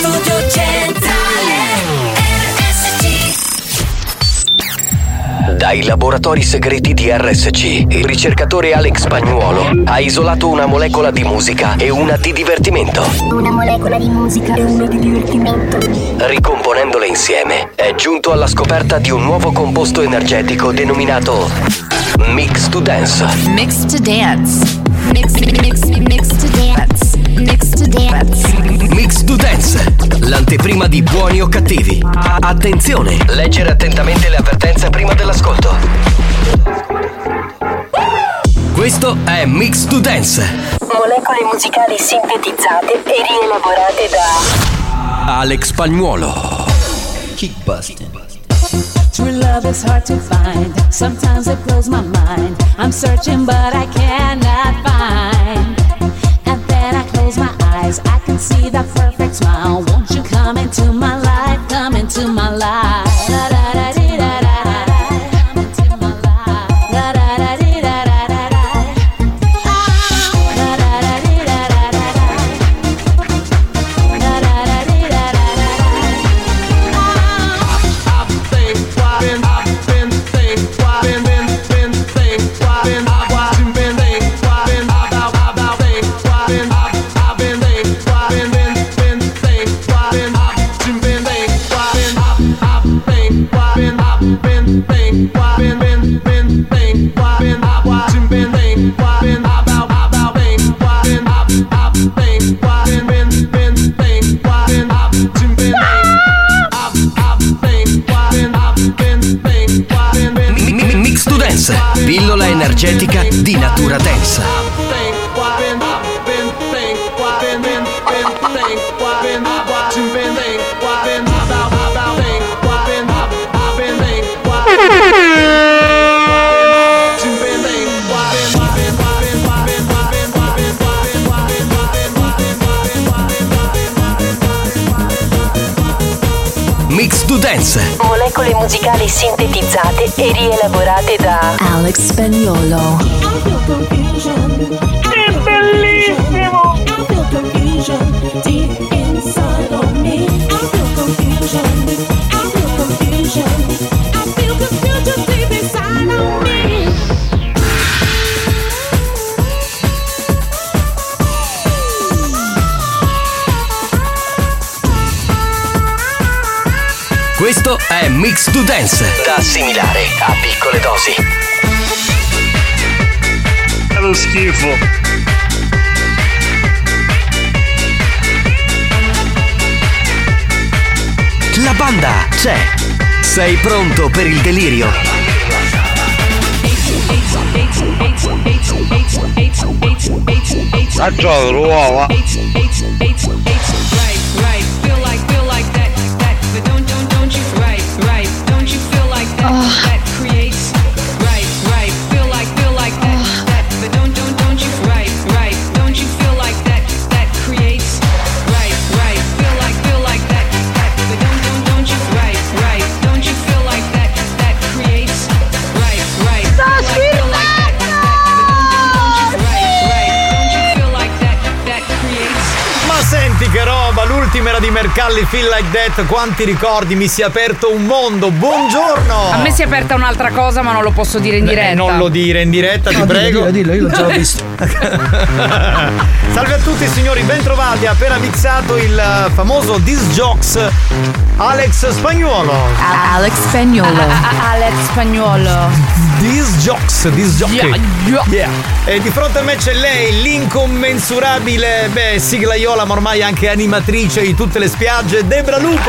studio centrale RSC. Dai laboratori segreti di RSC, il ricercatore Alex Spagnuolo ha isolato una molecola di musica e una di divertimento. Una molecola di musica e una di divertimento. Ricomponendole insieme, è giunto alla scoperta di un nuovo composto energetico denominato Mix to Dance. Mix to Dance. Mix to Dance. Mix to Dance. Mix to Dance, l'anteprima di Buoni o Cattivi. Attenzione, leggere attentamente le avvertenze prima dell'ascolto. Questo è Mix to Dance. Molecole musicali sintetizzate e rielaborate da Alex Spagnuolo. Kickbusting. True love is hard to find. Sometimes it blows my mind. I'm searching but I cannot find. And then I close my eyes. I can see that perfect smile. Won't you come into my life? Come into my life. Da da da dee da da da da. Come into my life. Da da da dee da da da da. Da da da dee da da da da. Da da da dee da da da Mix to Dance, pillola energetica di natura densa. Mix to Dance. molecole musicali sintetizzate e rielaborate da Alex Spagnuolo. È bellissimo! Questo è Mix to Dance, da assimilare a piccole dosi. È lo schifo. La banda c'è. Sei pronto per il delirio? Faccio l'uova. Che roba, l'ultima era di Mercalli, Feel Like That. Quanti ricordi, mi si è aperto un mondo. Buongiorno. A me si è aperta un'altra cosa, ma non lo posso dire in diretta. Non lo dire in diretta, ti prego. Dillo, io l'ho già visto. Salve a tutti signori, bentrovati. Ha appena mixato il famoso Disc Jocks Alex Spagnuolo. Alex Spagnuolo. Alex Spagnuolo. Disc Jocks. Yeah. E di fronte a me c'è lei, l'incommensurabile, siglaiola, ma ormai anche animatrice di tutte le spiagge, Debra Lupo.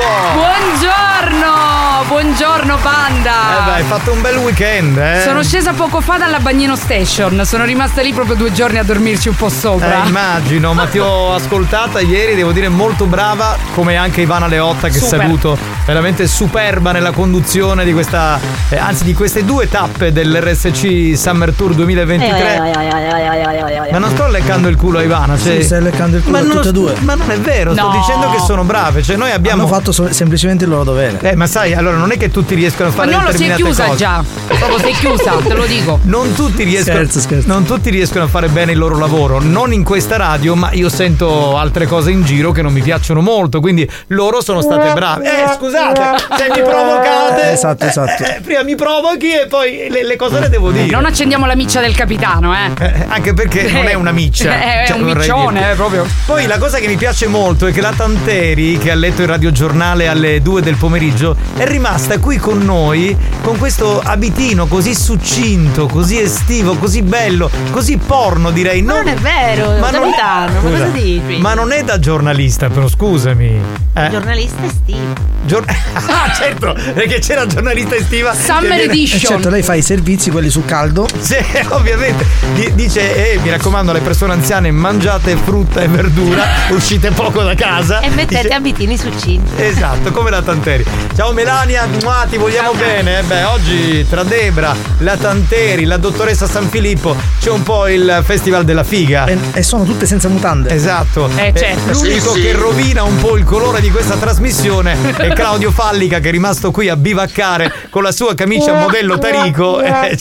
Buongiorno banda. Hai fatto un bel weekend, Sono scesa poco fa dalla Bagnino Station. Sono rimasta lì proprio 2 giorni a dormirci un po' sopra. Immagino, ma ti ho ascoltata ieri, devo dire molto brava, come anche Ivana Leotta che Super. saluto veramente superba nella conduzione di questa, anzi di queste due tappe dell'RSC Summer Tour 2023. Ma non sto leccando il culo a Ivana, cioè... Sì, stai leccando il culo a tutte e due. Ma non è vero, sto No. dicendo che sono brave, cioè noi abbiamo Hanno fatto semplicemente il loro dovere. ma sai, allora non è che tutti riescono a fare Ma non lo sei determinate chiusa cose. già. Proprio sei chiusa, te lo dico. Non tutti riescono Scherzo. Non tutti riescono a fare bene il loro lavoro, non in questa radio, ma io sento altre cose in giro che non mi piacciono molto, quindi loro sono state brave. Scusate, se mi provocate. Esatto. Prima mi provochi e poi le cose le devo dire. Non accendiamo la miccia del capitano, Anche perché non è una miccia. È cioè, un vorrei miccione, dirti. proprio. Poi la cosa che mi piace molto è che la Tanteri, che ha letto il radiogiornale alle 2 del pomeriggio, è rimasta qui con noi con questo abitino così succinto, così estivo, così bello, così porno, direi. Ma non è vero, capitano, ma cosa dici? Ma non è da giornalista, però scusami. Giornalista estivo. Certo, perché c'era giornalista estiva. Summer Edition. Certo, lei fa i servizi, quelli sul caldo. Sì, ovviamente. Dice, mi raccomando alle persone anziane, mangiate frutta e verdura, uscite poco da casa. E mettete abitini succinti. Esatto, come la Tanteri. Ciao Melania, ti vogliamo bene. Oggi tra Debra, la Tanteri, la dottoressa San Filippo c'è un po' il festival della figa. E sono tutte senza mutande. Esatto. Certo. L'unico che rovina un po' il colore di questa trasmissione è Claudio Fallica, che è rimasto qui a bivaccare con la sua camicia modello Tarico.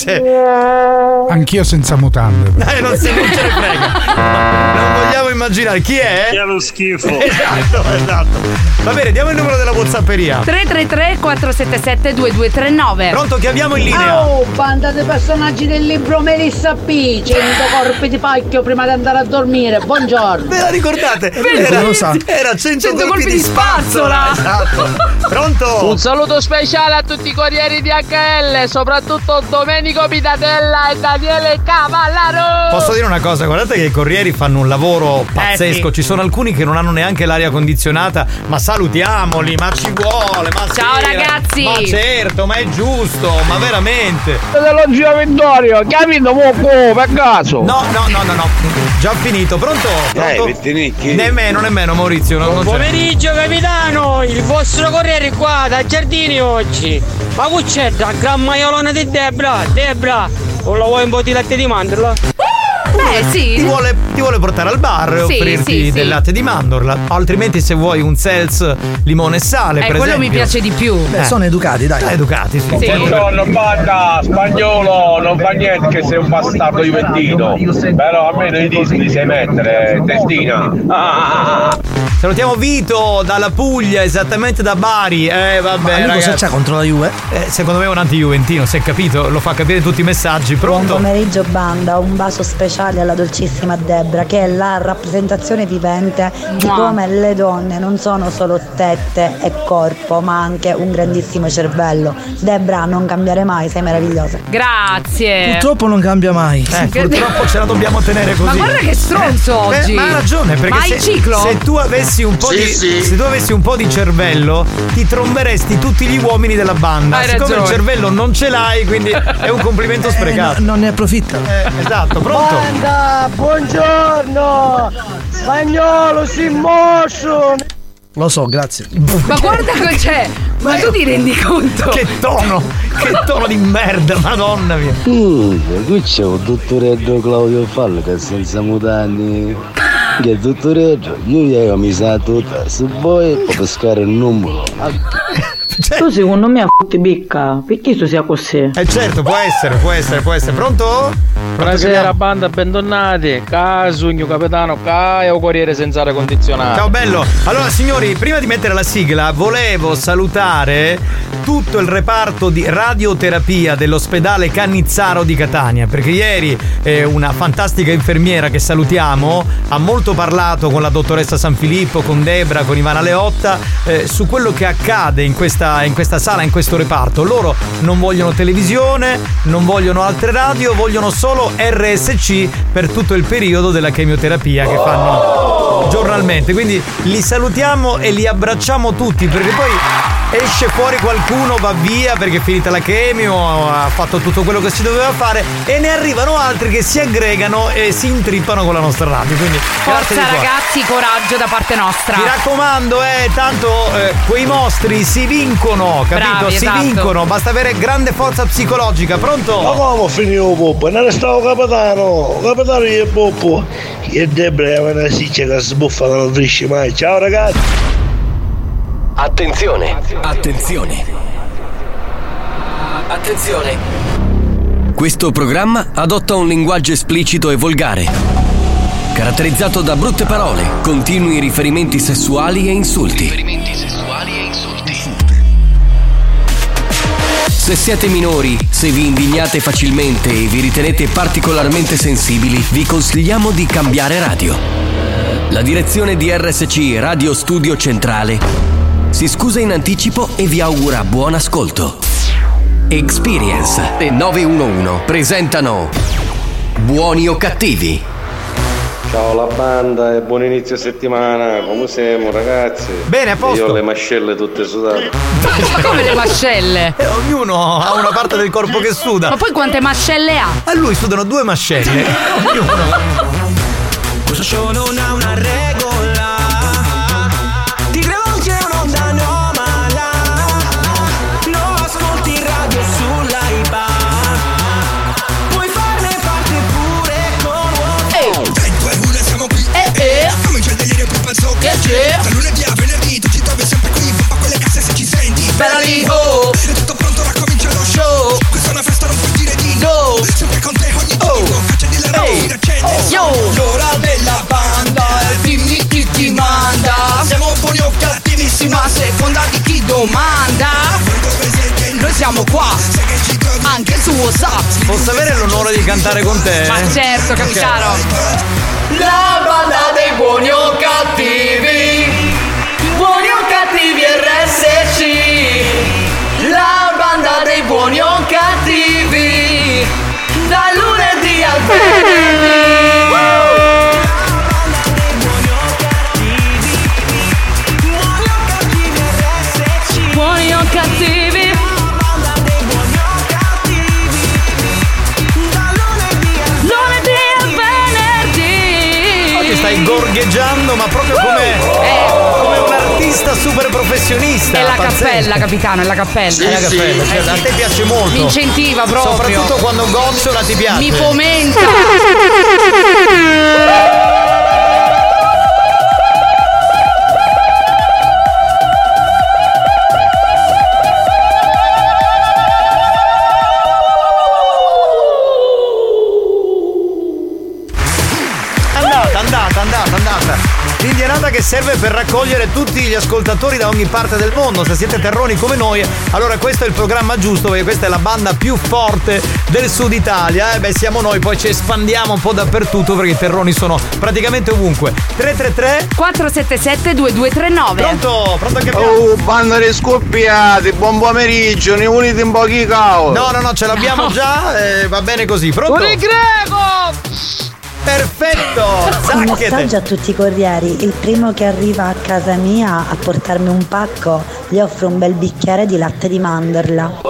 Anch'io senza mutande. Non ce ne frega. Non vogliamo immaginare chi è. Che lo schifo. Esatto. Va bene, diamo il numero della WhatsApperia. 333 477 2239. Pronto, che abbiamo in linea? Oh, banda dei personaggi del libro Melissa P. 100 corpi di pacchio prima di andare a dormire. Buongiorno. Ve la ricordate? Non lo sa. Era 100 colpi di spazzola. Esatto. Pronto? Un saluto speciale a tutti i corrieri di HL, soprattutto Domenico Pitatella e Daniele Cavallaro. Posso dire una cosa? Guardate che i corrieri fanno un lavoro pazzesco. Sì. Ci sono alcuni che non hanno neanche l'aria condizionata, ma salutiamoli, ma ci vuole, ma ciao sì, ragazzi. Ma certo, ma è giusto, ma veramente. Dello zio Vittorio, capito poco per caso? No, già finito. Pronto? Nemmeno Maurizio, non c'è. Pomeriggio capitano, il vostro corriere qua da Giardini oggi. Ma che c'è da gran maiolona di Debra, o la vuoi un po' di latte di mandorla? Sì. Ti vuole portare al bar e Sì, offrirti sì. del latte di mandorla. Altrimenti, se vuoi un seltz limone e sale, per quello esempio. mi piace di più. Sono educati, dai. Educati, sì. Buongiorno banda, spagnolo, non fa niente che sei un bastardo juventino. Però almeno i dischi li sai mettere, testina. Salutiamo Vito dalla Puglia, esattamente da Bari. Vabbè, Ma lui cosa ragazzi. c'ha contro la Juve? Secondo me è un anti-juventino, si è capito, lo fa capire tutti i messaggi. Pronto? Buon pomeriggio banda, un bacio speciale alla dolcissima Debra, che è la rappresentazione vivente di come le donne non sono solo tette e corpo, ma anche un grandissimo cervello. Debra, non cambiare mai, sei meravigliosa. Grazie. Purtroppo non cambia mai. Purtroppo ce la dobbiamo tenere così. Ma guarda che stronzo oggi. Ma ha ragione, perché Ma il ciclo? se tu avessi un po' se tu avessi un po' di cervello, ti tromberesti tutti gli uomini della banda. Hai Siccome ragione. il cervello non ce l'hai, quindi è un complimento sprecato. Non ne approfitta. Esatto, pronto? Banda, buongiorno. Spagnolo, si mosso. Lo so, grazie. Ma guarda che c'è. Ma tu ti rendi conto? Che tono di merda, madonna mia. Qui c'è un dottoretto Claudio Fallica senza mutanti. Che dottoretto, io mi sa tutta, se vuoi puoi pescare il numero. Tu secondo me a f***i bicca, perché tu sia così? Certo, può essere. Pronto? Buonasera banda, bentornati. Casugno capitano, o corriere senza aria condizionata. Ciao bello. Allora signori, prima di mettere la sigla volevo salutare tutto il reparto di radioterapia dell'ospedale Cannizzaro di Catania, perché ieri una fantastica infermiera che salutiamo ha molto parlato con la dottoressa San Filippo, con Debra, con Ivana Leotta su quello che accade in questa sala, in questo reparto. Loro non vogliono televisione, non vogliono altre radio, vogliono solo RSC per tutto il periodo della chemioterapia che fanno giornalmente, quindi li salutiamo e li abbracciamo tutti, perché poi esce fuori qualcuno, va via perché è finita la chemio, ha fatto tutto quello che si doveva fare, e ne arrivano altri che si aggregano e si intrippano con la nostra radio. Quindi forza ragazzi, coraggio da parte nostra. Mi raccomando, tanto quei mostri si vincono, capito? Bravi, si esatto. vincono, basta avere grande forza psicologica. Pronto? Ma come finito Poppo? Non restavo capitano io Poppo. E Debra è una siccia che sbuffa che non finisce mai. Ciao ragazzi. Attenzione. Questo programma adotta un linguaggio esplicito e volgare, caratterizzato da brutte parole, continui riferimenti sessuali e insulti. Se siete minori, se vi indignate facilmente e vi ritenete particolarmente sensibili, vi consigliamo di cambiare radio. La direzione di RSC Radio Studio Centrale si scusa in anticipo e vi augura buon ascolto. Experience e 911 presentano Buoni o Cattivi. Ciao la banda e buon inizio settimana, come siamo ragazzi? Bene, a posto. Io ho le mascelle tutte sudate. Ma come le mascelle? Ognuno ha una parte del corpo che suda. Ma poi quante mascelle ha? A lui sudano 2 mascelle. Questo show non ha una regola. Ti credo che un'onda anomala. Non ascolti radio sull'iPad. Puoi farne parte pure con 3, 2, 1 siamo qui. Comincia il delirio più pazzo che c'è. Da lunedì a venerdì tu ci trovi sempre qui. Pompa quelle casse se ci senti. Bella lì, oh. È tutto pronto, ora comincia lo show. Questa è una festa, non puoi dire di no. Sempre con te ogni giorno. Accendi le robe, si riaccende. L'ora della banda, dimmi chi ti manda. Siamo buoni o cattivissimi a seconda di chi domanda. Noi siamo qua, anche su WhatsApp. Posso avere l'onore di cantare con te? Ma certo, capitano. La banda dei buoni o cattivi. Buoni o cattivi RSC. La banda dei buoni o cattivi. Da lunedì al venerdì. Buoni o cattivi? Lunedì al venerdì. Oggi stai gorgheggiando, ma proprio come un artista super professionista. È la pazzesco. cappella, capitano, è la cappella. È la cappella, cioè, a te piace molto. Mi incentiva proprio. Soprattutto quando gocciola ti piace. Mi fomenta. Andata. L'indianata che serve per raccogliere tutti gli ascoltatori da ogni parte del mondo. Se siete terroni come noi, allora questo è il programma giusto, perché questa è la banda più forte del Sud Italia. Siamo noi, poi ci espandiamo un po' dappertutto perché i terroni sono praticamente ovunque. 333 477 2239. Pronto anche Oh, banda di scoppiati, buon pomeriggio, ne unite un po' chi cao. No, ce l'abbiamo già, va bene così. Pronto? Pure greco! Perfetto! Un messaggio a tutti i corrieri: il primo che arriva a casa mia a portarmi un pacco gli offro un bel bicchiere di latte di mandorla.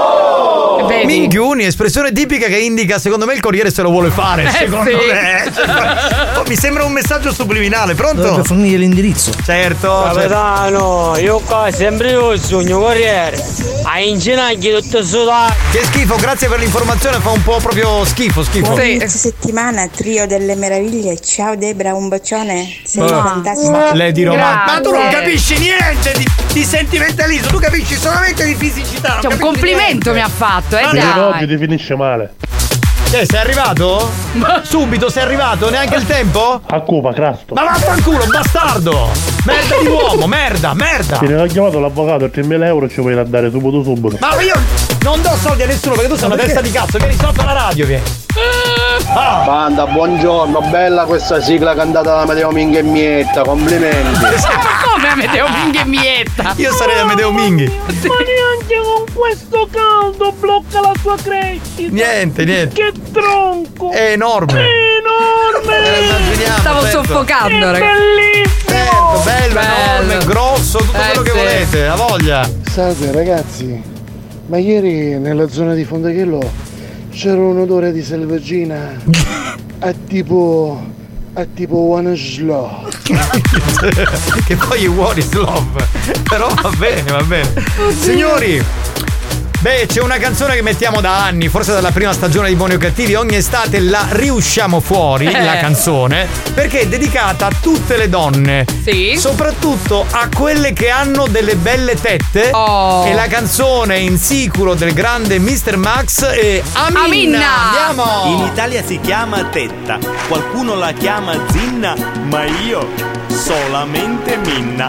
Minchioni, espressione tipica che indica, secondo me, il corriere se lo vuole fare. Secondo me. Mi sembra un messaggio subliminale. Pronto? Dovrebbe fornire l'indirizzo. Certo. Capitano, io qua sempre io sogno corriere. A inginagli tutto sudato. Che schifo, grazie per l'informazione, fa un po' proprio schifo. Buon inizio settimana, trio delle meraviglie. Ciao Debra, un bacione. Sei fantastica. Lei di Roma. Ma tu non capisci niente di sentimentalismo, tu capisci solamente di fisicità. Cioè, un complimento mi ha fatto, Oggi ti finisce male. Sei arrivato? Subito sei arrivato? Neanche il tempo? A Cuba, crasto. Ma vaffanculo, bastardo! Merda di uomo, merda! Ti ne ho chiamato l'avvocato, 3.000 euro ci vuoi dare subito. Ma io non do soldi a nessuno perché tu sei una testa di cazzo, vieni sotto la radio, vieni. Banda, buongiorno, bella questa sigla cantata da Amedeo Minghi e Mietta, complimenti. Come Amedeo Minghi e Mietta? Io sarei Amedeo Minghi. Ma neanche con questo caldo blocca la sua crescita. Niente. Che tronco! È enorme. È enorme! andiamo. Stavo certo. soffocando, ragazzi. Certo, bello, enorme, grosso, tutto quello che volete, a voglia. Salve ragazzi, ma ieri nella zona di Fondachello c'era un odore di selvaggina a tipo one slow. Che poi è one is love. Però va bene, va bene. Signori, beh, c'è una canzone che mettiamo da anni, forse dalla prima stagione di Buoni o Cattivi. Ogni estate la riusciamo fuori, la canzone, perché è dedicata a tutte le donne. Sì. Soprattutto a quelle che hanno delle belle tette. E la canzone in siculo del grande Mr. Max è Aminna. Andiamo. In Italia si chiama tetta, qualcuno la chiama zinna, ma io solamente Minna.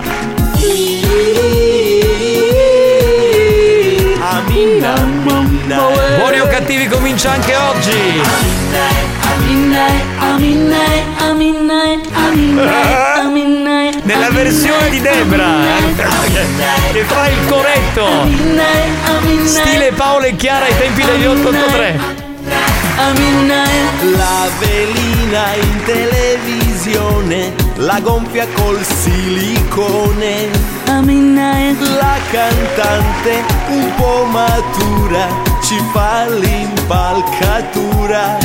Aminna, Minna. Buoni o Cattivi comincia anche oggi. Nella versione di Debra che fa il corretto stile Paola e Chiara ai tempi degli 883. La velina in televisione, la gonfia col silicone, la cantante un po' matura ci fa l'impalcatura.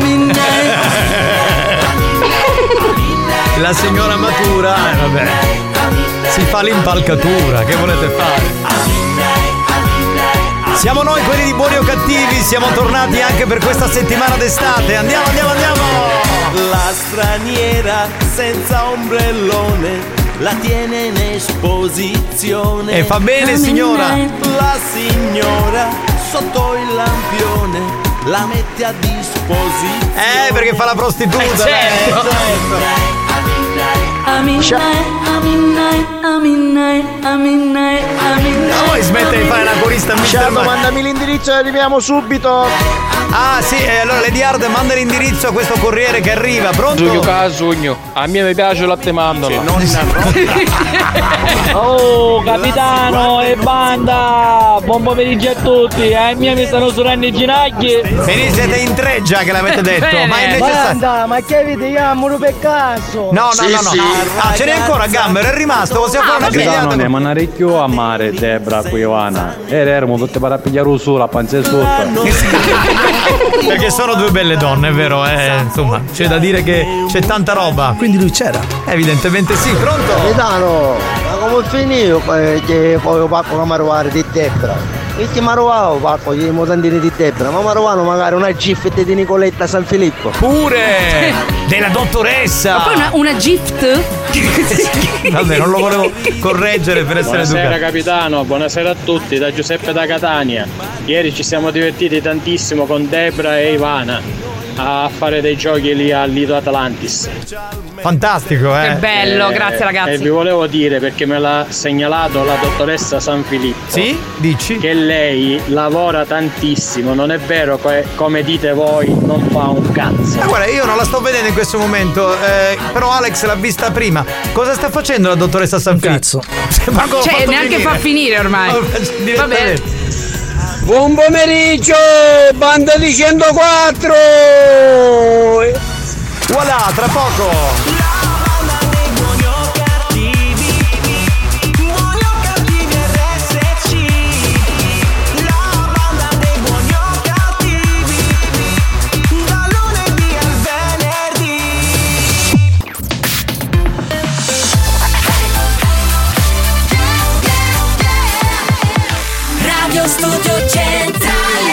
La signora matura, vabbè, si fa l'impalcatura, che volete fare? Siamo noi quelli di Buoni o Cattivi, siamo tornati anche per questa settimana d'estate. Andiamo. La straniera senza ombrellone la tiene in esposizione. E fa bene, signora. La signora sotto il lampione la mette a disposizione. Perché fa la prostituta. Ma vuoi smettere di fare la corista Mr. Max? Mandami l'indirizzo e arriviamo subito. Ah sì, allora Lady Hard manda l'indirizzo a questo corriere che arriva. Pronto? Sogno, a me mi piace il latte mandorla. Oh capitano e banda, buon pomeriggio a tutti. Mia mi stanno surando i ginocchi. Venite, siete in tre già che l'avete detto. Ma è necessario. Banda, ma che avete chiamato per caso? No. Ah, ce n'è ancora Gamber, è rimasto, possiamo fare una grigliata. Non ne mandare più a mare Debra qui Ivana. Eremo tutte per pigliare su la pancia sotto. Perché sono due belle donne, è vero, insomma, c'è da dire che c'è tanta roba. Quindi lui c'era? Evidentemente sì, pronto? Capitano, ma come finito che poi io parco a marovare di Debra? E che marovavo parco gli mutandini di Debra, ma marovano magari una gift di Nicoletta San Filippo. Pure! Della dottoressa! Ma poi una gift? Vabbè, non lo volevo correggere per essere educato. Buonasera capitano, buonasera a tutti, da Giuseppe da Catania. Ieri ci siamo divertiti tantissimo con Debra e Ivana a fare dei giochi lì al Lido Atlantis. Fantastico, Che bello, grazie ragazzi. E vi volevo dire, perché me l'ha segnalato la dottoressa San Filippo. Sì? Dici? Che lei lavora tantissimo, non è vero come dite voi, non fa un cazzo. Ma guarda, io non la sto vedendo in questo momento, però Alex l'ha vista prima. Cosa sta facendo la dottoressa San Filippo? Cazzo. Cioè, neanche fa finire ormai. Va bene. Buon pomeriggio, banda di 104. Voilà, tra poco. Studio Centrale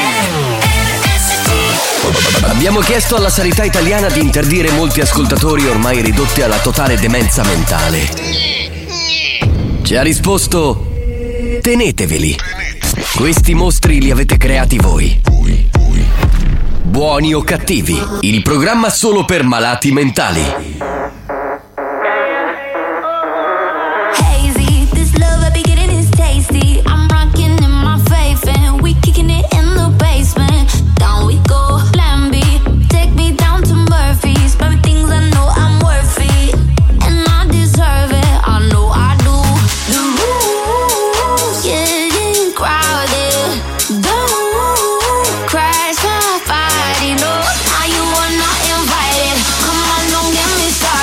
RSC. Abbiamo chiesto alla sanità italiana di interdire molti ascoltatori ormai ridotti alla totale demenza mentale. Ci ha risposto: teneteveli. Questi mostri li avete creati voi. Buoni o Cattivi, il programma solo per malati mentali. Crash my body, no, now you are not invited. Come on, don't get me started.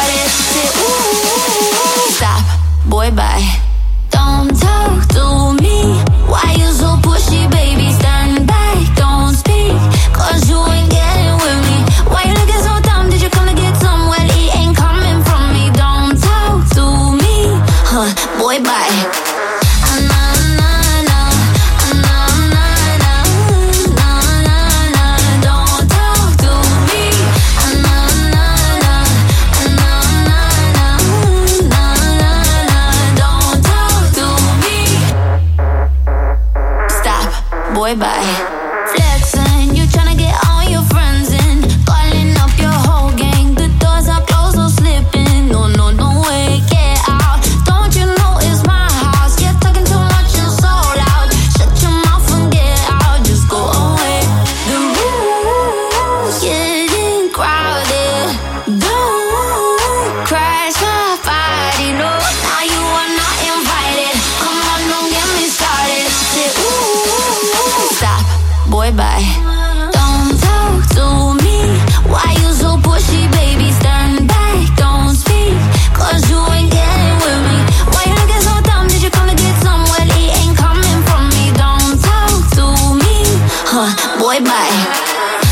boy, bye. Flexing, you tryna get all your friends in, calling up your whole gang. The doors are closed, so slip in. No, no, no way, get out. Don't you know it's my house? You're talking too much and so loud. Shut your mouth and get out, just go away. The room's getting crowded. Don't crash my party, no. Now you are not invited. Come on, don't get me started. Say ooh, stop, boy, bye. Don't talk to me. Why you so pushy, baby? Stand back, don't speak, 'cause you ain't getting with me. Why you looking so dumb? Did you come to get some? Well, it ain't coming from me. Don't talk to me, boy, bye.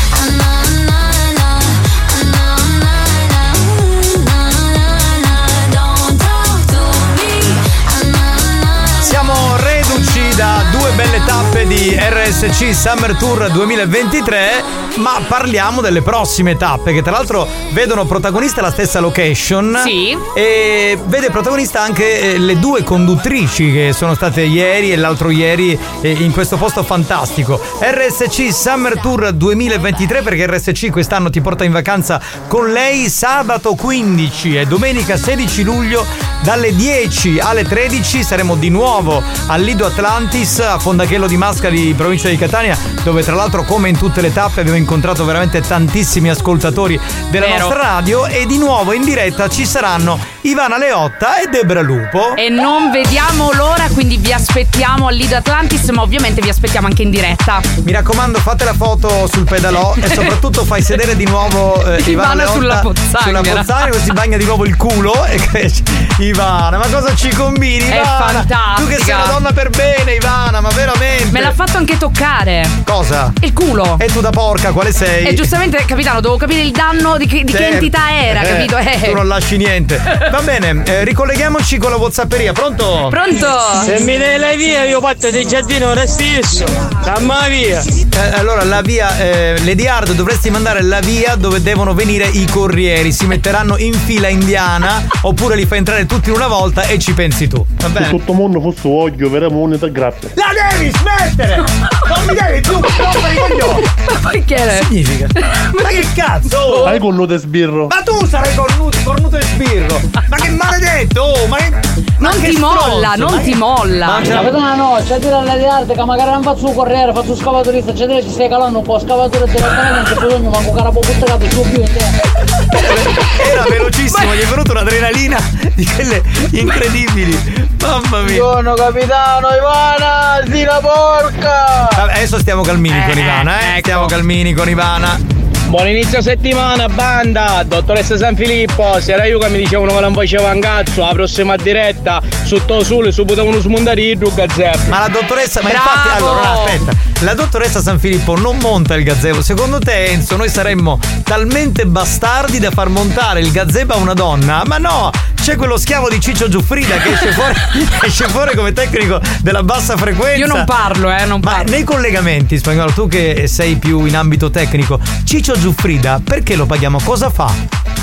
Siamo reduci da 2 belle tappe di RSC Summer Tour 2023, ma parliamo delle prossime tappe che tra l'altro vedono protagonista la stessa location. Sì. E vede protagonista anche le 2 conduttrici che sono state ieri e l'altro ieri in questo posto fantastico. RSC Summer Tour 2023, perché RSC quest'anno ti porta in vacanza con lei sabato 15 e domenica 16 luglio dalle 10 alle 13 saremo di nuovo al Lido Atlantis a Fondachello di Mascali, provincia di Catania, dove tra l'altro come in tutte le tappe abbiamo incontrato veramente tantissimi ascoltatori della nostra radio, e di nuovo in diretta ci saranno Ivana Leotta e Debra Lupo. E non vediamo l'ora, quindi vi aspettiamo al Lido Atlantis, ma ovviamente vi aspettiamo anche in diretta. Mi raccomando, fate la foto sul pedalò e soprattutto fai sedere di nuovo Ivana Leotta sulla pozzanghera, così si bagna di nuovo il culo e cresce. Ivana, ma cosa ci combini, Ivana? È fantastica. Tu che sei una donna per bene, Ivana, ma veramente. Me l'ha fatto anche toccare. Cosa? Il culo. E tu da porca, quale sei? E giustamente, capitano, devo capire il danno di che entità era, capito? Tu non lasci niente. Va bene, ricolleghiamoci con la WhatsApperia. Pronto? Pronto? Se mi dai la via, io parto di giardino ora stesso. Damma via. Allora, la via, Lady Hard, dovresti mandare la via dove devono venire i corrieri. Si metteranno in fila indiana, oppure li fai entrare tutti in una volta e ci pensi tu. Va bene? Se tutto il mondo fosse voglio, verremo un'età grazie. La devi smettere! Non mi devi più rompere i coglioni! Ma perché? Significa? Ma che cazzo? Hai cornuto e sbirro. Ma tu sarai cornuto e sbirro! Ma che maledetto! Oh, ma che... Non ti molla, non ti molla. No, c'è dire alle arte che magari non faccio correre, faccio scavatorista, c'è dire ci stai calando un po' scavatore direttamente, non c'è bisogno, manco carapo buttato su più in te. Era velocissimo, gli è venuta un'adrenalina di quelle incredibili. Mamma mia. Buongiorno capitano Ivana, zina porca. Vabbè, adesso stiamo calmini con Ivana, ecco. Stiamo calmini con Ivana. Buon inizio settimana, banda! Dottoressa San Filippo, se era io che mi dicevano che non faceva un cazzo, la prossima diretta, sotto sole, su potevano smontare i due gazebo. Ma la dottoressa, ma Bravo! infatti, allora, aspetta, la dottoressa San Filippo non monta il gazebo. Secondo te, Enzo, noi saremmo talmente bastardi da far montare il gazebo a una donna? Ma no! C'è quello schiavo di Ciccio Giuffrida che esce fuori come tecnico della bassa frequenza. Io non parlo, non parlo. Ma nei collegamenti, Spagnolo, tu che sei più in ambito tecnico, Ciccio Giuffrida, perché lo paghiamo? Cosa fa?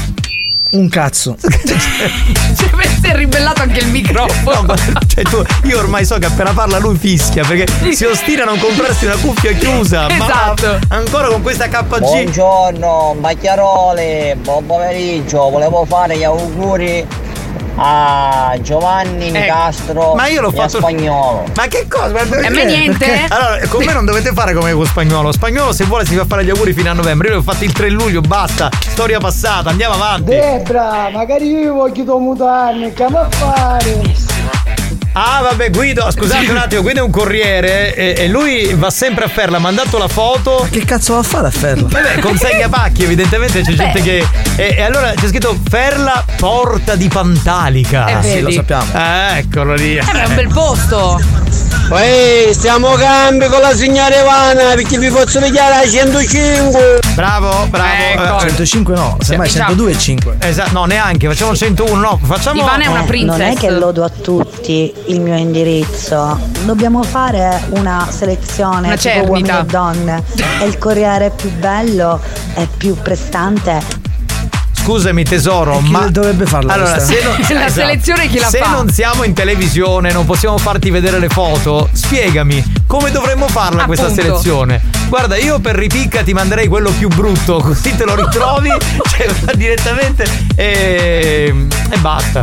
Un cazzo. Si è ribellato anche il microfono. No, cioè io ormai so che appena parla lui fischia, perché si ostina a non comprarsi una cuffia chiusa. Esatto. Ma ancora con questa KG. Buongiorno, Bacchiarole, buon pomeriggio, volevo fare gli auguri a Giovanni Nicastro. Ma io l'ho fatto Spagnolo. Ma che cosa? Ma perché? A me niente. Perché? Allora, con me non dovete fare come con Spagnolo. Spagnolo, se vuole, si fa fare gli auguri fino a novembre. Io l'ho fatto il 3 luglio, basta. Storia passata, andiamo avanti. Debra, magari io voglio mutarmi, che a fare? Ah, vabbè, Guido, scusate un attimo, Guido è un corriere e lui va sempre a Ferla, ha mandato la foto. Ma che cazzo va a fare a Ferla? Vabbè, consegna pacchi, evidentemente c'è gente che. E allora c'è scritto Ferla Porta di Pantalica. Sì, lo sappiamo. Eccolo lì. È un bel posto. Ehi, stiamo cambi con la signora Ivana perché vi posso pigliare a 105. Bravo. Ecco. 105 no, semmai 102 e 5. Esatto, no, neanche, facciamo 101, no, facciamo. Ivana è una princess. Non è che lo do a tutti il mio indirizzo. Dobbiamo fare una selezione Una tipo uomini cernita. e donne. E il corriere più bello e più prestante. Scusami tesoro, chi ma dovrebbe farla? allora, se non, La esatto. selezione chi la se fa? non siamo in televisione, non possiamo farti vedere le foto. Spiegami, come dovremmo farla questa Appunto. selezione. Guarda, io per ripicca ti manderei quello più brutto, così te lo ritrovi, cioè, direttamente e basta.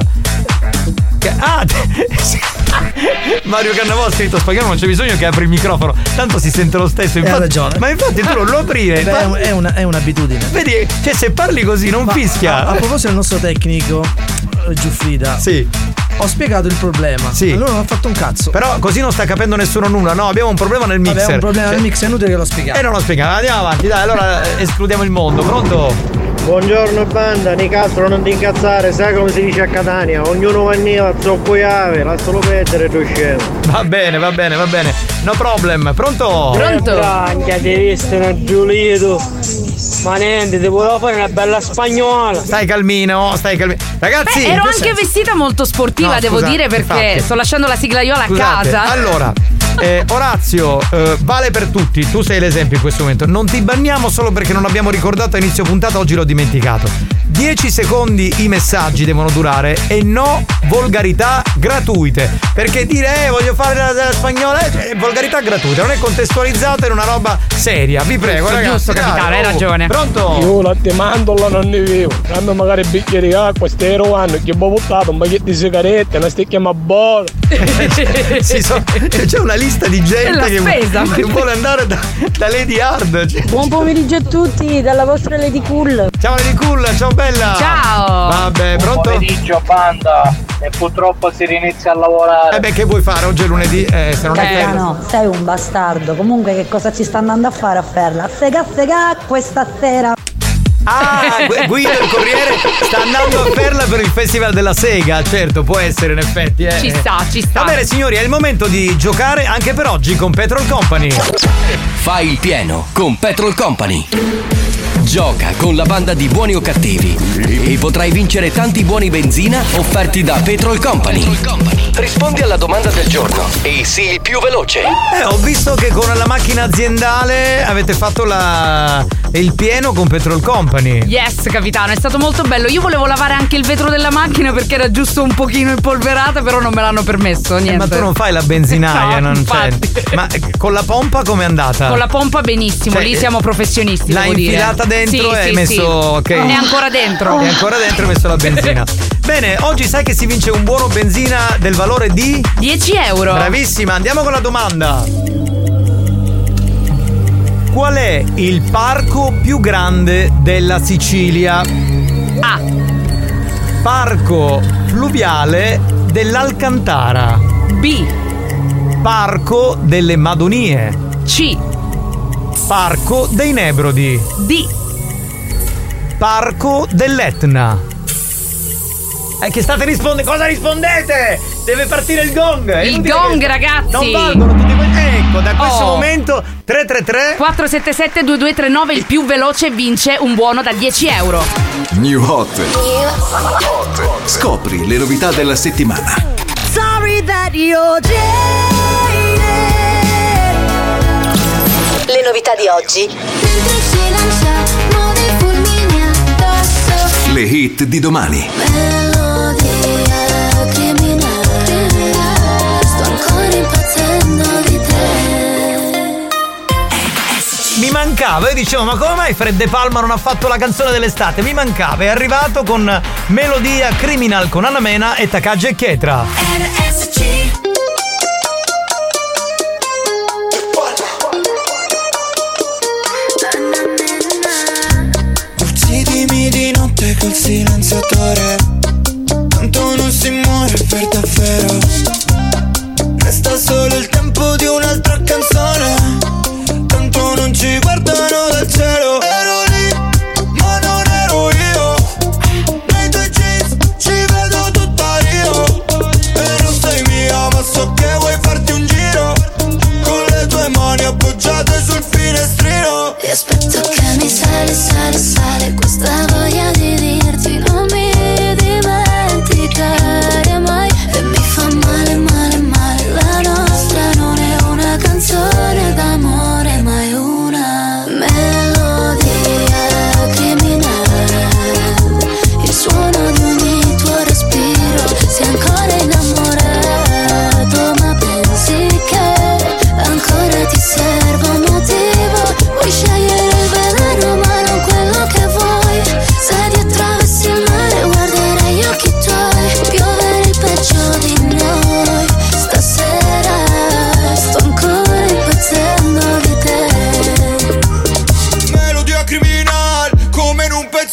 Mario Cannavò ha scritto spagnolo, non c'è bisogno che apri il microfono, tanto si sente lo stesso. Hai ragione. Ma infatti tu non lo aprire. È un'abitudine. Vedi, cioè se parli così non fischia. A proposito del nostro tecnico Giuffrida. Sì. Ho spiegato il problema. Sì. Allora non ha fatto un cazzo. Però così non sta capendo nessuno nulla. No, abbiamo un problema nel mixer. Abbiamo un problema nel mixer, è inutile che lo spieghiamo. Non lo spieghiamo, andiamo avanti, dai, allora escludiamo il mondo. Pronto? Buongiorno banda, Nicastro non ti incazzare, sai come si dice a Catania? Ognuno va nella zocco ave, lascialo perdere tu scemo. Va bene. No problem. Pronto? Anche ti visto una Giulito. Ma niente, ti volevo fare una bella spagnola. Stai calmino. Ragazzi, ero anche vestita molto sportiva, No, devo scusa, dire, perché infatti. sto lasciando la siglaiola Scusate, a casa. Allora, Orazio, vale per tutti, tu sei l'esempio in questo momento. Non ti banniamo solo perché non abbiamo ricordato a inizio puntata, oggi l'ho dimenticato. 10 secondi i messaggi devono durare e no volgarità gratuite. Perché dire voglio fare la spagnola è volgarità gratuita, non è contestualizzata in una roba seria. Vi prego, Giusto, ragazzi. capitano, hai ragione. Pronto? Io la ti mando la non ne vivo. Quando magari bicchieri d'acqua, stai rovando, che ho buttato un pacchetto di sigarette, una sticchiamo a bolla. C'è una lista di gente È la spesa. che vuole andare da Lady Hard. Cioè. Buon pomeriggio a tutti dalla vostra Lady Cool. Ciao Lady Cool, ciao bella. Ciao. Vabbè, pronto? Buon pomeriggio banda. E purtroppo si rinizia a lavorare. Che vuoi fare? Oggi è lunedì, se non è No, sei un bastardo. Comunque che cosa ci sta andando a fare a Ferla? Sega questa sera. Guido il Corriere sta andando a Ferla per il Festival della Sega. Certo, può essere in effetti. Ci sta. Va bene signori, è il momento di giocare anche per oggi con Petrol Company. Fai il pieno con Petrol Company. Gioca con la banda di Buoni o Cattivi e potrai vincere tanti buoni benzina offerti da Petrol Company. Rispondi alla domanda del giorno e sii il più veloce. Ho visto che con la macchina aziendale avete fatto il pieno con Petrol Company. Yes, capitano, è stato molto bello. Io volevo lavare anche il vetro della macchina perché era giusto un pochino impolverata, però non me l'hanno permesso. Niente. Ma tu non fai la benzinaia, No, non c'è. Ma con la pompa com'è andata? Con la pompa benissimo, lì siamo professionisti. L'hai devo dire. infilata dentro e hai messo. Sì. Ok. È ancora dentro. È ancora dentro e hai messo la benzina. Bene, oggi sai che si vince un buono benzina del valore di 10 euro. Bravissima, andiamo con la domanda. Qual è il parco più grande della Sicilia? A. Parco fluviale dell'Alcantara. B. Parco delle Madonie. C. Parco dei Nebrodi. D. Parco dell'Etna. Che state rispondendo? Cosa rispondete? Deve partire il gong. È Il inutile gong, che- ragazzi. Non valgono tutti questi. Ecco, da questo momento 333 477 2239, il più veloce vince un buono da 10 euro. New Hot. Scopri le novità della settimana. Sorry that you're jaded. Le novità di oggi. Mentre ci lanciamo dei fulmini addosso. Le hit di domani. Melodia criminale. Sto ancora impazzendo di te. mi mancava. Io dicevo, ma come mai Fred De Palma non ha fatto la canzone dell'estate? Mi mancava. È arrivato con Melodia Criminal con Anna Mena e Takagi e Chetra. Uccidimi di notte col silenziatore, tanto non si muore per davvero. Resta solo il tempo di un'altra canzone, tanto non ci guardano dal cielo. Ero lì, ma non ero io. Nei tuoi jeans ci vedo tutta io. E non sei mia, ma so che vuoi farti un giro, con le tue mani appoggiate sul finestrino. E aspetto che mi sale, sale, sale questa voglia di dirti non mi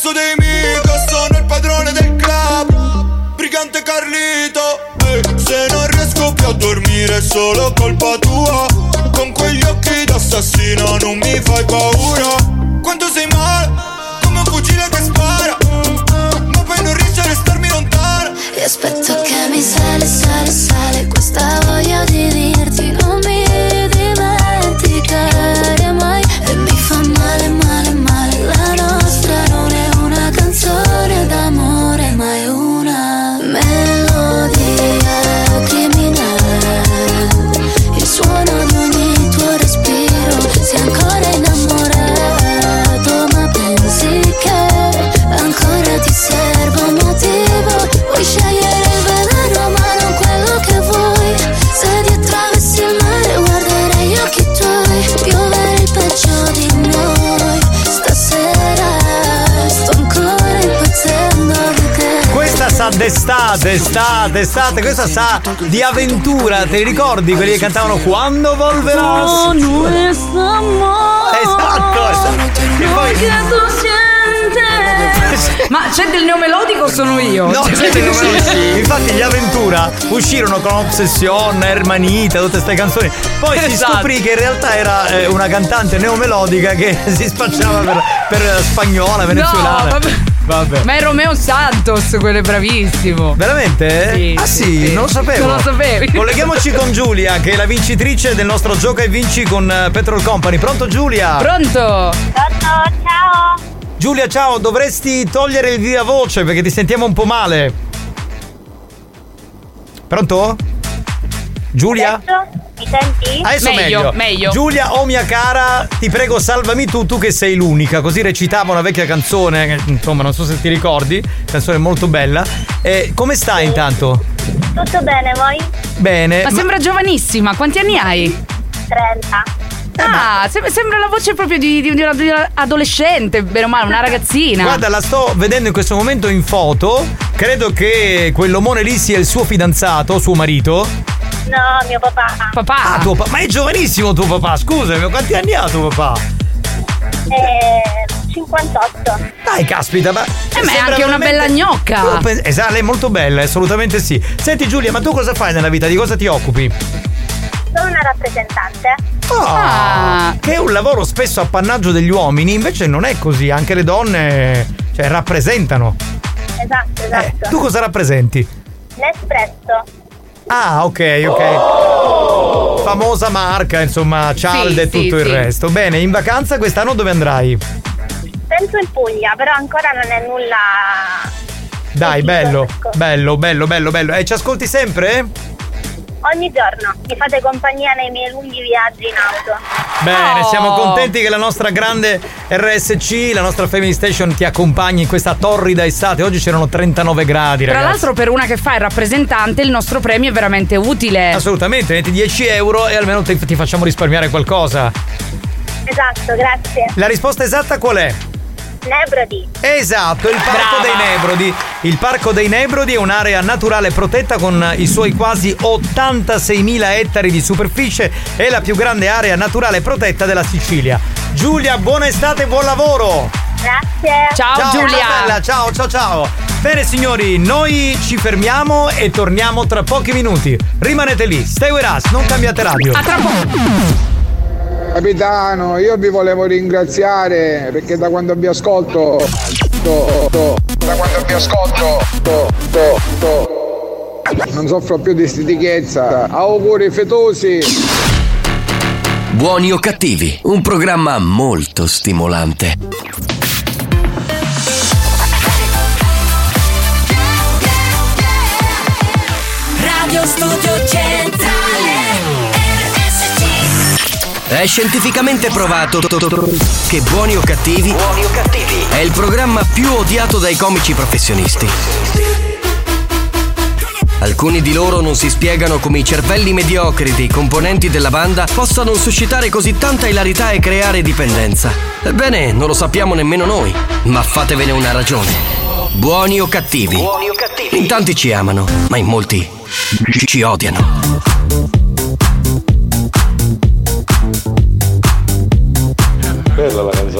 cazzo dei mica, sono il padrone del club, brigante Carlito. Se non riesco più a dormire è solo colpa tua, con quegli occhi d'assassino non mi fai paura. Quanto sei male, come un fucile che spara, ma poi non riesci a restarmi lontana. E aspetto che mi sale, sale, sale questa voglia di dirti non mi dimenticare mai. E mi fa male, male, male. La nostra non è una canzone d'amore, ma è una melodia criminale. Il suono di ogni tuo respiro. Sei ancora innamorato, ma pensi che ancora ti serva un motivo. Vuoi scegliere il veleno ma non quello che vuoi. Se ti attraversi il mare guarderai gli occhi tuoi. Piovere il peggio di noi. Stasera sto ancora impazzendo di te. Questa sa d'estate, estate, questa sa di avventura. Te li ricordi quelli che cantavano Quando volverás? Esatto. E poi Ma c'è del neomelodico o sono io? No, c'è del neomelodico. Infatti gli Avventura uscirono con Obsession, Hermanita, tutte queste canzoni. Poi si scoprì che in realtà era una cantante neomelodica che si spacciava per spagnola, venezuelana. No, vabbè. Ma è Romeo Santos, quello è bravissimo. Veramente? Sì, ah sì, non lo sapevo. Non lo sapevi. Colleghiamoci con Giulia, che è la vincitrice del nostro Gioca e Vinci con Petrol Company. Pronto Giulia? Pronto? Ciao. Giulia, ciao, dovresti togliere il via voce perché ti sentiamo un po' male. Pronto? Giulia? Mi senti? Adesso meglio. Giulia, oh mia cara, ti prego salvami tu che sei l'unica. Così recitava una vecchia canzone, che, insomma non so se ti ricordi, canzone molto bella. Come stai intanto? Tutto bene, voi? Bene. Ma sembra giovanissima, quanti anni hai? 30. Sembra la voce proprio di un adolescente, bene o male, una ragazzina. Guarda, la sto vedendo in questo momento in foto. Credo che quell'omone lì sia il suo fidanzato, suo marito. No, mio papà. Papà? Tuo papà. Ma è giovanissimo tuo papà, scusami, quanti anni ha tuo papà? 58. Dai, caspita, ma è anche una bella gnocca. Esatto, lei è molto bella, assolutamente sì. Senti Giulia, ma tu cosa fai nella vita? Di cosa ti occupi? Sono una rappresentante. Che è un lavoro spesso appannaggio degli uomini, invece non è così, anche le donne rappresentano. Esatto. Tu cosa rappresenti? Nespresso. Ah, ok. Famosa marca, insomma, cialde e tutto il resto. Bene, in vacanza quest'anno dove andrai? Penso in Puglia, però ancora non è nulla. Dai, bello. Ci ascolti sempre? Ogni giorno mi fate compagnia nei miei lunghi viaggi in auto. Bene, siamo contenti che la nostra grande RSC, la nostra Family Station ti accompagni in questa torrida estate. Oggi c'erano 39 gradi, ragazzi. Tra l'altro, per una che fa il rappresentante, il nostro premio è veramente utile. Assolutamente, metti 10 euro e almeno ti facciamo risparmiare qualcosa. Esatto, grazie. La risposta esatta qual è? Nebrodi. Esatto, il Parco dei Nebrodi. Il Parco dei Nebrodi è un'area naturale protetta con i suoi quasi 86.000 ettari di superficie. È la più grande area naturale protetta della Sicilia. Giulia, buona estate e buon lavoro. Grazie. Ciao Giulia. Bella, ciao. Bene signori, noi ci fermiamo e torniamo tra pochi minuti. Rimanete lì, stay with us, non cambiate radio. A tra poco. Capitano, io vi volevo ringraziare perché da quando vi ascolto non soffro più di stitichezza. Auguri fetosi. Buoni o cattivi, un programma molto stimolante. Radio Studio Centrale. È scientificamente provato che Buoni o Cattivi è il programma più odiato dai comici professionisti. Alcuni di loro non si spiegano come i cervelli mediocri dei componenti della banda possano suscitare così tanta ilarità e creare dipendenza. Ebbene, non lo sappiamo nemmeno noi, ma fatevene una ragione. Buoni o cattivi. In tanti ci amano, ma in molti ci odiano. Bella la canzone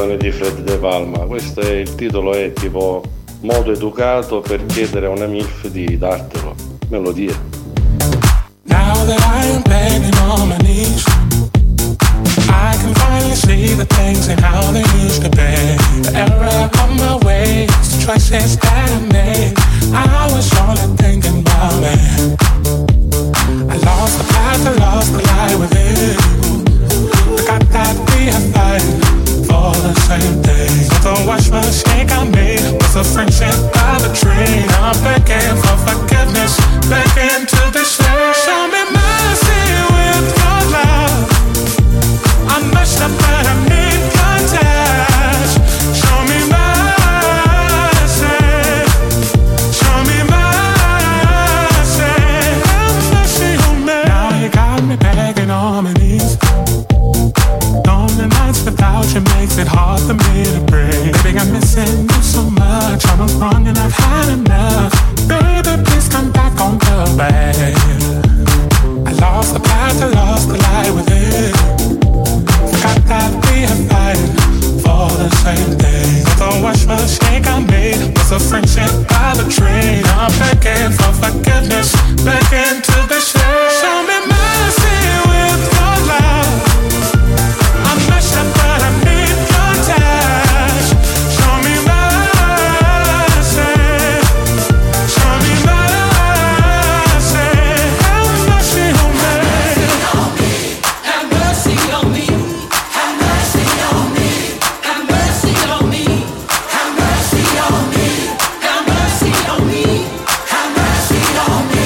canzone di Fred De Palma. Questo è il titolo, è tipo modo educato per chiedere a una MILF di dartelo. Melodia. Now that I am begging on my knees, I can finally see the things and how they used to be. The error of my ways, the choices that I made, I was only thinking about it. I lost the path, I lost the lie with you. I got that we are fighting for the same thing. So the wash mistake I made was a friendship of a dream. I'm begging for forgiveness, begging to be saved. Show me mercy with your love. I messed up but I need your touch. Show me mercy. Show me mercy. Have mercy on me. Now you got me begging on my knees. Lonely nights without you makes it hard for me to breathe. Baby, I'm missing you so much. I was wrong and I've had enough. Baby, please come back on the way. I lost the path, I lost the light with it. Forgot that we are fighting for the same thing. The worst mistake I made was a friendship by the train. I'm begging for forgiveness, begging to be saved. Show me mercy with your love. I messed up but I need your touch. Show me mercy. Show me mercy. Have mercy on me. Have mercy on me. Have mercy on me. Have mercy on me. Have mercy on me. Have mercy on me. Have mercy on me.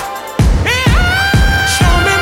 Show me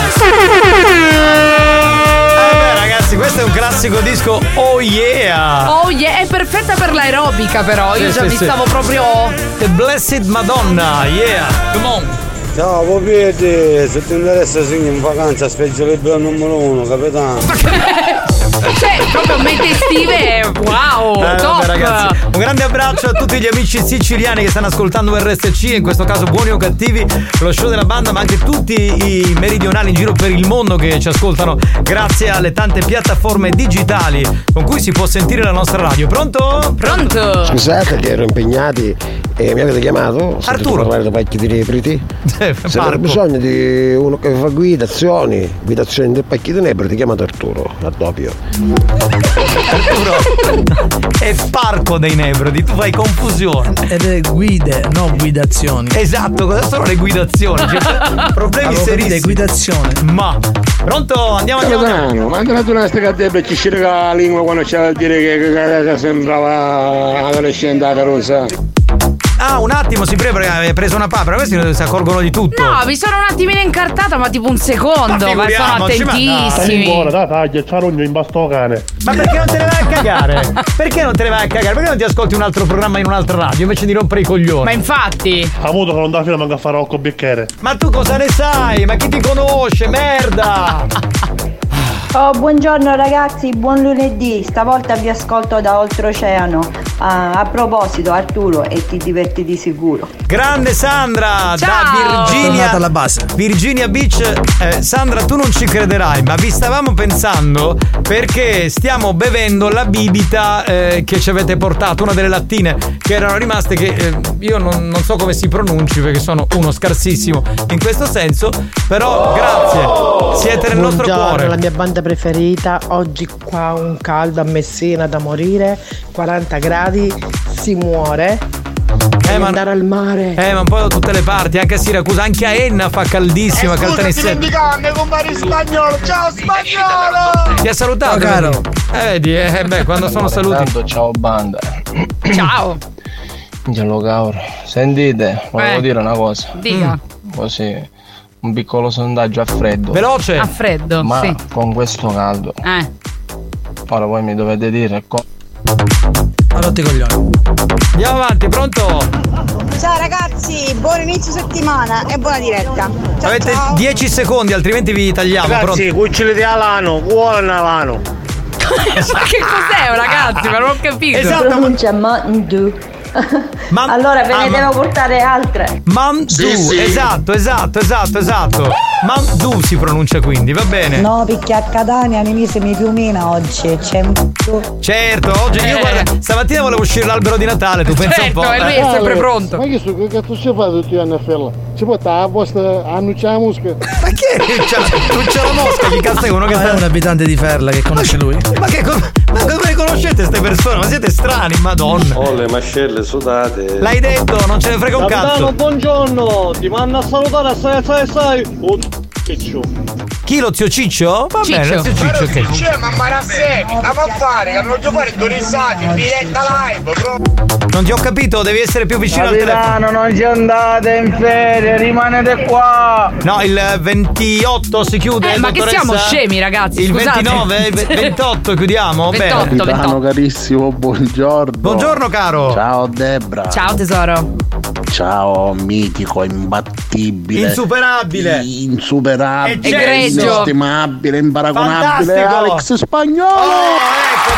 Ragazzi, questo è un classico disco. Oh yeah! Oh yeah, è perfetta per l'aerobica però. Io già mi stavo proprio. The Blessed Madonna, yeah! Come on! Ciao Popete, se ti interessa segni in vacanza, specie libero numero 1, capitano. Cioè, proprio mete estive, wow, top. Vabbè, ragazzi, un grande abbraccio a tutti gli amici siciliani che stanno ascoltando RSC, in questo caso Buoni o Cattivi, lo show della banda, ma anche tutti i meridionali in giro per il mondo che ci ascoltano grazie alle tante piattaforme digitali con cui si può sentire la nostra radio. Pronto? Pronto? Scusate che ero impegnati e mi avete chiamato. Arturo. Parlare da pacchi di nebriti. Se avete bisogno di uno che fa guidazioni del pacchi di nebriti, chiamate Arturo, raddoppio. Arturo è Parco dei Nebrodi, tu fai confusione. Ed è guide, non guidazioni. Esatto, cosa sono le guidazioni? Cioè, problemi serissimi. Guidazione. Ma pronto? Andiamo. Ma andate una strega debba ci scirca la lingua quando c'era a dire che sembrava adolescente a carrozza. Ah, un attimo, si prepara, hai preso una papera, questi si accorgono di tutto. No, mi sono un attimino incartata, ma tipo un secondo, ma sono attentissimi. Dai, taglia, c'ha rogno in basto cane. Ma perché non te ne vai a cagare? Perché non te ne vai a cagare? Perché non ti ascolti un altro programma in un'altra radio invece di rompere i coglioni? Ma infatti. Ha avuto che non da fine manca a fare Rocco Bicchiere. Ma tu cosa ne sai? Ma chi ti conosce? Merda! Oh, buongiorno ragazzi, buon lunedì. Stavolta vi ascolto da oltreoceano. A proposito, Arturo, e ti diverti di sicuro. Grande Sandra. Ciao. Da Virginia. Tornata alla base. Virginia Beach. Sandra, tu non ci crederai, ma vi stavamo pensando perché stiamo bevendo la bibita che ci avete portato, una delle lattine che erano rimaste, che io non so come si pronunci perché sono uno scarsissimo in questo senso, però grazie, siete nel nostro cuore. La mia banda preferita, oggi qua un caldo a Messina da morire, 40 gradi, si muore. Ma andare al mare. Ma un po' da tutte le parti, anche a Siracusa, anche a Enna fa caldissimo, Scusa, canne compare spagnolo. Ciao spagnolo! Ti ha salutato, caro. Vedi, quando sono saluti. Tanto, ciao banda. Ciao. Giallo Cauro. Sentite, volevo dire una cosa. Dica. Così, un piccolo sondaggio a freddo. Veloce. A freddo, ma sì. con questo caldo. Ora voi mi dovete dire Ma rotti i coglioni. Andiamo avanti, pronto? Ciao ragazzi, buon inizio settimana e buona diretta. Ciao, Avete ciao. 10 secondi, altrimenti vi tagliamo. Ragazzi, cuccioli di Alano, buon Alano. Ma che cos'è, ragazzi? Ma non ho capito. Pronuncia Mandu. Allora ve ne devo portare altre. Mamdù, Sì. esatto. Mamdù si pronuncia quindi, va bene. No, perché a Catania mi mise mi piumina oggi. C'è Certo, oggi io guarda, stamattina volevo uscire l'albero di Natale, tu pensa un po'. Certo, e lui è sempre pronto. Ma che cazzo ci fa tutti gli anni a farla? Ci può stare a vostra annuncia la mosca? Ma che? Non c'è la mosca, chi cazzo è uno che è un abitante di Ferla che conosce lui? Ma come conoscete queste persone? Ma siete strani, madonna. Ho le mascelle sudate. L'hai detto, non ce ne frega un Capitano, cazzo. buongiorno, ti mando a salutare, sai. Oh, Ciccio. Chi, lo zio Ciccio? Va bene, lo zio Ciccio che. C'è mamma Rassegni, ma a fare, che non ti fare due risate, in diretta live, bro. Non ti ho capito, devi essere più vicino al telefono. Capitano, non ci andate in ferie, rimanete qua. No, il 28 si chiude. Ma che siamo scemi, ragazzi? Il scusate. 29, il 28 chiudiamo? 28, Bene. Capitano carissimo, buongiorno. Buongiorno caro. Ciao Debra. Ciao tesoro. Ciao mitico, imbattibile, Insuperabile, insuperabile, Egregio, inestimabile, imparagonabile, fantastico. Alex Spagnolo. Ecco,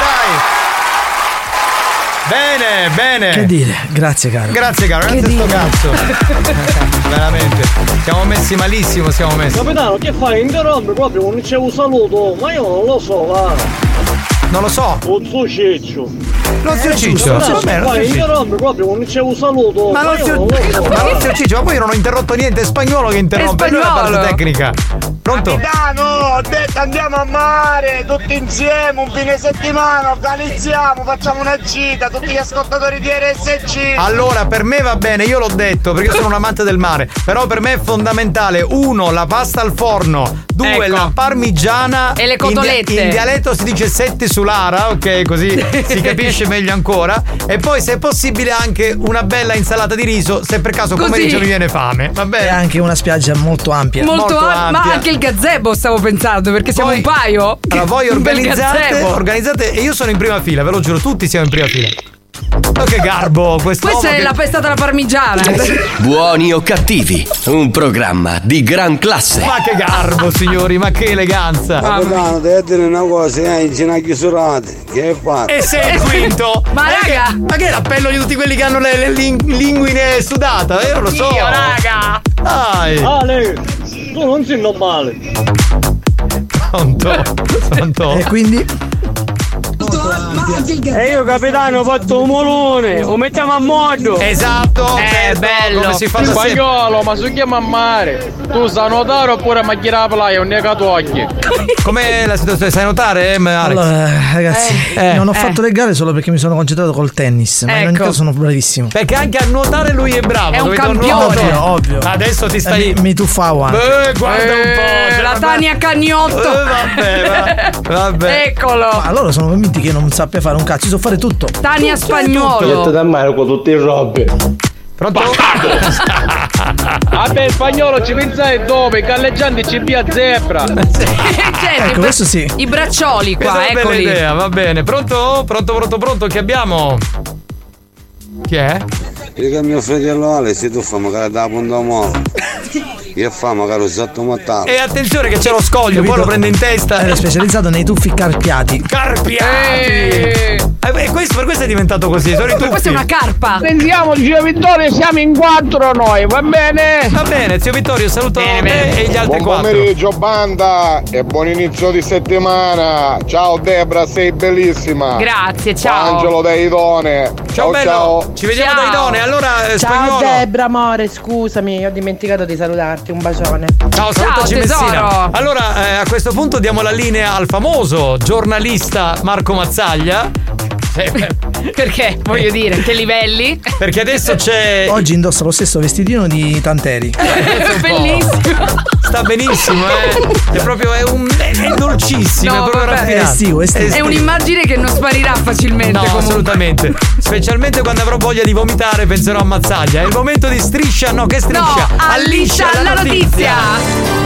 dai. Bene. Che dire? Grazie caro. Grazie caro, grazie sto cazzo. Veramente. Siamo messi malissimo, Capitano, che fai? Interrompi proprio, non c'è un saluto, ma io non lo so, va. Non lo so. Lo zio Ciccio. Lo zio Ciccio. Va bene, lo zio Ciccio. Interrompi proprio, non c'è un saluto. Ma lo zio Ciccio, ma poi io non ho interrotto niente, è Spagnolo che interrompe, non è la parte tecnica. Pronto? Capitano, ho detto andiamo a mare, tutti insieme, un fine settimana, organizziamo, facciamo una gita, tutti gli ascoltatori di RSC. Allora, per me va bene, io l'ho detto, perché io sono un amante del mare. Però per me è fondamentale: 1, la pasta al forno; 2, Ecco. la parmigiana. E le cotolette. In dialetto si dice setti sulara, ok? Così si capisce meglio ancora. E poi, se è possibile, anche una bella insalata di riso, se per caso Così. pomeriggio mi viene fame. Va E bene. anche una spiaggia molto ampia. Molto ma anche il gazebo stavo pensando, perché siamo un paio. Allora, voi Un bel gazebo. organizzate, e io sono in prima fila, ve lo giuro, tutti siamo in prima fila. Ma che garbo, Questa è la pestata alla parmigiana. Buoni o cattivi, un programma di gran classe. Ma che garbo, signori, ma che eleganza. Capitano, devi dire una cosa, in ginocchio surate. Che fate? E sei il quinto? Ma raga! Ma che è l'appello di tutti quelli che hanno le linguine sudate? Io non lo so. Io, raga! Dai! Ale, tu non sei normale. Pronto? E quindi? E io capitano ho fatto un molone, lo mettiamo a modo. Esatto, certo, bello. come si fa da sempre. Spagnolo, ma su chiama a mare? Tu sai nuotare oppure macchina la playa, un necatocchi? Com'è la situazione? Sai nuotare, Alex? Allora, ragazzi, non ho fatto le gare solo perché mi sono concentrato col tennis. Ma in ogni Ecco. caso sono bravissimo. Perché anche a nuotare lui è bravo. È un dovete campione. Ovvio. Adesso ti stai. Mi tuffavo anche. Guarda un po'. ce La la- Tania Cagnotto. Vabbè. Eccolo. Ma loro sono convinti che non sappia fare un cazzo, io so fare tutto. Tania Spagnuolo. da mare con tutte le robe. Pronto? Vabbè, Spagnolo, ci pensai dove? Galleggianti CB a zebra. Ecco, questo sì. I braccioli Questa qua, è una bella eccoli. idea, va bene. Pronto? Pronto, che abbiamo? Chi è? Perché mio fratello Ale si tuffa magari da punta molla. Io fa magari sotto mattata. E attenzione che c'è lo scoglio, poi lo prende in testa. Era specializzato nei tuffi carpiati. Carpiati! E questo, per questo è diventato così. Sono i tuffi. Questa è una carpa. Sentiamo zio Vittorio, siamo in 4 noi, va bene? Va bene, zio Vittorio, saluto me e gli altri Buon 4. pomeriggio banda e buon inizio di settimana. Ciao Debra, sei bellissima. Grazie, ciao. Angelo da Idone. Ciao bello, ci vediamo Ciao. da Idone. Allora, Ciao Spagnolo. Debra, amore, scusami, ho dimenticato di salutarti, un bacione. Ciao, salutaci tesoro. Messina. Allora, a questo punto diamo la linea al famoso giornalista Marco Mazzaglia. Perché? Voglio dire, che livelli? Perché adesso c'è. Oggi indossa lo stesso vestitino di Tanteri. Bellissimo. Sta benissimo, È proprio è dolcissimo, No, è proprio vabbè. raffinato. È estivo. È un'immagine che non sparirà facilmente. No, comunque. assolutamente. Specialmente quando avrò voglia di vomitare penserò a Mazzaglia. È il momento di striscia, no, che striscia? No, alliscia la notizia.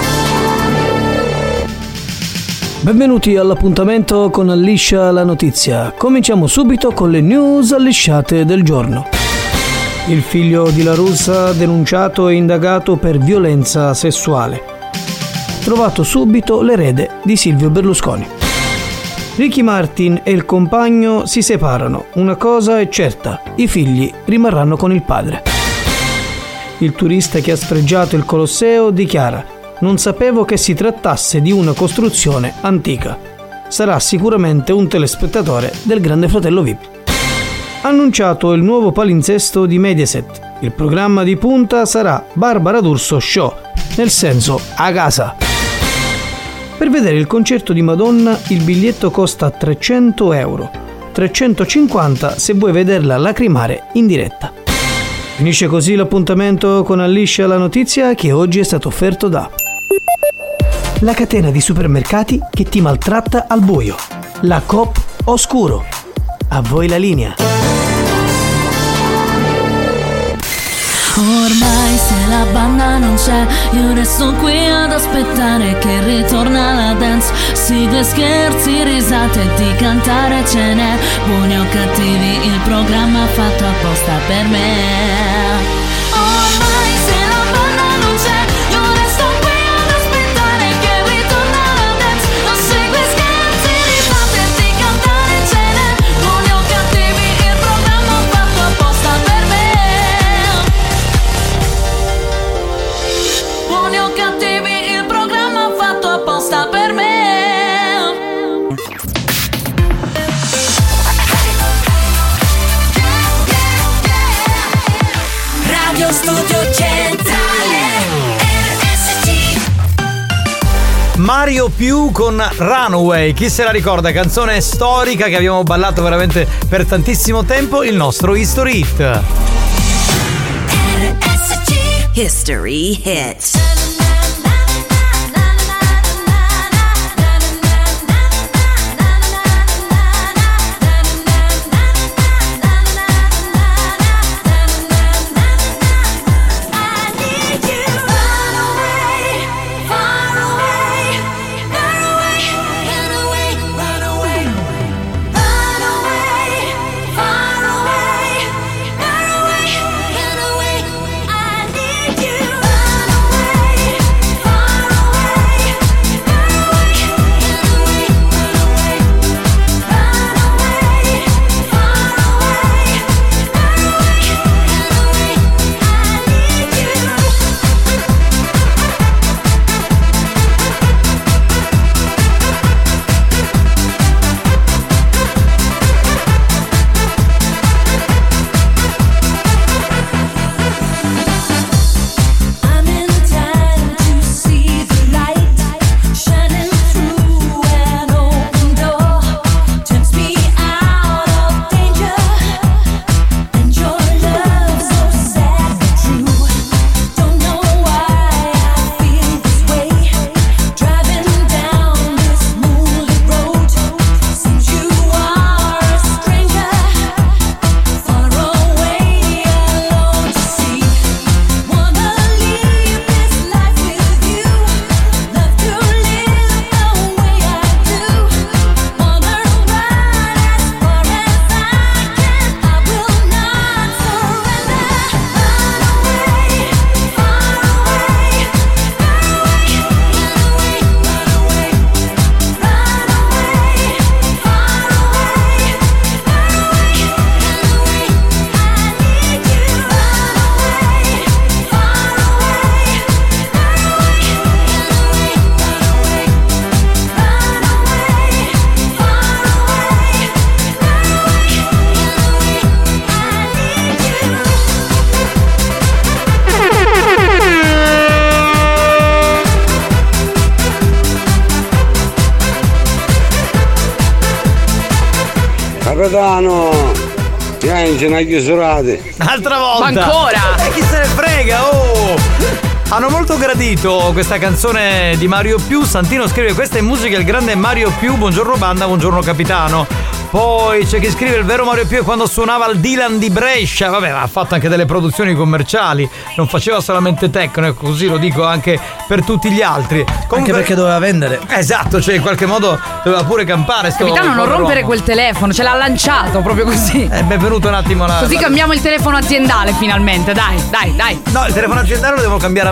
Benvenuti all'appuntamento con Alliscia la notizia. Cominciamo subito con le news allisciate del giorno. Il figlio di La Russa denunciato e indagato per violenza sessuale. Trovato subito l'erede di Silvio Berlusconi. Ricky Martin e il compagno si separano. Una cosa è certa, i figli rimarranno con il padre. Il turista che ha sfregiato il Colosseo dichiara: non sapevo che si trattasse di una costruzione antica. Sarà sicuramente un telespettatore del Grande Fratello VIP. Annunciato il nuovo palinsesto di Mediaset. Il programma di punta sarà Barbara D'Urso Show, nel senso a casa. Per vedere il concerto di Madonna il biglietto costa 300 euro, 350 se vuoi vederla lacrimare in diretta. Finisce così l'appuntamento con Alliscia la notizia, che oggi è stato offerto da la catena di supermercati che ti maltratta al buio, la Coop Oscuro. A voi la linea. Ormai se la banda non c'è, io resto qui ad aspettare che ritorna la dance. Sigle, scherzi, risate, di cantare ce n'è. Buoni o cattivi, il programma fatto apposta per me. Ormai se la banda non c'è, io resto qui ad aspettare che ritorna la dance. Sigle, scherzi, risate, di cantare ce n'è. Buoni o cattivi, il programma fatto apposta per me. Buoni o cattivi, il programma fatto apposta per me. Radio Studio Centrale RSC. Mario Più con Runaway, chi se la ricorda? Canzone storica che abbiamo ballato veramente per tantissimo tempo, il nostro History Hit. History Hit. Capitano, ce n'hai chiusurate. Altra volta. Ma ancora? Chi se ne frega, oh! Hanno molto gradito questa canzone di Mario Più. Santino scrive: questa è musica del grande Mario Più, buongiorno banda, buongiorno capitano. Poi c'è chi scrive: il vero Mario Più è quando suonava al Dylan di Brescia. Vabbè, ha fatto anche delle produzioni commerciali, non faceva solamente techno, così lo dico anche per tutti gli altri. Comunque, anche perché doveva vendere. Esatto, cioè in qualche modo doveva pure campare. Capitano, non rompere quel telefono, ce l'ha lanciato proprio così. È benvenuto un attimo così cambiamo il telefono aziendale finalmente, dai. No, il telefono aziendale lo devo cambiare a me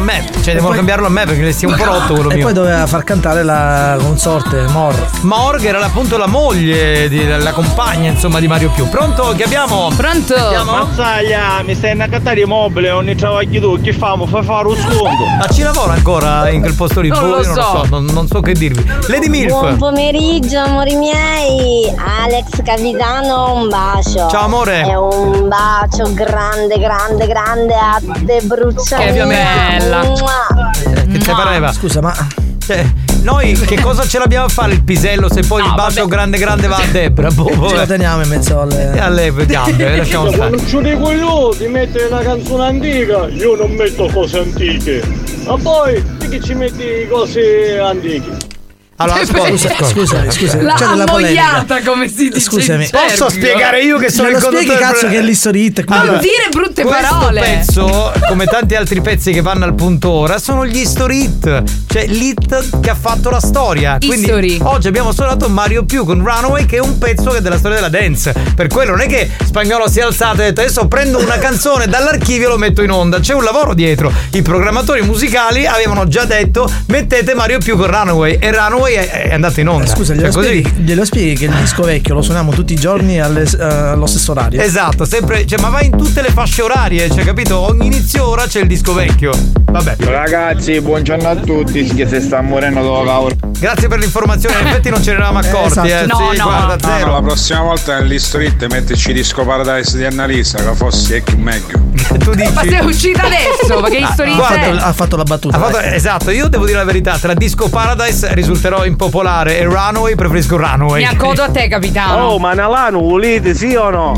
me. Cioè, devono cambiarlo a me perché le sia un po' rotto quello mio. E poi doveva far cantare la consorte Mor, che era appunto la moglie, la compagna, insomma, di Mario Più. Pronto? Che abbiamo? Pronto? Mazzaglia, mi stai a cattare mobile, non ne travagli tu, che famo? Fai fare un sconto. Ma ci lavora ancora in quel posto lì? Non lo so. Non so che dirvi. Lady Milf. Buon pomeriggio, amori miei. Alex Capitano, un bacio. Ciao, amore. E un bacio grande a te, bruciare. Che bella. Che te pareva? Scusa, ma noi che cosa ce l'abbiamo a fare il pisello se poi il bacio grande va a Debra? ce lo teniamo in mezzo alle gambe, lasciamo stare. Non ci dico io di mettere una canzone antica, io non metto cose antiche. Ma poi che ci metti cose antiche? Allora, scusa. La ammogliata, come si dice. Scusami, posso spiegare io che sono il conduttore? Cazzo che è l'history hit. Non dire brutte parole. Questo pezzo, come tanti altri pezzi che vanno al punto ora, sono gli history hit. Cioè l'hit che ha fatto la storia. Quindi oggi abbiamo suonato Mario Più con Runaway, che è un pezzo che è della storia della dance. Per quello non è che Spagnolo si è alzato e ha detto adesso prendo una canzone dall'archivio e lo metto in onda. C'è un lavoro dietro. I programmatori musicali avevano già detto mettete Mario Più con Runaway, e Runaway è andato in onda. Scusa, glielo spieghi che il disco vecchio lo suoniamo tutti i giorni allo stesso orario. Esatto, sempre, cioè, ma va in tutte le fasce orarie, cioè, capito? Ogni inizio ora c'è il disco vecchio. Vabbè. Ragazzi, buongiorno a tutti, che si sta morendo dopo lavoro. Grazie per l'informazione, in effetti non ce ne eravamo accorti. Esatto. Sì, guarda, zero. La prossima volta nell'history hit metterci Disco Paradise di Annalisa, che fosse più meglio. Tu dici? Ma sei uscita adesso? Ma che history hit? Ha fatto la battuta. Esatto, io devo dire la verità, tra Disco Paradise risulterò impopolare e Runaway preferisco Runaway. Mi accodo a te, capitano. Oh, ma Nalano volete, sì o no?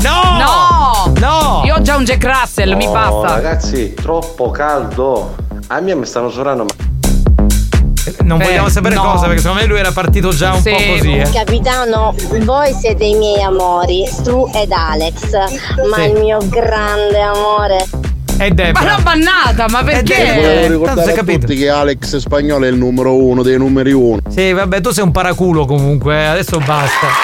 No! Io ho già un Jack Russell, mi basta. Ragazzi, troppo caldo. A me mi stanno suonando. Non vogliamo sapere cosa, perché secondo me lui era partito già un po' così. Capitano, voi siete i miei amori, tu ed Alex, ma il mio grande amore è Debra. Ma l'ho bannata, ma perché? Volevo ricordare a tutti che Alex Spagnolo è il numero uno dei numeri uno. Sì, vabbè, tu sei un paraculo comunque, adesso basta.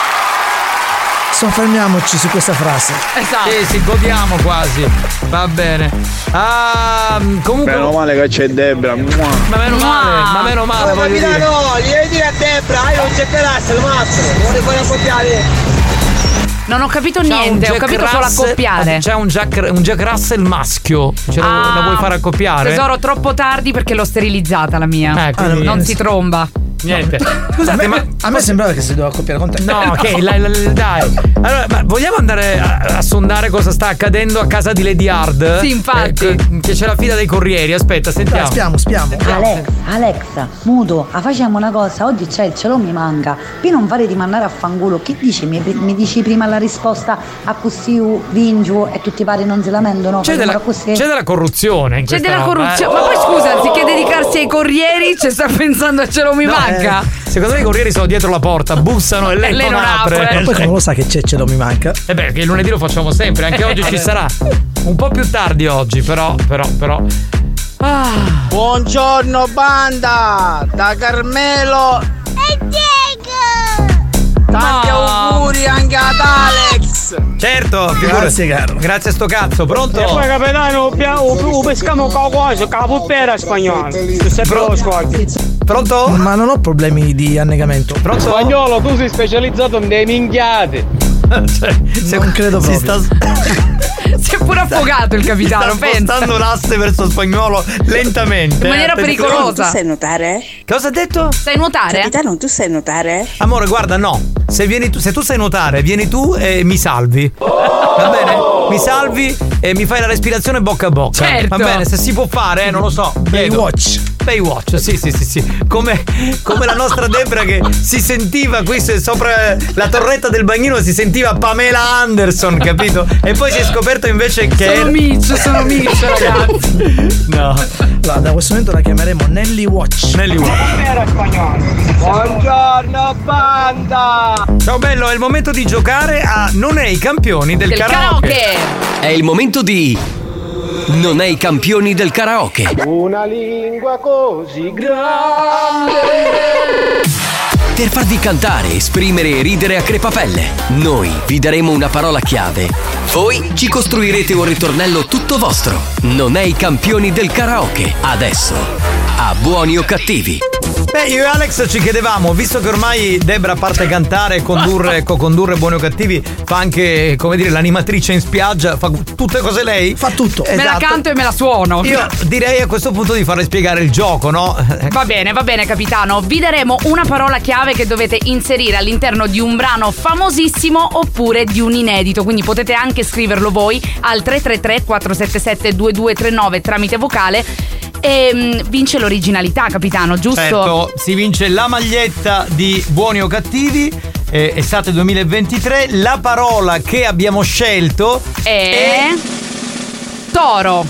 Soffermiamoci su questa frase. Esatto. Sì, godiamo quasi. Va bene. Comunque. Meno male che c'è Debra. Ma meno male. Capitano, gli devi dire a Debra, io non c'è classe, lo mazzo. Non le puoi accoppiare. Non ho capito niente, ho capito solo accoppiare. C'è un Jack Russell maschio. La vuoi fare accoppiare? Tesoro, troppo tardi perché l'ho sterilizzata la mia. Non si tromba. Niente. Scusate, a me sembrava che si doveva accoppiare con te. No, ok, dai. Allora, ma vogliamo andare a sondare cosa sta accadendo a casa di Lady Hard? Sì, infatti. Che c'è la fila dei corrieri. Aspetta, sentiamo. Spiamo. Alexa, muto, facciamo una cosa, oggi c'è il cielo mi manca. Qui non fare di mandare a fangulo. Che dici? Mi dici prima la risposta a così vingiu e tutti i pari non si lamentano? C'è della corruzione in questa roba, Ma poi scusa, anziché dedicarsi ai corrieri, ci sta pensando a cielo mi manca. Secondo me i corrieri sono dietro la porta, bussano e lei non apre. Ma poi come lo sa che c'è cielo mi manca? Perché il lunedì lo facciamo sempre, anche oggi ci sarà. Un po' più tardi oggi, però. Buongiorno banda, da Carmelo e Diego. Tanti auguri anche ad Alex. Certo, grazie caro. Grazie a sto cazzo, pronto? E poi capitano, pescamo qualcosa, capoppera spagnolo. Pronto? Ma non ho problemi di annegamento. Pronto? Spagnolo, tu sei specializzato in dei minchiate. Non credo proprio. Si è pure affogato il capitano, sta spostando l'asse verso Spagnolo lentamente. In maniera pericolosa. Tu sai nuotare? Cosa ha detto? Sai nuotare? Capitano, tu sai nuotare? Amore, guarda, no. Se tu sai nuotare, vieni tu e mi salvi. Va bene? Mi salvi e mi fai la respirazione bocca a bocca. Certo. Va bene, se si può fare, non lo so. Baywatch, sì. Come la nostra Debra che si sentiva qui sopra la torretta del bagnino, si sentiva Pamela Anderson, capito? E poi si è scoperto invece che sono Mitch, ragazzi. No. Allora, da questo momento la chiameremo Nelly Watch. Buongiorno banda. Ciao bello, è il momento di giocare a Non è i campioni del karaoke. È il momento di Non è i campioni del karaoke. Una lingua così grande. poter farvi cantare, esprimere e ridere a crepapelle. Noi vi daremo una parola chiave. Voi ci costruirete un ritornello tutto vostro. Non è i campioni del karaoke. Adesso, a Buoni o Cattivi. Beh, io e Alex ci chiedevamo, visto che ormai Debra, a parte cantare e co-condurre Buoni o Cattivi, fa anche, come dire, l'animatrice in spiaggia, fa tutte cose lei. Fa tutto. Me la canto e me la suono. Io direi a questo punto di farle spiegare il gioco, no? Va bene, capitano. Vi daremo una parola chiave che dovete inserire all'interno di un brano famosissimo oppure di un inedito. Quindi potete anche scriverlo voi al 333-477-2239 tramite vocale. E vince l'originalità, capitano, giusto? Certo, si vince la maglietta di Buoni o Cattivi, estate 2023. La parola che abbiamo scelto è toro.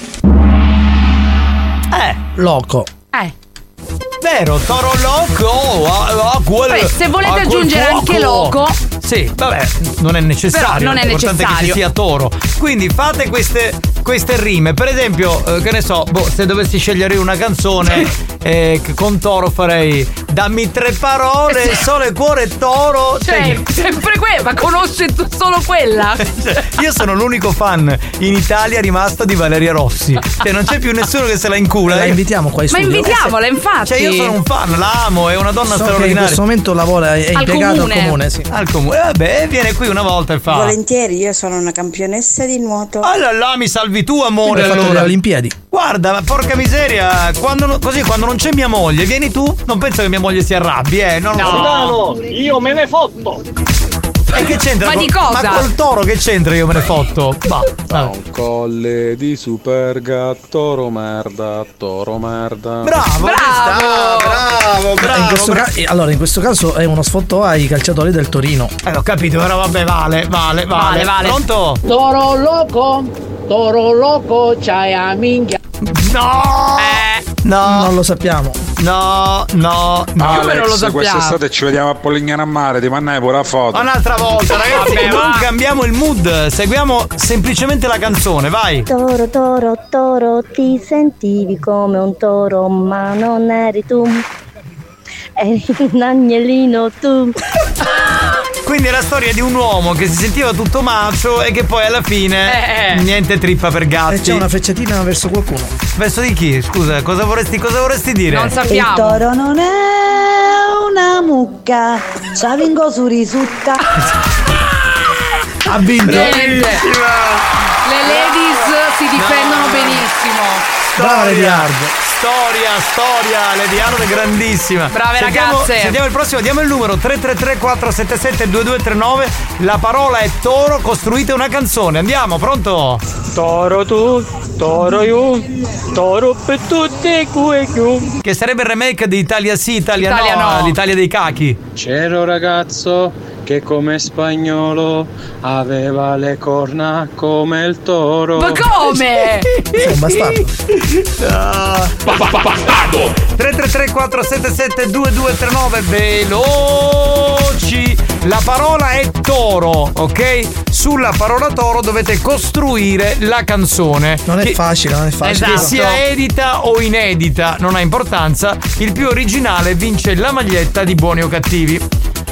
Loco. Vero, toro loco. Poi, se volete aggiungere anche loco. Sì, vabbè, non è necessario. Però non è l'importante necessario. è che ci sia toro. Quindi fate queste rime. Per esempio, che ne so, se dovessi scegliere una canzone con toro farei dammi 3 parole, sole, cuore, toro. Cioè, sempre quella, ma conosci solo quella? Io sono l'unico fan in Italia rimasto di Valeria Rossi. Cioè non c'è più nessuno che se la incula. La invitiamo qua in studio. Ma invitiamola, infatti. Cioè io sono un fan, la amo, è una donna Che in straordinaria. questo momento lavora, è impiegato al comune, sì. Al comune. Vabbè, viene qui una volta e fa. Volentieri, io sono una campionessa di nuoto. Allora, mi salvi tu, amore. Hai fatto le Olimpiadi. Guarda, ma porca miseria, quando non c'è mia moglie, vieni tu, non penso che mia moglie si arrabbi, non lo so. Capitano, io me ne fotto. E che c'entra? Ma di cosa? Ma col toro che c'entra io me ne fotto? Un colle di super gatto, toro merda. Bravo! Allora, in questo caso è uno sfottò ai calciatori del Torino. Ho capito, però vabbè, vale. Pronto? Toro loco, c'hai a minchia. No! Non lo sappiamo. No. Come non lo sappiamo? Quest'estate ci vediamo a Polignano a Mare, ti mandai pure la foto. Un'altra volta, ragazzi, non cambiamo il mood, seguiamo semplicemente la canzone, vai. Toro, ti sentivi come un toro, ma non eri tu. Eri un agnellino tu. Quindi è la storia di un uomo che si sentiva tutto macio e che poi alla fine niente trippa per gatti. E c'è una frecciatina verso qualcuno. Verso di chi? Scusa, cosa vorresti dire? Non sappiamo. Il toro non è una mucca, c'avingo su risutta. Ha vinto. Le ladies si difendono benissimo. Brava Lady Hard. Storia, Lady Hard è grandissima. Brave ragazze. Sentiamo il prossimo, diamo il numero 333-477-2239. La parola è toro, costruite una canzone. Andiamo, pronto? Toro tu, toro io, toro per tutti qui. Che sarebbe il remake di Italia sì, Italia no, l'Italia dei cachi. C'era un ragazzo che come spagnolo aveva le corna come il toro. Ma come? Sei un bastardo. 333-477-2239, veloci. La parola è toro, ok? Sulla parola toro dovete costruire la canzone. Non è facile. Che sia edita o inedita, non ha importanza. Il più originale vince la maglietta di Buoni o Cattivi.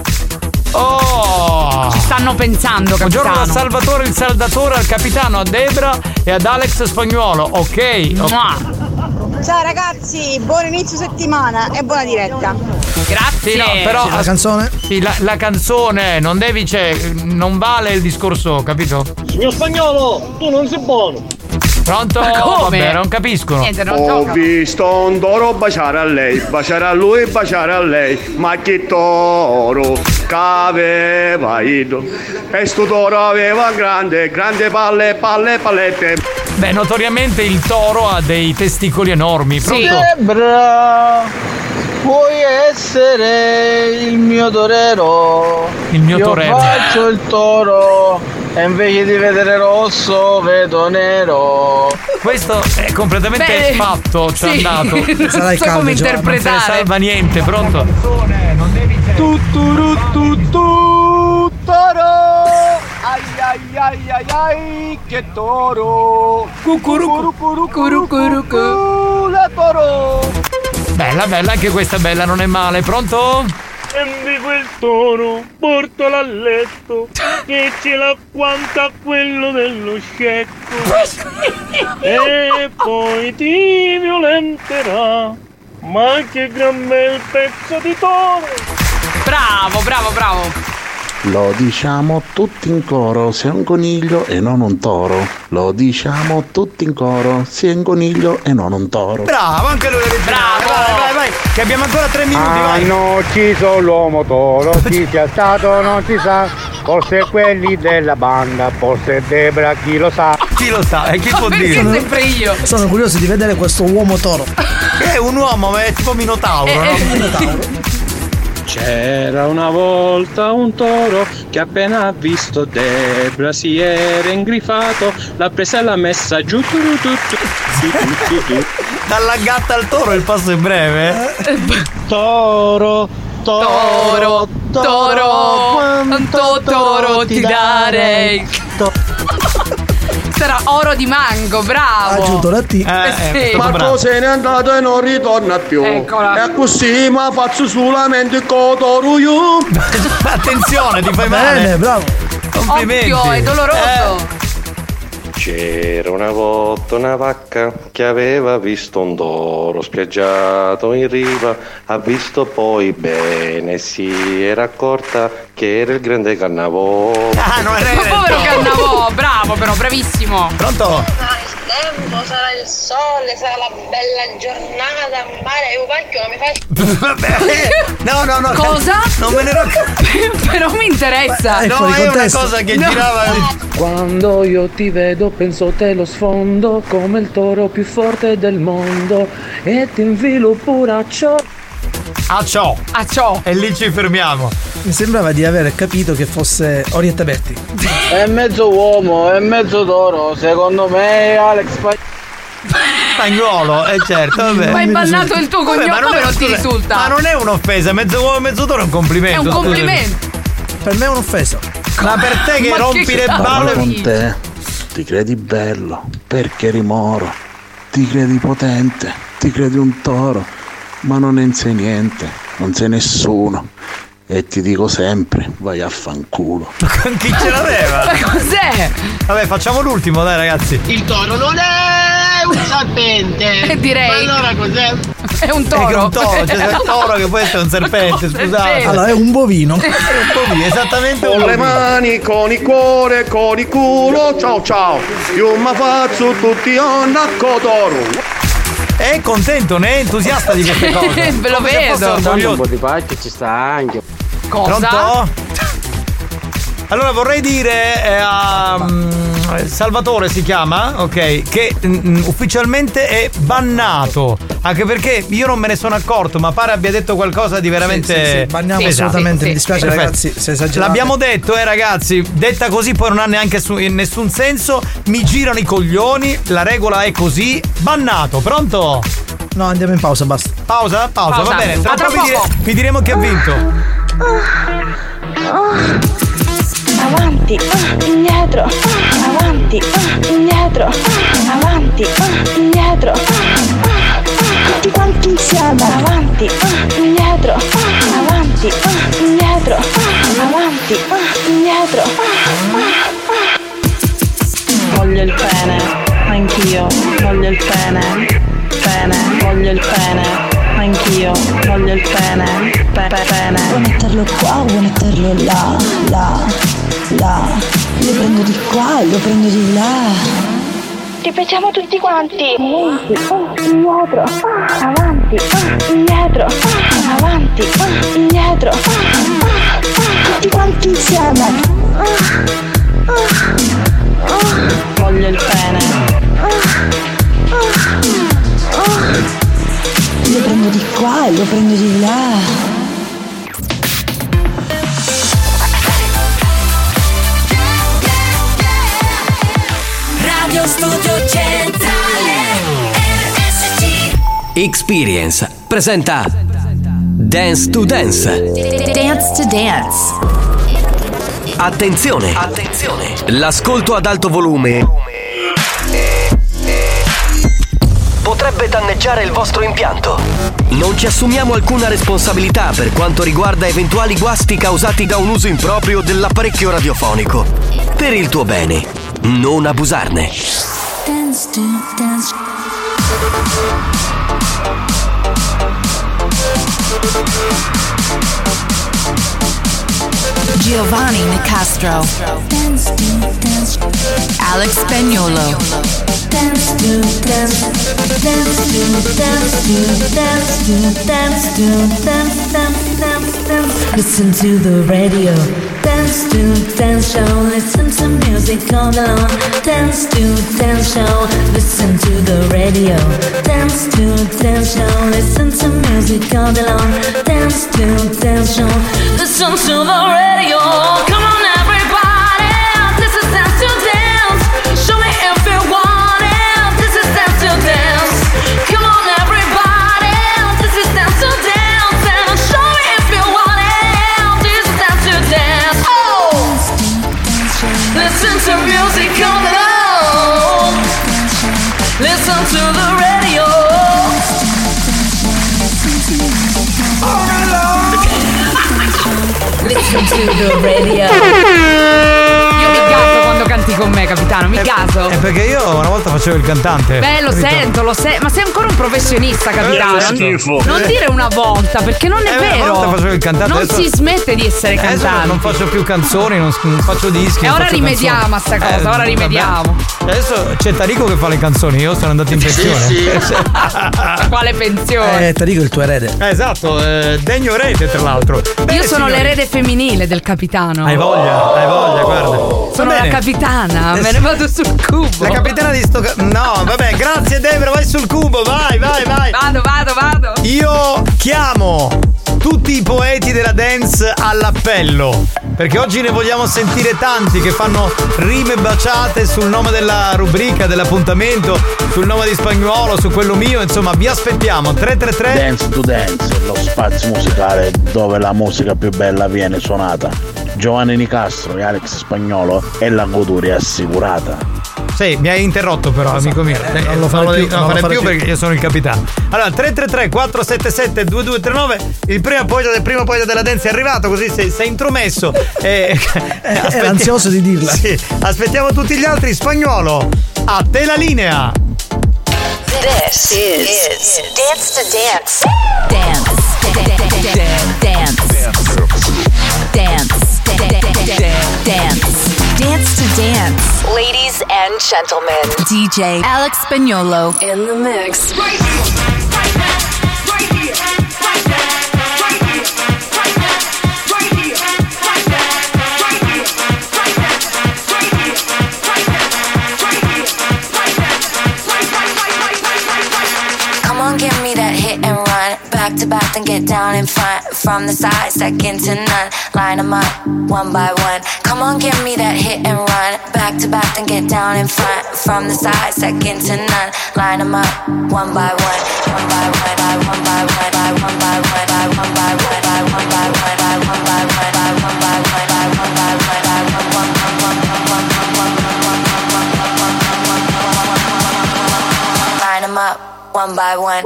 Ci stanno pensando, capitano. Buongiorno da Salvatore il Saldatore, al capitano, a Debra e ad Alex Spagnuolo. Ok. Ciao ragazzi, buon inizio settimana e buona diretta. Grazie. Sì, no, però la canzone? Sì, la canzone non non vale il discorso, capito? Signor Spagnolo, tu non sei buono. Pronto? Ma come? Vabbè, non capiscono. Niente, non Ho gioca. visto un toro baciare a lei, baciare a lui, baciare a lei. Ma che toro che aveva ido. E sto toro aveva grande pallette. Beh, notoriamente il toro ha dei testicoli enormi. Pronto? Debra, puoi essere il mio torero. Il mio Io torero. faccio il toro e invece di vedere rosso vedo nero. Questo è completamente fatto, ci è andato. Sarà il so come caldo, Non se ne interpretare. salva niente, pronto? Toro! Ai, che toro! Cucurucurucurucurucu. La toro! Bella, anche questa bella, non è male. Pronto? Prendi quel toro, portalo a letto, che ce l'agguanta quello dello scecco. E poi ti violenterà. Ma che gran bel pezzo di toro! Bravo, bravo, bravo. Lo diciamo tutti in coro, sei un coniglio e non un toro. Lo diciamo tutti in coro, sei un coniglio e non un toro. Bravo, anche lui bravo. Vai, che abbiamo ancora 3 minuti, vai. Hanno ucciso l'uomo toro, chi sia stato non si sa. Forse quelli della banda, forse Debra, chi lo sa. Chi lo sa, e chi può perché dire? sempre io. Sono curioso di vedere questo uomo toro. Che è un uomo, ma è tipo Minotauro, no? Minotauro. C'era una volta un toro che appena visto Debra si era ingrifato, l'ha presa e l'ha messa giù. Dalla gatta al toro il passo è breve. Toro, toro, quanto toro ti darei. Sarà oro di mango, bravo. Aggiunto la T. Sì. Marco se n'è andato e non ritorna più. Eccola. E così ma faccio solamente cotoro io. Attenzione, ti fai male. Bene, bravo. Complimenti. Occhio, è doloroso. C'era una volta una vacca che aveva visto un toro spiaggiato in riva, ha visto poi bene e si era accorta che era il grande Cannavò. Ah, non era Ma povero Cannavò, bravo però, bravissimo. Pronto? Sarà il tempo, sarà il sole, sarà la bella giornata, mare, io pacchio non mi fai. No. Cosa? Non me ne ero Però mi interessa. No, è una cosa che girava. Quando io ti vedo penso te lo sfondo come il toro più forte del mondo e ti infilo pure a ciò. A ciò. E lì ci fermiamo. Mi sembrava di aver capito che fosse Orietta Berti. È mezzo uomo, è mezzo toro, secondo me Alex Spagnuolo, certo, vabbè. Ma hai bannato il tuo cognome, come non ti risulta? Ma non è un'offesa, mezzo uomo e mezzo toro è un complimento. È un complimento. Per me è un'offesa. Ma per te che rompi le balle con te ti credi bello perché rimoro, ti credi potente, ti credi un toro, ma non ne sei niente, non sei nessuno. E ti dico sempre, vai a fanculo. Con chi ce l'aveva? Ma cos'è? Vabbè, facciamo l'ultimo, dai ragazzi. Il toro non è un serpente. Direi. Ma allora cos'è? È un toro. È un toro, c'è il toro che può essere un serpente, scusate. Allora è un bovino. Esattamente. Con le mani, con il cuore, con il culo, ciao. Io mi faccio tutti on a cotoro. È contento, ne è entusiasta di queste cose. Ve lo vedo. Un po' di pacchio ci sta anche. Cosa? Pronto? Allora vorrei dire a Salvatore si chiama, ok, che ufficialmente è bannato. Anche perché io non me ne sono accorto, ma pare abbia detto qualcosa di veramente. Sì, banniamo assolutamente, mi dispiace ragazzi, se esagerate. L'abbiamo detto, ragazzi, detta così poi non ha neanche nessun senso. Mi girano i coglioni, la regola è così. Bannato, pronto? No, andiamo in pausa, basta. Pausa, va bene. Tra poco vi diremo chi ha vinto. Avanti, indietro, avanti, indietro, avanti, indietro, tutti quanti insieme, avanti, indietro, avanti, indietro, avanti, indietro. Voglio il pene, anch'io, voglio il pene, voglio il pene. Anch'io voglio il pene, pene. Vuoi metterlo qua o vuoi metterlo là? Lo prendo di qua e lo prendo di là. Ripetiamo tutti quanti. Indietro, avanti, indietro, avanti, indietro. Tutti quanti insieme. Voglio il pene. Lo prendo di qua e lo prendo di là. Radio Studio Centrale RSC. Experience presenta Dance to Dance. Dance to Dance. Attenzione! L'ascolto ad alto volume potrebbe danneggiare il vostro impianto. Non ci assumiamo alcuna responsabilità per quanto riguarda eventuali guasti causati da un uso improprio dell'apparecchio radiofonico. Per il tuo bene, non abusarne. Dance to dance. Giovanni Nicastro. Dance to dance. Alex Spagnuolo. Dance to dance. Dance to dance to dance to dance to dance dance dance. Listen to the radio. Dance to dance show. Listen to music all alone. Dance to dance show. Listen to the radio. Dance to dance show. Listen to music all alone. Dance to dance show. Listen to the radio. Come on everybody. This is dance to dance. Show me if you want it. This is dance to dance. Come on everybody. This is dance to dance. And show me if you want it. This is dance to dance. Oh! Listen to music on the low. Listen to the radio. All right, listen to the radio. Io mi gaso quando canti con me, capitano, mi gaso. È perché io una volta facevo il cantante. Beh, lo sento, ma sei ancora un professionista, capitano. Schifo. Non dire una volta, perché non è vero. Una volta facevo il cantante. Non adesso, si smette di essere cantante. Non faccio più canzoni, non faccio dischi. E non ora faccio rimediamo a sta cosa, ora rimediamo. Vabbè. Adesso c'è Tarico che fa le canzoni, io sono andato in pensione. Sì. Quale pensione? Tarico è il tuo erede. Esatto, degno erede tra l'altro. Io sono l'erede femminile del capitano. Hai voglia, guarda. Sono la capitana, me ne vado sul cubo. La capitana di sto. No, vabbè, grazie Debra, vai sul cubo, vai. Vado. Io chiamo tutti i poeti della dance all'appello, perché oggi ne vogliamo sentire tanti che fanno rime baciate sul nome della rubrica, dell'appuntamento, sul nome di Spagnuolo, su quello mio, insomma vi aspettiamo. 333 Dance to Dance, lo spazio musicale dove la musica più bella viene suonata. Giovanni Nicastro e Alex Spagnuolo e la goduria assicurata. Sì, mi hai interrotto però, amico mio. Non lo farei più perché io sono il capitano. Allora, 333 477 2239, il primo poeta della dance è arrivato, così sei intromesso. Era ansioso di dirla. Sì, aspettiamo tutti gli altri. Spagnuolo, a te la linea. This is Dance to Dance. Dance. Dance to Dance. Ladies and gentlemen, DJ Alex Spagnuolo in the mix. Come on, give me that hit and run. Back to back, then get down in front. From the side, second to none. Line them up, one by one. Come on, give me that hit and run. Back to back, then get down in front. From the side, second to none. Line them up, one by one. One by one, one by one, one by one, one by one, one by one, one by one, one by one, one by one. Line them up, one by one.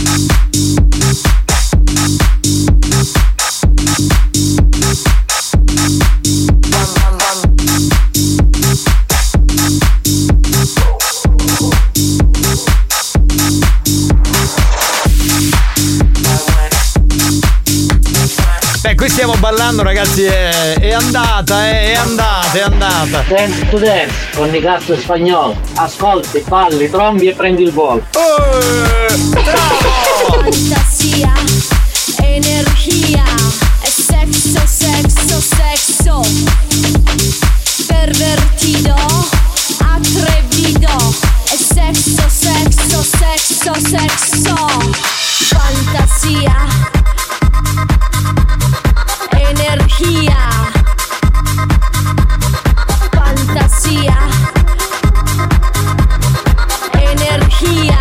Qui stiamo ballando, ragazzi, è andata. Dance to Dance con Nicastro e Spagnuolo. Ascolti, balli, trombi e prendi il volo. Fantasia, energia, è sexo, pervertido, atrevido, è sexo, fantasia, energia, fantasia, energia.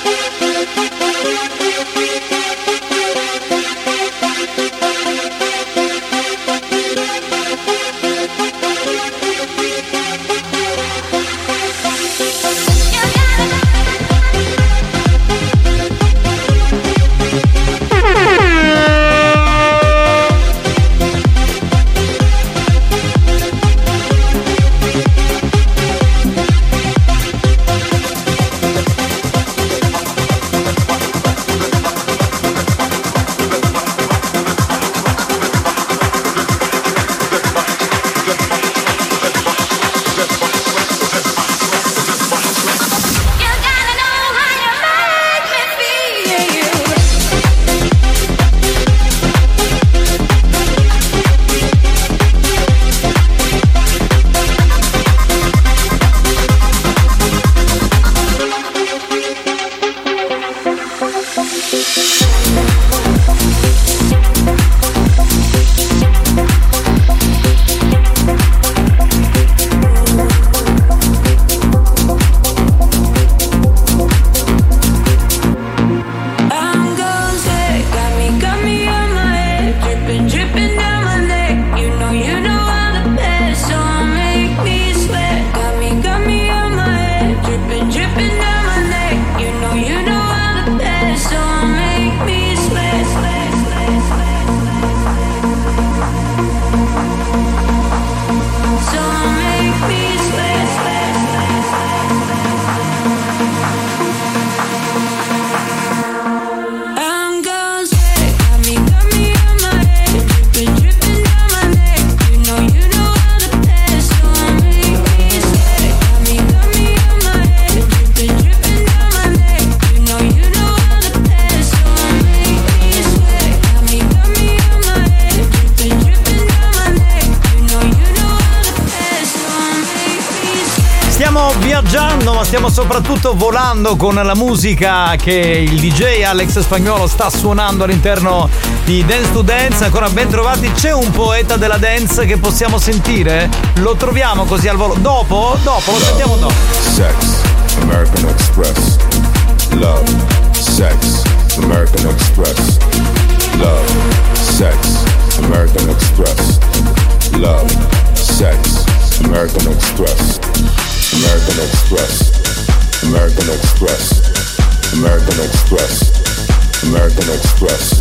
viaggiando, ma stiamo soprattutto volando con la musica che il DJ Alex Spagnuolo sta suonando all'interno di Dance to Dance. Ancora ben trovati. C'è un poeta della dance che possiamo sentire? Lo troviamo così al volo. Dopo lo sentiamo dopo. Sex, American Express. Love, sex, American Express. Love, sex, American Express. Love, sex, American Express. American Express. American Express. American Express. American Express.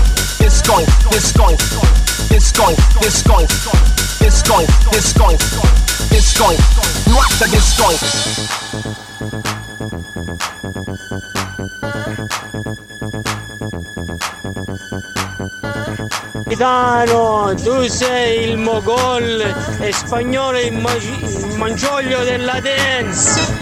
Disco, disco, disco, disco, disco, disco, disco, rock the disco. Capitano, tu sei il mogol e Spagnolo il mangioglio della dance.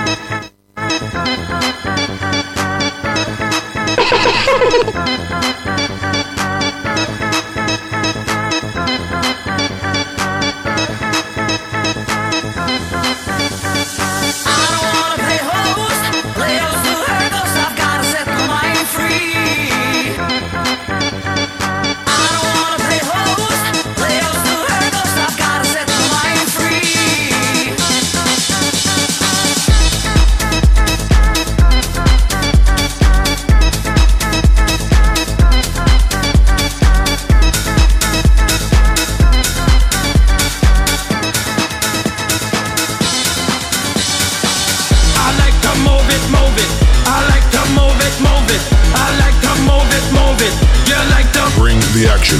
Bring the action.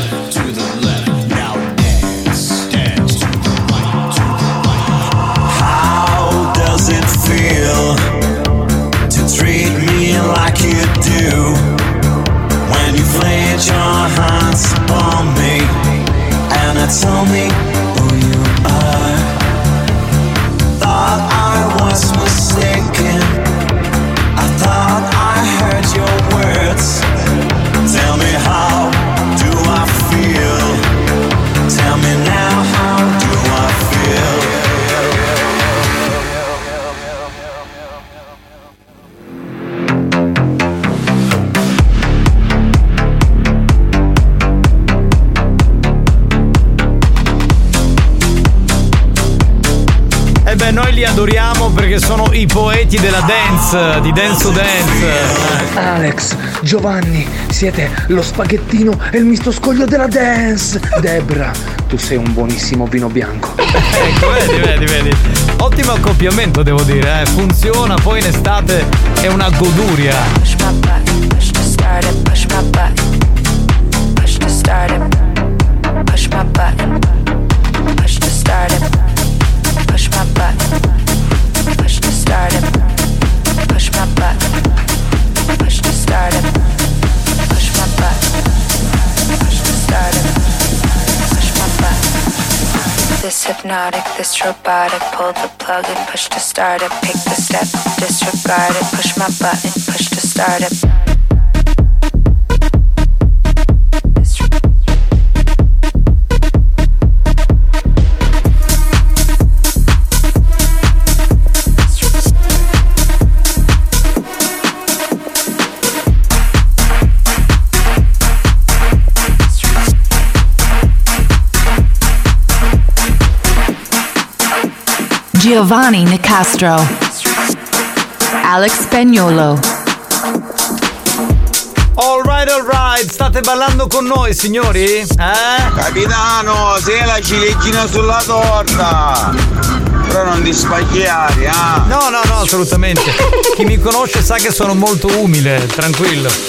High i poeti della dance, di Dance to Dance. Alex, Giovanni, siete lo spaghettino e il misto scoglio della dance. Debra, tu sei un buonissimo vino bianco. Ecco, vedi. Ottimo accoppiamento, devo dire, funziona, poi in estate è una goduria. Push my button, push to start it, push my button, push to start it, push my button, push to start it, push my button, push to start it, push my button, push to start it, push my button, push to start it, push my button. This hypnotic, this robotic, pull the plug and push to start it, pick the step, disregard it, push my button, push to start it. Giovanni Nicastro, Alex Spagnuolo. All right, state ballando con noi, signori? Capitano, sei la ciliegina sulla torta. Però non ti spacchiare, No, assolutamente. Chi mi conosce sa che sono molto umile, tranquillo.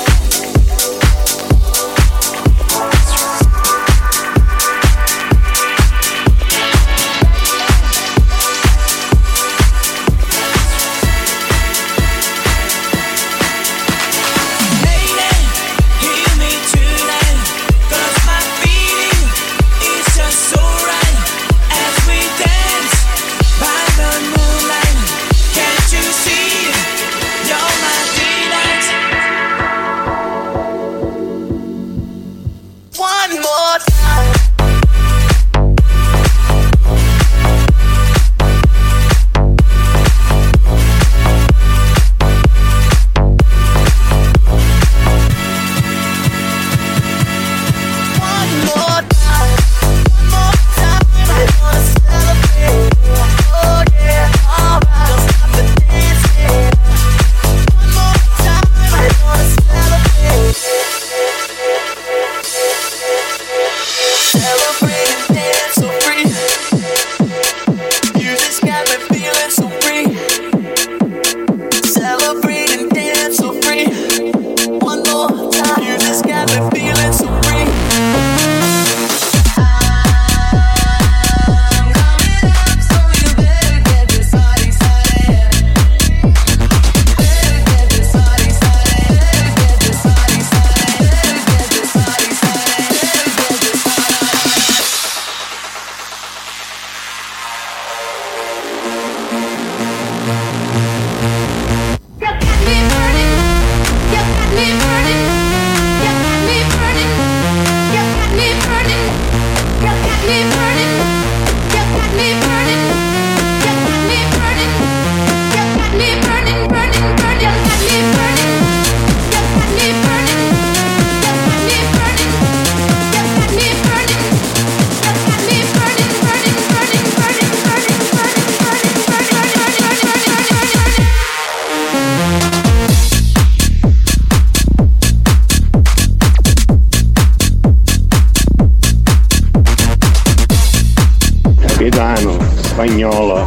Spagnuolo,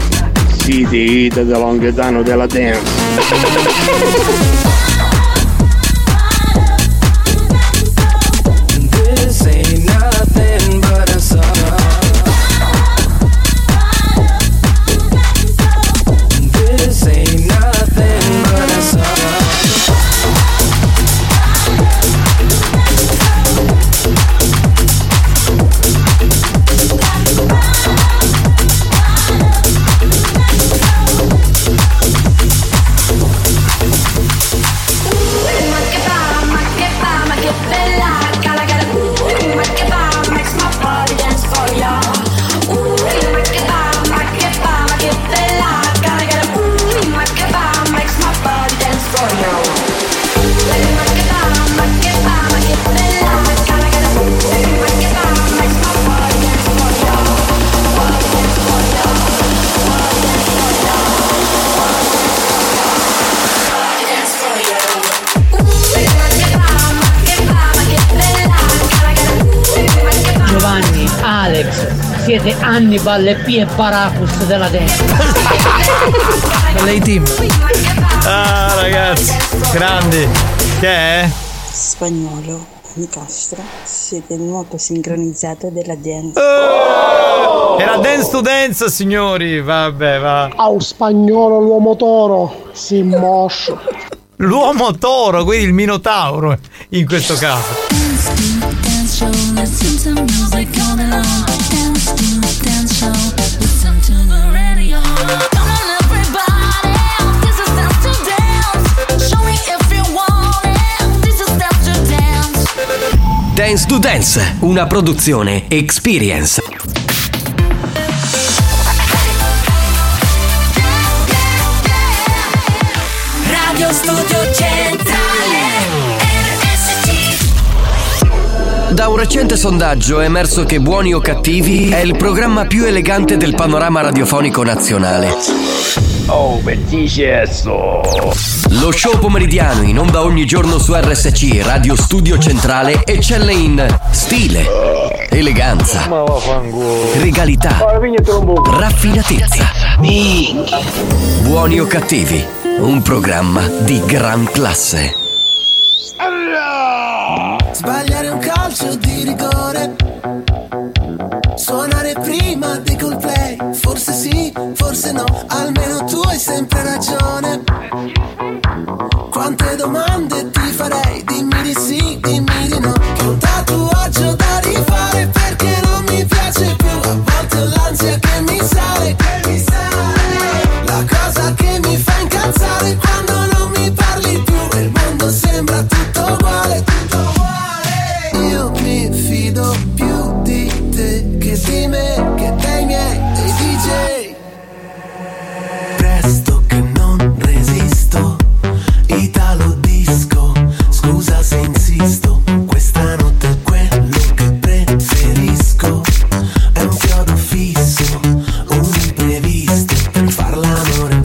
City de Longhitano della Dance. This ain't nothing but a song. This ain't nothing but a song. siete Hannibal e P e Baracus della destra. Lei team. Ah, ragazzi, grandi. Che è? Spagnolo, Nicastro, siete molto sincronizzate della dance. Era Dance to Dance, signori. Vabbè, va. Au Spagnolo, l'uomo toro, si moscio. L'uomo toro, quindi il minotauro in questo caso. Dance to Dance, una produzione Experience. Radio Studio Centrale RSC. Da un recente sondaggio è emerso che Buoni o Cattivi è il programma più elegante del panorama radiofonico nazionale. Oh, bellissimo! Lo show pomeridiano in onda ogni giorno su RSC Radio Studio Centrale eccelle in stile, eleganza, regalità, raffinatezza. Buoni o Cattivi, un programma di gran classe. Sbagliare un calcio di rigore, suonare prima dei Coldplay, forse sì, forse no, almeno tu hai sempre ragione. Quante domande ti farei, dimmi di sì, dimmi di no. Che un tatuaggio da rifare perché non mi piace più, a volte ho l'ansia che mi sale, la cosa che mi fa incazzare quando non mi parli più e il mondo sembra tutto uguale, tutto uguale. Io mi fido più di te che di me, che dei miei, dei DJ. Presto che non resisto, Italo disco, scusa se insisto, questa notte è quello che preferisco, è un chiodo fisso, un imprevisto per far l'amore.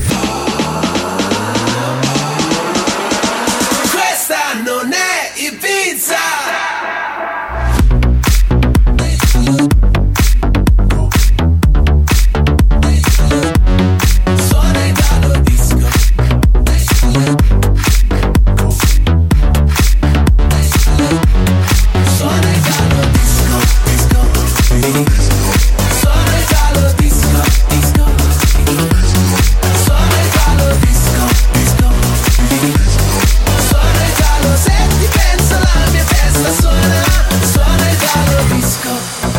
Questa non è Ibiza. Suona Italo disco. Suona Italo disco, disco. Suona Italo disco, disco. Suona Italo disco, disco. Suona Italo, se ti penso la mia testa suona, suona Italo disco.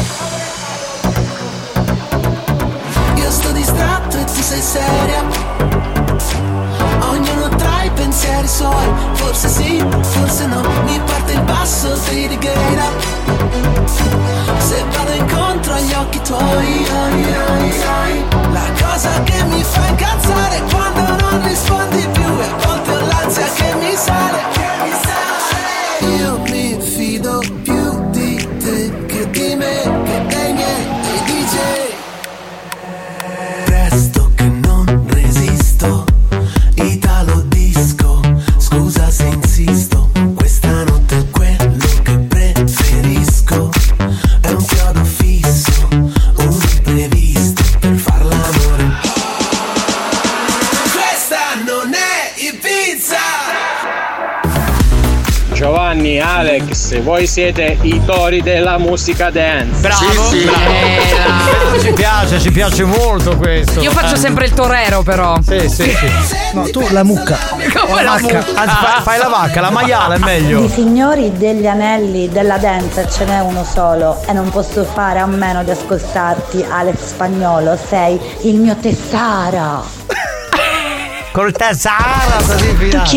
Io sto distratto e tu sei seria, ognuno tra i pensieri suoi, forse sì, forse no, mi parte il basso di righiera, se vado incontro agli occhi tuoi, la cosa che mi fa incazzare è quando non rispondi più e a volte ho l'ansia che mi sale, io mi fido più di te che di me, che dei miei, dei DJ. Presto che non resisto, Italo disco, scusa se insisto, questa notte è quello che preferisco, è un chiodo fisso, un imprevisto per far l'amore. Questa non è Ibiza. Giovanni, Alex, voi siete i tori della musica dance. Bravo, Sì, sì. Ci piace molto questo. Io faccio sempre il torero, però. Sì. No, tu la mucca. Come la mucca? Anzi, fai la vacca, la maiala è meglio. Di signori degli anelli della dance ce n'è uno solo e non posso fare a meno di ascoltarti, Alex Spagnolo, sei il mio tesoro. Col tesaro così finale.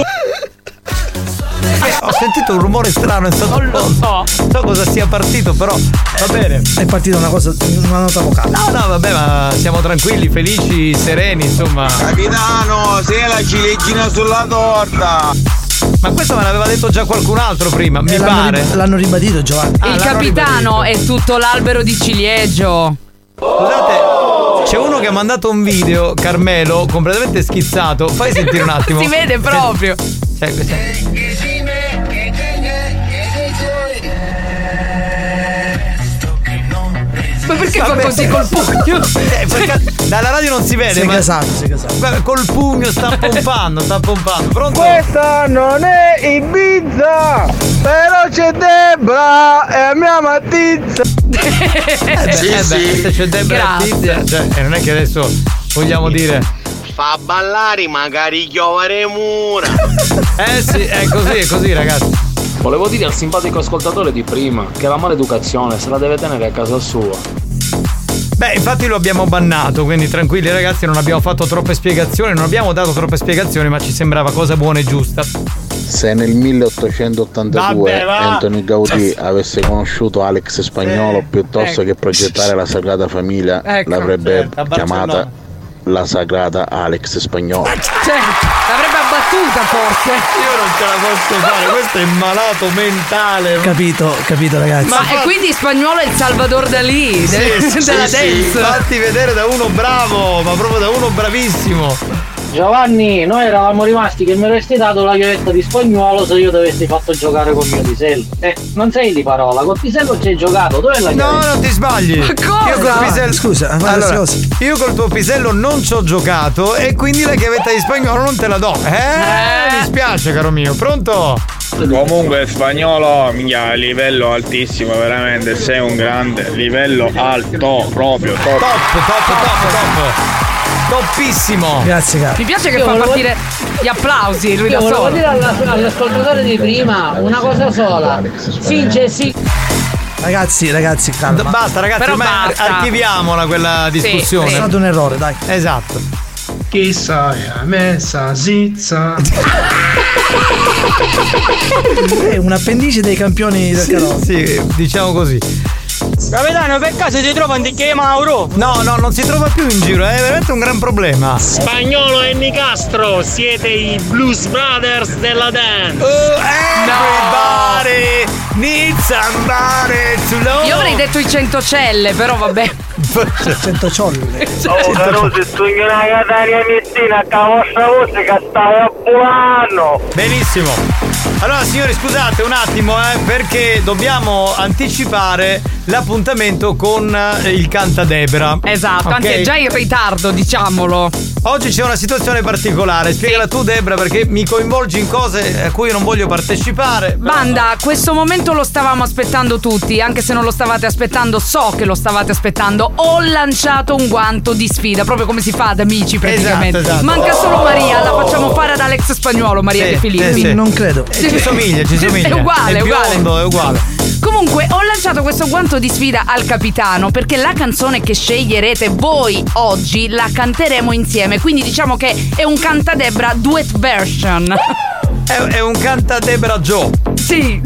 Ho sentito un rumore strano, non lo so cosa sia partito, però va bene. È partita una nota vocale. No, vabbè, ma siamo tranquilli, felici, sereni, insomma. Capitano, sei la ciliegina sulla torta. Ma questo me l'aveva detto già qualcun altro prima, mi pare. L'hanno ribadito, Giovanni. Il capitano è tutto l'albero di ciliegio. Scusate, c'è uno che ha mandato un video, Carmelo, completamente schizzato. Fai sentire un attimo. Si vede proprio. Ma perché fa così col pugno? Dalla radio non si vede. Sei ma casato, sei casato. Col pugno sta pompando. Pronto? Questa non è Ibiza, però c'è Debra e mia Mattizza. Se c'è Debra e Tizia, cioè, non è che adesso vogliamo dire. Fa ballare magari chiovare mura. Sì, è così ragazzi. Volevo dire al simpatico ascoltatore di prima che la maleducazione se la deve tenere a casa sua. Beh, infatti lo abbiamo bannato, quindi tranquilli ragazzi, non abbiamo fatto troppe spiegazioni, non abbiamo dato troppe spiegazioni, ma ci sembrava cosa buona e giusta. Se nel 1882 Anthony Gaudí avesse conosciuto Alex Spagnolo piuttosto che progettare la Sagrada Famiglia, l'avrebbe chiamata la Sagrada Alex Spagnolo. Cioè, l'avrebbe abbattuta forse. Io non ce la posso fare, questo è malato mentale. Capito ragazzi. Ma e quindi Spagnolo è il Salvador Dalì della dance. Fatti vedere da uno bravo, ma proprio da uno bravissimo. Giovanni, noi eravamo rimasti che mi avresti dato la chiavetta di Spagnolo se io ti avessi fatto giocare con mio Pisello. Non sei di parola, con Pisello ci hai giocato, dove è la chiavetta? No, non ti sbagli. Ma cosa? Io col Pisello. Scusa, allora, io col tuo Pisello non ci ho giocato e quindi la chiavetta di Spagnolo non te la do. Mi spiace, caro mio. Pronto? Comunque Spagnolo, minchia, livello altissimo, veramente, sei un grande, livello alto, proprio top. Top. Toppissimo. Grazie caro. Mi piace che fa partire gli applausi lui da solo. Volevo dire all'ascoltatore di prima una cosa sola. Sì. Ragazzi, calma. Basta ragazzi, però ormai archiviamola quella discussione. È stato un errore, dai. Esatto. Chissà è messa zizza. È un appendice dei campioni del karaoke. Sì, diciamo così. Capitano, per caso si trova un Di Mauro? No, non si trova più in giro, è veramente un gran problema. Spagnolo e Nicastro, siete i Blues Brothers della dance. Everybody needs somebody to love. Io avrei detto i Centocelle, però vabbè. 100 ciolle. Oh caro, se tu una Catania Mettina che la vostra musica stai a volano. Benissimo. Allora signori, scusate un attimo perché dobbiamo anticipare l'appuntamento con il Cantadebra. Esatto, anzi è già in ritardo, diciamolo. Oggi c'è una situazione particolare, spiegala tu Debra, perché mi coinvolgi in cose a cui io non voglio partecipare. Banda, questo momento lo stavamo aspettando tutti, anche se non lo stavate aspettando, so che lo stavate aspettando. Ho lanciato un guanto di sfida, proprio come si fa ad amici praticamente. Esatto. Manca solo Maria, la facciamo fare ad Alex Spagnolo, Maria De Filippi. Sì. Non credo. Ci somiglia. È uguale, biondo, è uguale. Comunque ho lanciato questo guanto di sfida al capitano perché la canzone che sceglierete voi oggi la canteremo insieme, quindi diciamo che è un Cantadebra duet version. È un Cantadebra Joe. Sì.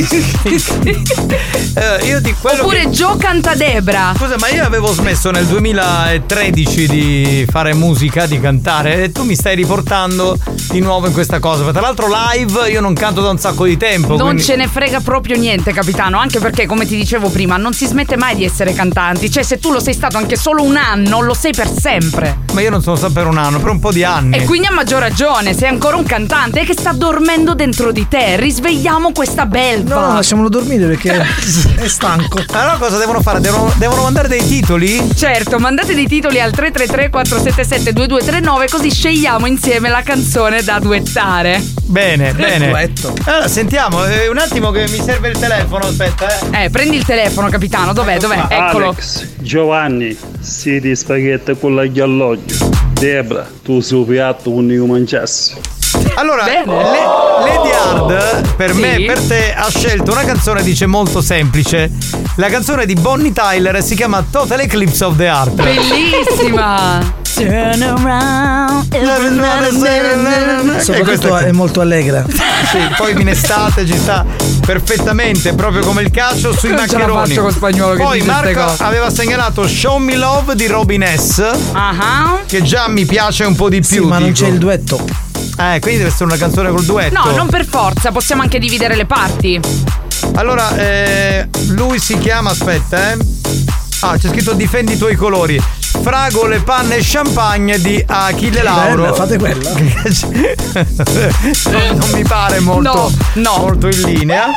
Io di quello oppure Joe Cantadebra. Scusa, ma io avevo smesso nel 2013 di fare musica, di cantare, e tu mi stai riportando di nuovo in questa cosa. Tra l'altro live io non canto da un sacco di tempo. Non quindi... ce ne frega proprio niente, capitano, anche perché come ti dicevo prima non si smette mai di essere cantanti. Cioè se tu lo sei stato anche solo un anno, lo sei per sempre. Ma io non sono stato per un anno, per un po' di anni. E quindi a maggior ragione, sei ancora un cantante che sta dormendo dentro di te. Risvegliamo questa belva. No, lasciamolo dormire perché è stanco. Allora cosa devono fare? Devono mandare dei titoli? Certo, mandate dei titoli al 333-477-2239 così scegliamo insieme la canzone da duettare. Bene. Duetto. Allora sentiamo, un attimo che mi serve il telefono, aspetta. Prendi il telefono, capitano, dov'è? Eccolo. Alex, Giovanni, siete spaghetti con la gialloggio. Debra, tu sei un piatto con il mangiassi. Allora, Lady Hard per me e per te ha scelto una canzone, dice, molto semplice. La canzone di Bonnie Tyler si chiama Total Eclipse of the Heart. Bellissima. Turn around. Soprattutto è molto allegra. Sì, poi in estate ci sta perfettamente, proprio come il calcio sui maccheroni. Ce la faccio con Spagnolo che poi dice Marco aveva segnalato Show Me Love di Robin S. Che già mi piace un po' di più. Sì, ma non c'è il duetto. Quindi deve essere una canzone col duetto. No, non per forza, possiamo anche dividere le parti. Allora, lui si chiama, aspetta, c'è scritto Difendi i tuoi colori. Fragole, panne e champagne di Achille Lauro. Bella, fate quella. Non mi pare molto in linea.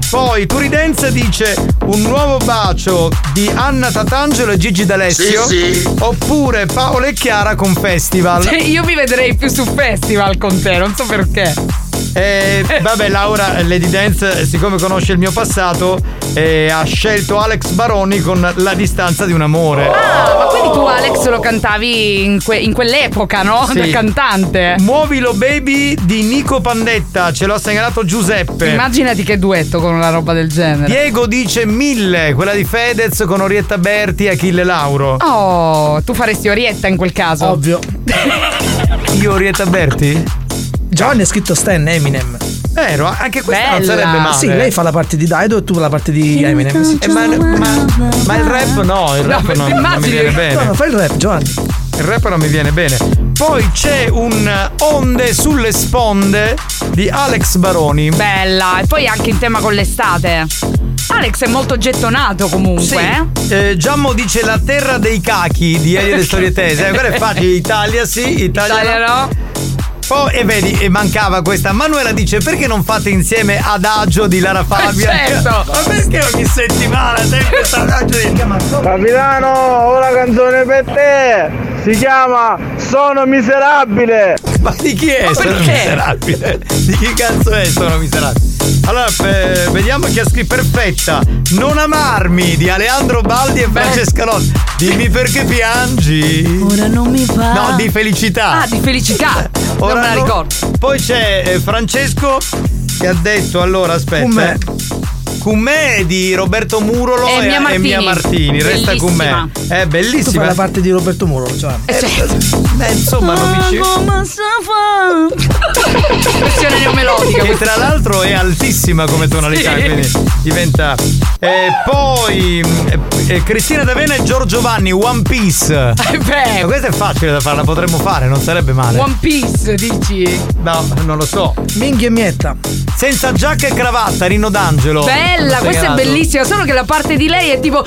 Poi Turidenza dice un nuovo bacio di Anna Tatangelo e Gigi D'Alessio. Sì. Oppure Paola e Chiara con Festival. Io mi vedrei più su Festival con te, non so perché. Vabbè, Laura Lady Dance, siccome conosce il mio passato, ha scelto Alex Baroni con La distanza di un amore. Ma quindi tu Alex lo cantavi in quell'epoca, no? Sì. Da cantante. Muovilo Baby di Nico Pandetta, ce l'ha segnalato Giuseppe. Immaginati che duetto con una roba del genere. Diego dice 1000, quella di Fedez con Orietta Berti e Achille Lauro. Oh, tu faresti Orietta in quel caso. Ovvio. Io Orietta Berti? Giovanni ha scritto Stan Eminem. Vero, anche questa non sarebbe male. Sì, lei fa la parte di Dido e tu la parte di Eminem. Sì. Ma il rap no, il rap non mi viene bene. No, fai il rap, Giovanni. Il rap non mi viene bene. Poi c'è un Onde sulle sponde di Alex Baroni. Bella, e poi anche in tema con l'estate. Alex è molto gettonato comunque. Sì. Giammo dice La terra dei cachi di Elio Le Storie Tese. Quello è facile, Italia sì, Italia no. Poi, e vedi, mancava questa. Manuela dice perché non fate insieme Adagio di Lara Fabian? Certo. Ma perché ogni settimana sempre questo Adagio di Capitano, ho una canzone per te. Si chiama Sono miserabile. Ma di chi è Sono miserabile? Di chi cazzo è Sono miserabile? Allora, vediamo chi ha scritto. Perfetta. Non amarmi di Aleandro Baldi e Francesca Lotti. Dimmi perché piangi. Ora non mi va. No, di felicità. Ah, di felicità. Ora non me la ricordo. Poi c'è Francesco che ha detto, allora aspetta. Con me di Roberto Murolo e Mia Martini. Resta con me. È bellissima. Tu fai la parte di Roberto Murolo, cioè. Insomma, non mi versione neomelodica. Che tra l'altro è altissima come tonalità, quindi diventa. Poi Cristina D'Avena e Giorgio Vanni, One Piece. Ma questa è facile da fare, la potremmo fare, non sarebbe male. One Piece, dici? No, non lo so. Minchia e mietta. Senza giacca e cravatta, Rino D'Angelo. Bella, questa è bellissima, solo che la parte di lei è tipo.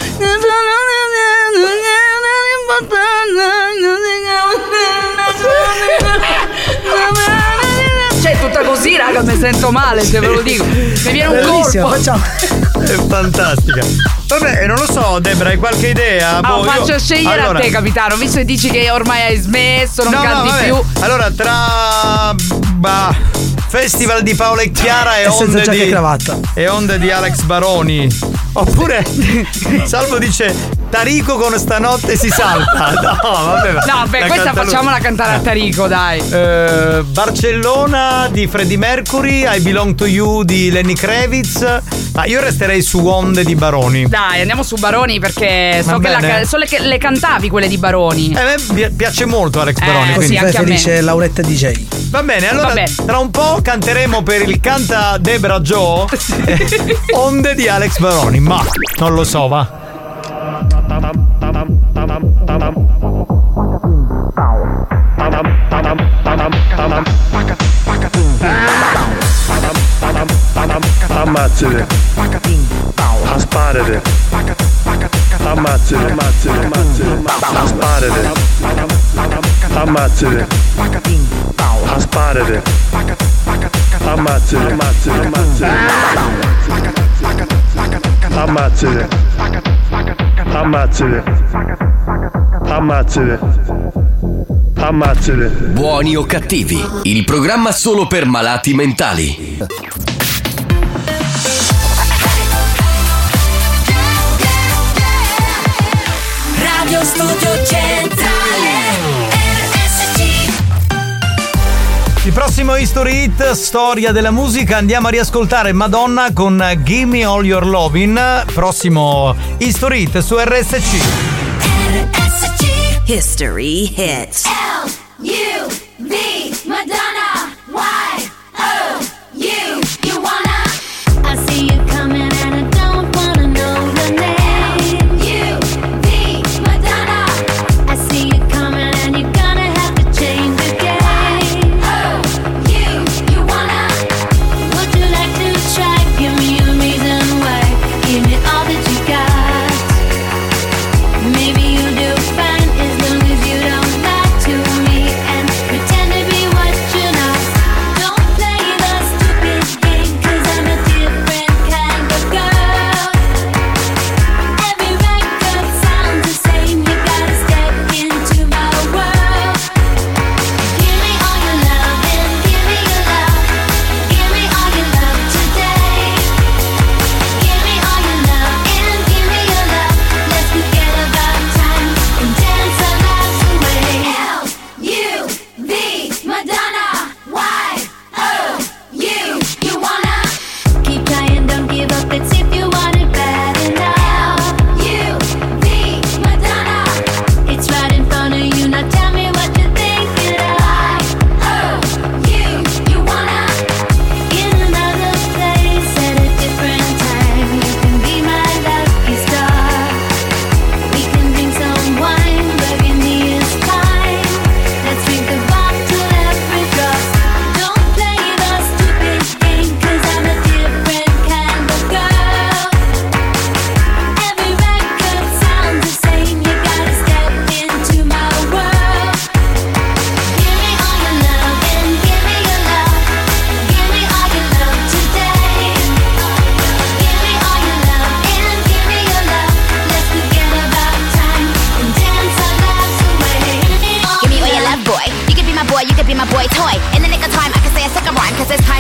Cioè, tutta così, raga, mi sento male, se ve lo dico. Mi viene un colpo. Facciamo. È fantastica. Vabbè, non lo so, Debra, hai qualche idea? Faccio scegliere a te, capitano, visto che dici che ormai hai smesso, non canti più. Allora, tra Festival di Paola e Chiara e onde di Alex Baroni. Oppure Salvo dice Tarico con Stanotte si salta. Questa facciamola cantare a Tarico, dai. Barcellona di Freddie Mercury, I Belong to You di Lenny Kravitz. Ma io resterei su Onde di Baroni. Dai, andiamo su Baroni perché so che le cantavi quelle di Baroni. A me piace molto Alex Baroni. Così anche a me. felice Lauretta DJ. Va bene, allora tra un po' canteremo per il Canta Debra Joe Onde di Alex Baroni. Ma non lo so, va. Ammazzate, asparate, ammazzate, asparate, ammazzate, asparate, ammazzate, ammazzate, ammazzate, ammazzate, ammazzate. Buoni o cattivi, il programma solo per malati mentali. Radio Studio Centrale RSC. Il prossimo History Hit, storia della musica, andiamo a riascoltare Madonna con Gimme All Your Lovin'. Prossimo History Hit su RSC. History Hits. L-U-V, Madonna, Y-O-U, you wanna? I see you coming and I don't wanna know your name. U-V, Madonna, I see you coming and you're gonna have to change the game. O-U, you wanna? Would you like to try? Give me a reason why. Give me all that you got. Maybe you do fine as long as you don't lie to me and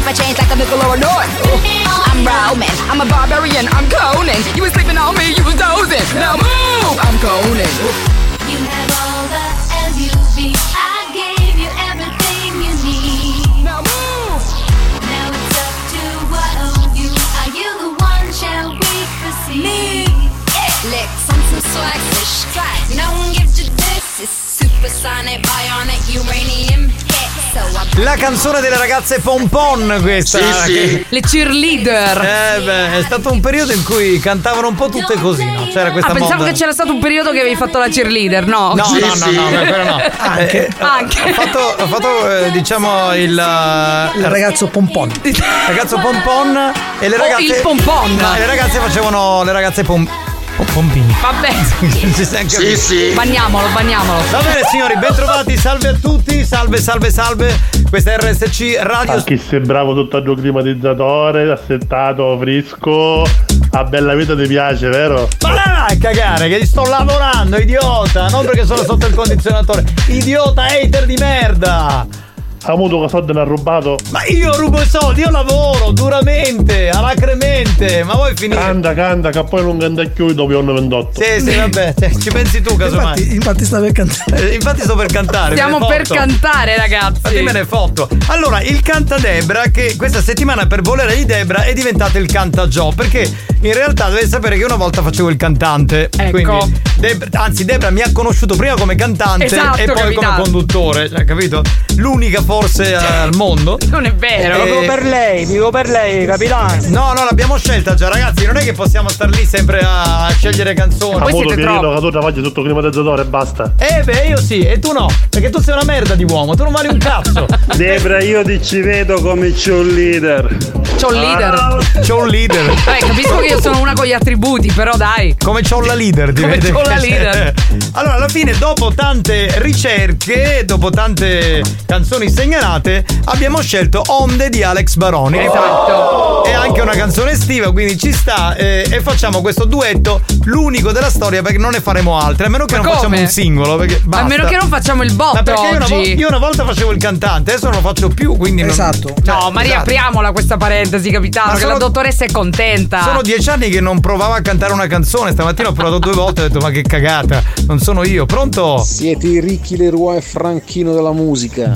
my chains like a nickel or a north. I'm Roman, I'm a barbarian, I'm Conan. You was sleeping on me, you was dozing. Now move, I'm Conan. You have all the L-U-V. I gave you everything you need. Now move. Now it's up to what of you. Are you the one? Shall we proceed? Lick some swag, fish strike. No one gives you this. It's supersonic, bionic, uranium hit. So La canzone delle ragazze pompon questa. Sì. Le cheerleader. È stato un periodo in cui cantavano un po' tutte così, no? C'era questa moda. Pensavo che c'era stato un periodo che avevi fatto la cheerleader, no? No, quello no. Anche. Ho fatto diciamo il ragazzo pompon. Ragazzo pompon e le ragazze. Il pompon. No, le ragazze facevano le ragazze pompini. Vabbè. Sì. Banniamolo. Va bene signori, bentrovati, salve a tutti, salve. Questa è RSC Radio. Chi sei bravo tutto il climatizzatore, assetato, fresco. A bella vita ti piace, vero? Ma vai a cagare, che sto lavorando, idiota! Non perché sono sotto il condizionatore. Idiota hater di merda! Ha avuto che soldi ne ha rubato? Ma io rubo i soldi, io lavoro duramente, alacremente, ma vuoi finire? Canta, che poi non canta più dopo gli anni 28. Sì, vabbè, ci pensi tu casomai. Infatti sto per cantare. Infatti sto per cantare. Stiamo per cantare, ragazzi. Ma me ne fotto. Allora, il Canta Debra, che questa settimana per volere di Debra è diventato il Canta Gio, perché in realtà dovete sapere che una volta facevo il cantante. Ecco. Quindi Debra mi ha conosciuto prima come cantante e poi capitato. come conduttore, cioè, capito? L'unica forse al mondo. Non è vero. Vivo per lei, capitano. No, l'abbiamo scelta già, ragazzi. Non è che possiamo star lì sempre a scegliere canzoni. Voi siete troppo. Che tu travagli sotto climatizzatore e basta. Io sì, e tu no, perché tu sei una merda di uomo, tu non vali un cazzo. Debra, io ti ci vedo come c'ho un leader. C'ho un leader. Capisco che io sono una con gli attributi, però dai. Come c'ho la leader, come c'ho la leader. Allora, alla fine, dopo tante ricerche, dopo tante canzoni segnalate, abbiamo scelto Onde di Alex Baroni. Esatto. È anche una canzone estiva, quindi ci sta. E facciamo questo duetto, l'unico della storia, perché non ne faremo altre. A meno che non facciamo un singolo. Perché basta. A meno che non facciamo il botto. Ma perché oggi. io una volta facevo il cantante, adesso non lo faccio più, quindi esatto. No, ma riapriamola questa parentesi, capitano, che la dottoressa è contenta. Sono 10 anni che non provavo a cantare una canzone. Stamattina ho provato 2 volte e ho detto ma che cagata, non sono io. Pronto? Siete i Ricky Leroy e Franchino della musica.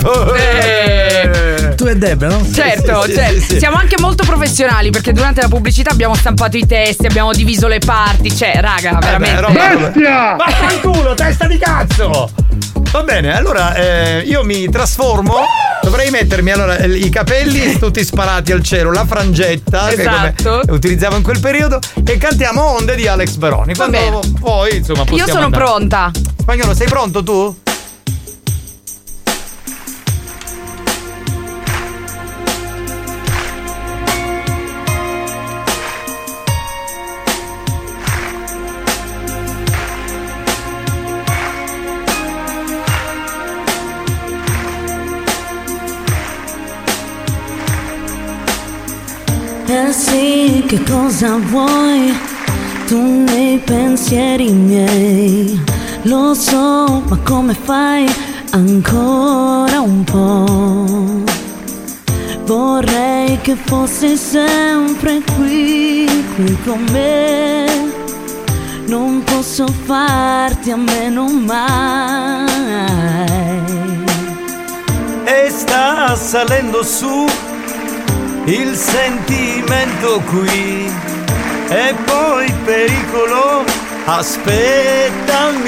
Tu e Debra, no? Certo. Sì. Siamo anche molto professionali, perché durante la pubblicità abbiamo stampato i testi, abbiamo diviso le parti. Cioè, raga, veramente. Bestia! Vaffanculo, testa di cazzo! Va bene, allora io mi trasformo. Dovrei mettermi allora i capelli tutti sparati al cielo, la frangetta esatto, che utilizzavo in quel periodo, e cantiamo Onde di Alex Baroni. Quando poi insomma possiamo io sono andare. pronta. Spagnolo, sei pronto tu? Sì, che cosa vuoi tu nei pensieri miei? Lo so, ma come fai? Ancora un po'. Vorrei che fossi sempre qui con me. Non posso farti a meno mai. E sta salendo su il sentimento qui, e poi pericolo, aspettami.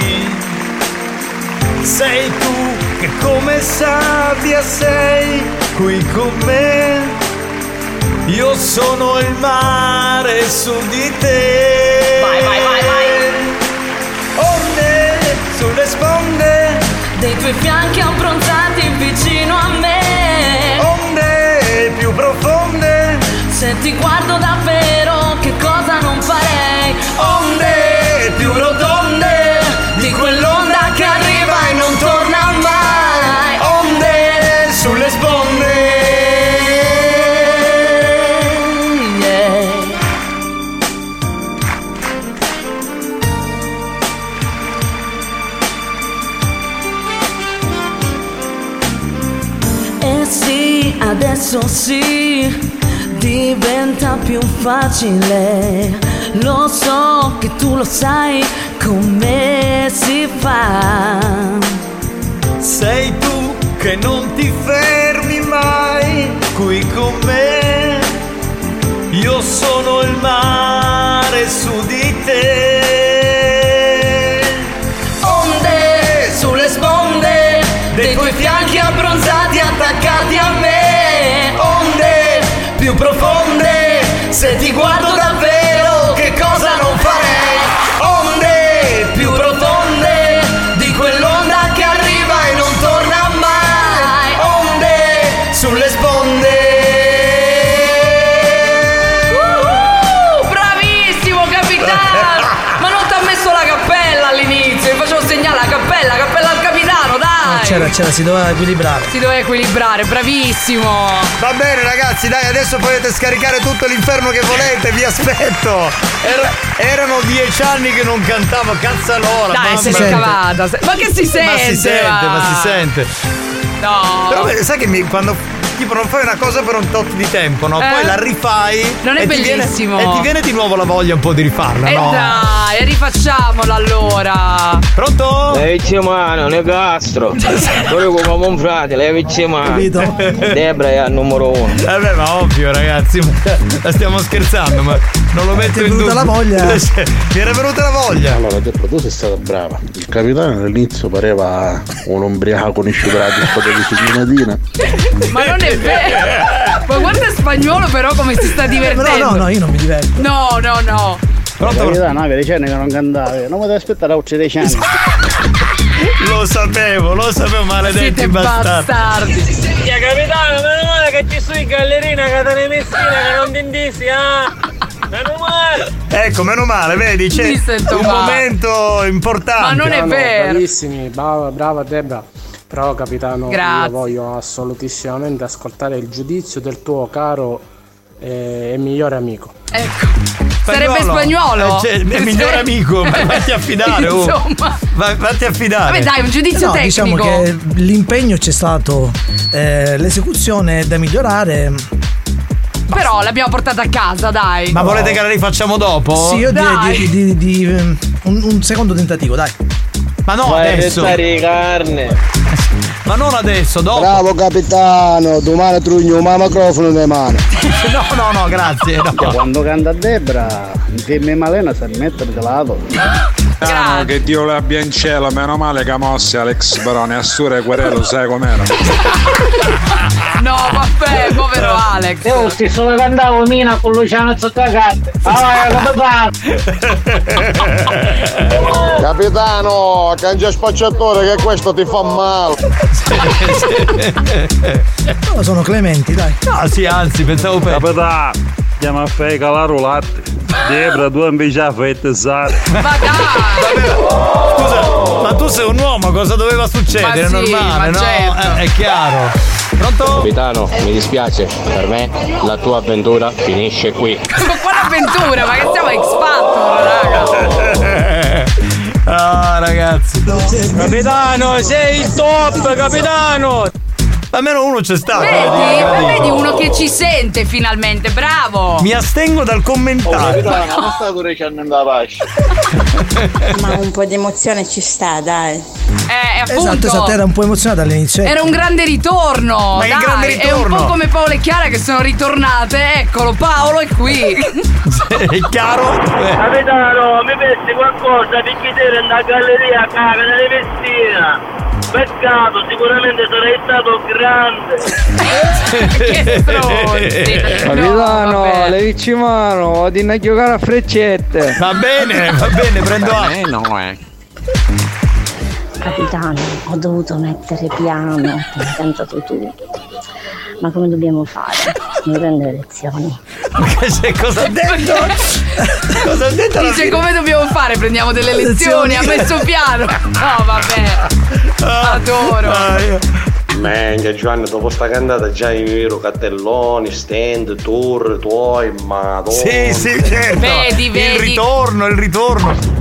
Sei tu che come sabbia sei qui con me. Io sono il mare su di te. Vai. Onde sulle sponde dei tuoi fianchi abbronzati vicino a me. Onde più profonde, se ti guardo davvero che cosa non farei. Onde più rotonde di quell'onda che arriva e non torna mai. Onde sulle sponde. adesso sì, diventa più facile. Lo so che tu lo sai come si fa. Sei tu che non ti fermi mai qui con me. Io sono il mare su di te. Onde sulle sponde dei tuoi fianchi abbronzati attaccati a me. Onde più profonde, se ti guardo davvero che cosa non farei. Onde più profonde di quell'onda che arriva e non torna mai. Onde sulle sponde. Bravissimo capitano! Ma non ti ha messo la cappella all'inizio, mi facevo segnare la cappella al capitano, dai! C'era, si doveva equilibrare. Si doveva equilibrare, bravissimo! Va bene ragazzi, dai, adesso potete scaricare tutto l'inferno che volete, vi aspetto. Erano 10 anni che non cantavo, cazzalola. Dai, se l'è cavata. Ma che si sente? Ma si sente. No. Però sai che quando tipo non fai una cosa per un tot di tempo, no? Poi la rifai. Non è bellissimo. E ti viene di nuovo la voglia un po' di rifarla, no? Dai, rifacciamola allora. Pronto? Lei c'è mano, ne castro. Volevo come un frate, lei c'è mano. Debra è al numero 1. Vabbè, ma ovvio, ragazzi, la stiamo scherzando, ma non lo metto in dubbio. la voglia. Mi era venuta la voglia. Allora, Debra, tu sei stata brava. Il capitano all'inizio pareva un ubriaco con i sciuprati di mattina. Ma non è vero. Ma guarda Spagnolo però come si sta divertendo. No, io non mi diverto. No. Pronto? No, per decenni che non cantavi. Non potevo aspettare a 10 anni. Lo sapevo, maledetti bastardi. Capitano, meno male che ci sono in gallerina Catania Messina che non ti indissi, Meno male. Ecco, meno male, vedi, c'è un momento importante. Ma non è vero. Bravissimi, brava Debra. Però capitano, grazie. Io voglio assolutissimamente ascoltare il giudizio del tuo caro e migliore amico. Ecco. Sarebbe Spagnolo? È il migliore amico, vatti a fidare. Insomma. Vatti a fidare. Vabbè dai, un giudizio tecnico. Diciamo che l'impegno c'è stato, l'esecuzione è da migliorare. Però l'abbiamo portata a casa, dai. Ma volete che la rifacciamo dopo? Sì, io direi di un secondo tentativo, dai. Ma no, adesso. Carne. Ma non adesso, dopo. Bravo capitano, domani trugno un microfono nelle mani. No, grazie. No. Quando canta Debra, insieme Malena si mette di lato. Che Dio le abbia in cielo, meno male che mossi Alex Barone, assure querelo, sai com'era. No, vabbè, povero Alex. Io stesso che cantavo Mina con Luciano Zottacarte. Capitano, cangia spacciatore che questo ti fa male. No, sono clementi, dai. No, sì, anzi, pensavo per. Capitano, chiama a fare calare latte. Debra, tu invece a fare tesare. Ma dai! Scusa, ma tu sei un uomo, cosa doveva succedere? Ma sì, normale, ma no? certo. È chiaro. Pronto? Capitano, mi dispiace, per me la tua avventura finisce qui. Ma quale avventura? Ma che siamo X Factor, raga? Ragazzi. Capitano, sei il top, capitano! Almeno uno c'è stato. Vedi uno che ci sente finalmente, bravo. Mi astengo dal commentare. Non sta recando la pace. Ma un po' di emozione ci sta, dai. Appunto. Esatto, era un po' emozionata all'inizio. Era un grande ritorno. Ma dai, grande ritorno. È un po' come Paolo e Chiara che sono ritornate. Eccolo, Paolo è qui. È chiaro? Capitano, mi pensi qualcosa di chiedere nella galleria a Catania Messina? Peccato, sicuramente sarei stato grande. Che stronzi. Capitano, le dici mano, di una giocare a freccette. Va bene, prendo a. No. Capitano, ho dovuto mettere piano, hai cantato tu. Ma come dobbiamo fare? Mi prendo le lezioni. Cosa ha detto? Cosa ha detto? Dice come dobbiamo fare? Prendiamo delle lezioni, ha messo piano. No, vabbè. Adoro. Menga Giovanni, dopo sta cantata già i vero cartelloni, stand, tour, tuoi, madonna. Sì, certo. Vedi. Il ritorno.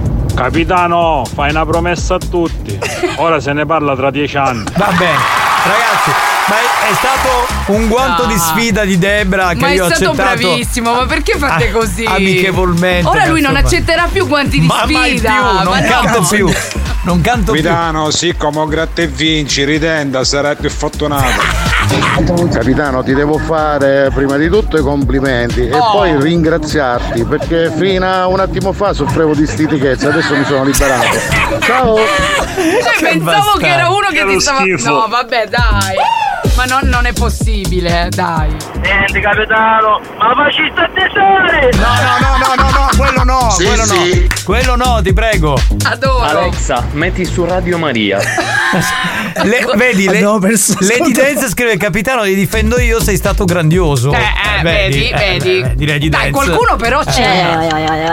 Capitano, fai una promessa a tutti. Ora se ne parla tra 10 anni. Va bene. Ragazzi, Ma è stato un guanto di sfida di Debra che io ho accettato. Ma è stato bravissimo, ma perché fate così? Amichevolmente. Ora lui non accetterà più guanti di sfida. Mai più, non canto più. Non canto più. Capitano, sì, come gratta e vinci, ridenda, sarai più fortunato. Capitano, ti devo fare prima di tutto i complimenti e poi ringraziarti perché fino a un attimo fa soffrivo di stitichezza, adesso mi sono liberato. Ciao! Pensavo che era uno che ti stava. schifo. No, vabbè, dai. Ma non è possibile, dai. Niente, capitano, ma faciste a tesore! No, quello no, Sì, quello sì. no. Quello no, ti prego. Adoro. Alexa, metti su Radio Maria. Vedi, Lady Dance scrive: capitano, li difendo io, sei stato grandioso. Vedi. Lady Dai, Dance. qualcuno però c'è.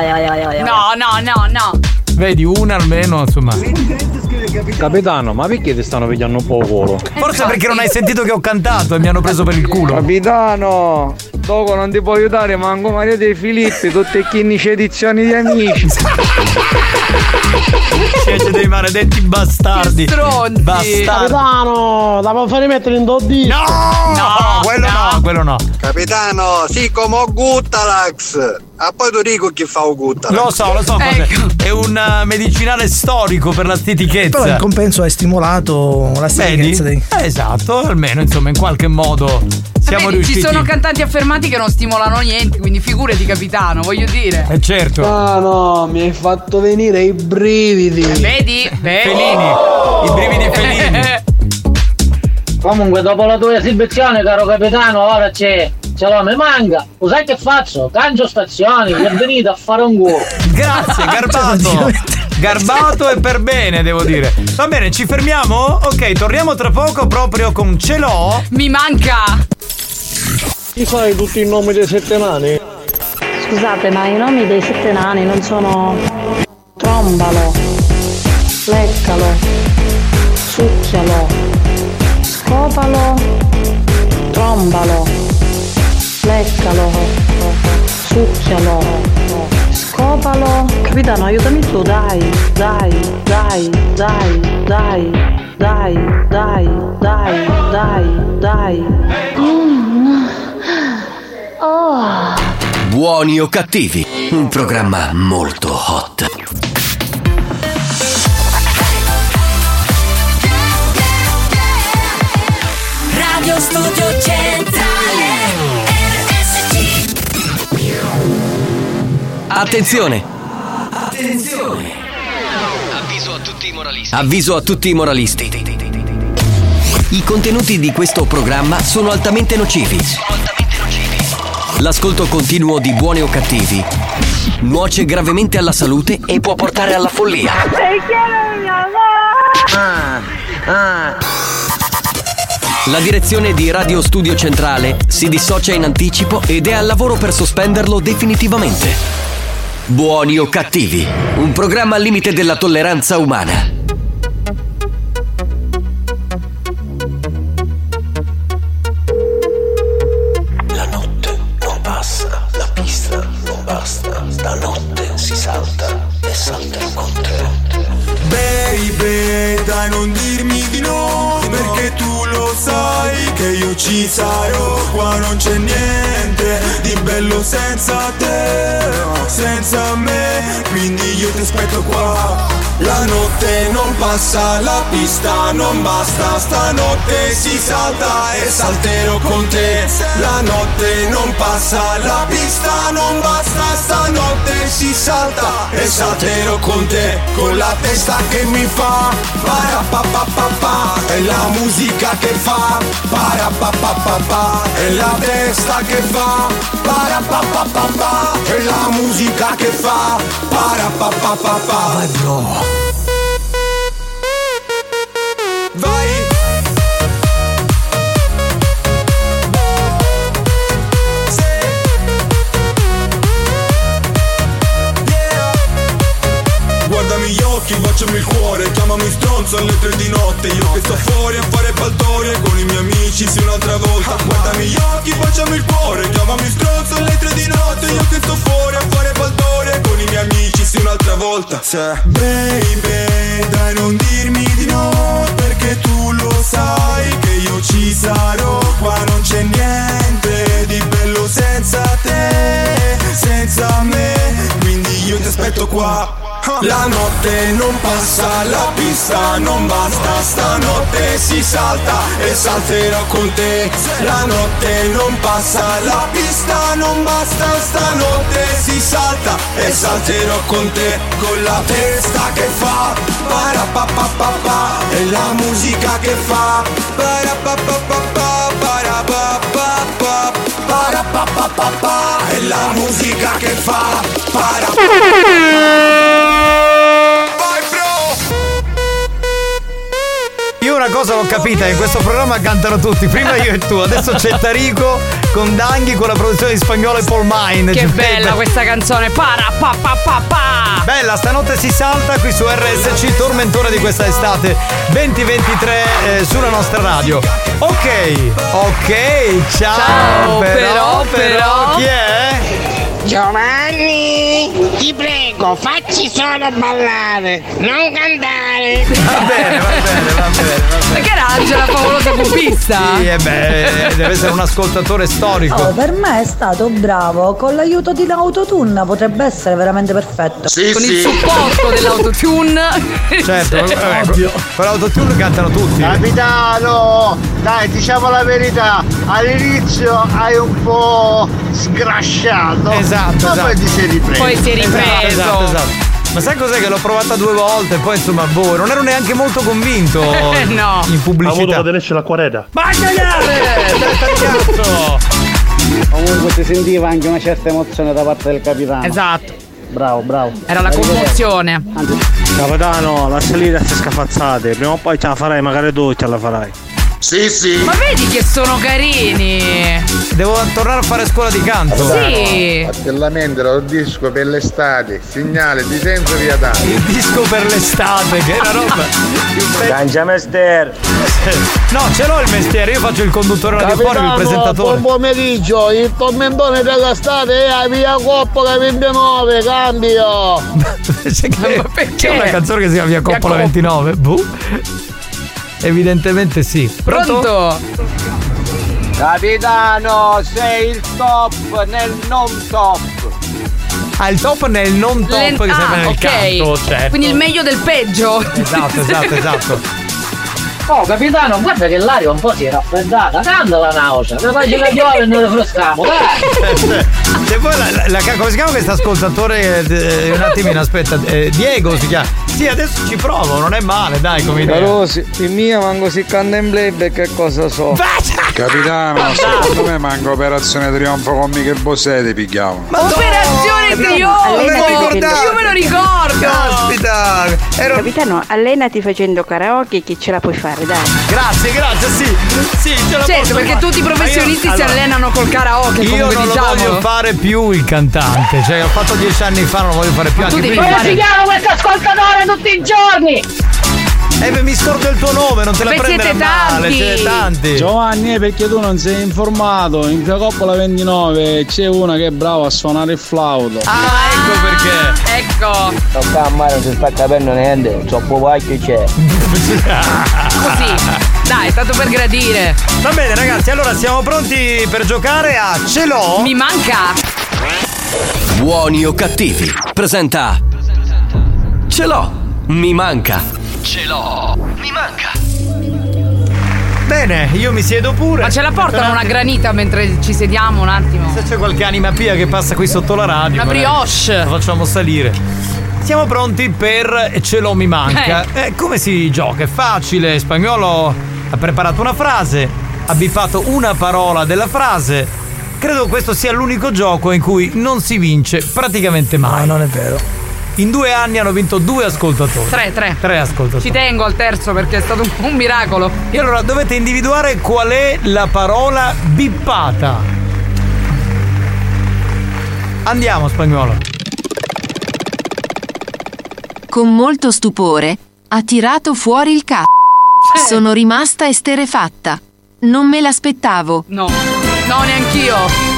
No. Vedi, una almeno, insomma. Capitano, ma perché ti stanno pigliando un po' volo? Forse perché non hai sentito che ho cantato e mi hanno preso per il culo. Capitano, dopo non ti può aiutare, manco Maria dei Filippi, tutte e 15 edizioni di amici. Siete dei maledetti bastardi. Bastardi. Capitano, la può fare mettere in 12? Quello no. Capitano, sì, come ho Guttalax. Ah, poi tu dico chi fa o Guttalax. Lo so cos'è. È un medicinale storico per la stitichezza. Però in compenso hai stimolato la stitichezza. Esatto, almeno insomma in qualche modo siamo riusciti. Ci sono cantanti affermati che non stimolano niente, quindi figurati, capitano, voglio dire. Certo. No, mi hai fatto venire i brividi. Vedi? Felini. I brividi felini. Comunque, dopo la tua esibizione, caro capitano, ora ce l'ho, mi manca. Lo sai che faccio? Cangio stazioni, vi è venito a fare un gol. Grazie, garbato e per bene, devo dire. Va bene, ci fermiamo? Ok, torniamo tra poco proprio con Ce l'ho. Mi manca. Ti sai tutti i nomi dei 7 nani? Scusate, ma i nomi dei 7 nani non sono trombalo, leccalo, succhialo, scopalo, trombalo, leccalo, succhialo, scopalo. Capitano, aiutami tu, dai. Oh. Buoni o cattivi, un programma molto hot. Radio Studio Centrale RSC. Attenzione! Avviso a tutti i moralisti. I contenuti di questo programma sono altamente nocivi. L'ascolto continuo di Buoni o Cattivi nuoce gravemente alla salute e può portare alla follia. La direzione di Radio Studio Centrale si dissocia in anticipo ed è al lavoro per sospenderlo definitivamente. Buoni o Cattivi, un programma al limite della tolleranza umana. La notte non passa, la pista non basta, stanotte si salta e salterò con te. Baby, dai, non dirmi di no, perché tu lo sai che io ci sarò. Qua non c'è niente di bello senza te, senza me, quindi io ti aspetto qua. La notte non passa, la pista non basta, stanotte si salta e salterò con te. La notte non passa, la pista non basta, stanotte si salta e salterò con te. Con la testa che mi fa parapapapapa, è la musica che fa parapapapapa, è la testa che fa parapapapapa, è la musica che fa parapapapapa. Vai bro, vai. Guardami gli occhi, baciami il cuore, chiamami stronzo alle 3 di notte. Io che sto fuori a fare baldoria con i miei amici, sì, un'altra volta. Guardami gli occhi, baciami il cuore, chiamami stronzo alle 3 di notte. Io che sto fuori a fare baldoria con i miei amici, sì, un'altra volta. Baby, dai, non dirmi di no, perché tu lo sai che io ci sarò. qua. La notte non passa, la pista non basta, stanotte si salta e salterò con te. La notte non passa, la pista non basta, stanotte si salta e salterò con te. Con la testa che fa parapapapapa e la musica che fa parapapapapa parapapapa parapapapapa e la musica che fa parapapapa. Io una cosa l'ho capita, in questo programma cantano tutti, prima io e tu, adesso c'è Tarico con Danghi con la produzione di Spagnolo e Paul Mine. Che bella questa canzone, para pa pa pa pa. Bella, stanotte si salta qui su RSC, tormentone di questa estate 2023 sulla nostra radio. Ok, ciao, però chi è? Giovanni, ti prego, facci solo ballare, non cantare. Va bene. Perché era Angela favolosa cupista? Sì, deve essere un ascoltatore storico. Oh, per me è stato bravo, con l'aiuto di l'autotune potrebbe essere veramente perfetto. Con il supporto dell'autotune. Certo, con l'autotune cantano tutti. Capitano, dai, diciamo la verità, all'inizio hai un po' sgrasciato. Esatto. Poi ti sei ripreso. Poi si è ripreso. Esatto. Ma sai cos'è che l'ho provata 2 volte e poi insomma non ero neanche molto convinto no. in pubblicità. Ha avuto dell'esce l'acquarela. Ma cagare! Comunque si sentiva anche una certa emozione da parte del capitano. Esatto. Bravo. Era la commozione. Capitano, la salita a queste scafazzate, prima o poi ce la farai, magari tu ce la farai. Sì. Ma vedi che sono carini. Devo tornare a fare scuola di canto. Sì. Attellamento il disco per l'estate, segnale di senso via dai. Il disco per l'estate, che è una roba. Cangia mestiere. No, ce l'ho il mestiere, io faccio il conduttore radiofonico, il presentatore. Buon pomeriggio, il tormentone dell'estate è a via Coppola 29, cambio. C'è una canzone che si chiama Via Coppola 29. Evidentemente sì. Pronto? Capitano, sei il top nel non top. Ah, il top nel non top che serve nel canto, certo. Quindi il meglio del peggio. Esatto. Oh capitano, guarda che l'aria un po' si è raffreddata, canta la nausea, capace che piove e noi refreschiamo, dai! Se poi come si chiama questo ascoltatore? Un attimino, aspetta, Diego si chiama. Sì, adesso ci provo, non è male, dai, come idea. Carosi, il mio manco si canta in playback, che cosa so? Capitano, secondo me manca Operazione Trionfo con Michel Bossetti, pigliamo. Ma Operazione Trionfo! Io me lo ricordo! Caspita! Capitano, allenati facendo karaoke che ce la puoi fare, dai. Grazie, sì, ce la certo, perché tutti i professionisti si allenano col karaoke. Io non lo voglio fare più il cantante, cioè ho fatto 10 anni fa, non lo voglio fare più. Come si chiama questo ascoltatore tutti i giorni? Mi scordo il tuo nome, non te la prendere male, siete tanti. Giovanni, perché tu non sei informato, in Via Coppola 29 c'è una che è brava a suonare il flauto. Ecco perché. Ecco. Tocca a mare, non si sta capendo niente, troppo vecchio c'è. Così. Dai, tanto per gradire. Va bene ragazzi, allora siamo pronti per giocare a Ce l'ho? Mi manca. Buoni o cattivi, presenta Ce l'ho, mi manca. Ce l'ho, mi manca. Bene, io mi siedo pure. Ma ce la portano una granita mentre ci sediamo un attimo? Se c'è qualche anima pia che passa qui sotto la radio, una brioche, lo facciamo salire. Siamo pronti per Ce l'ho, mi manca. Come si gioca? È facile. Spagnolo ha preparato una frase, ha biffato una parola della frase. Credo questo sia l'unico gioco in cui non si vince praticamente mai. No, non è vero. In 2 anni hanno vinto 2 ascoltatori. 3 ascoltatori. Ci tengo al terzo perché è stato un miracolo. E allora dovete individuare qual è la parola bippata. Andiamo, Spagnolo. Con molto stupore ha tirato fuori il c***o. Sono rimasta esterrefatta. Non me l'aspettavo. No, neanch'io.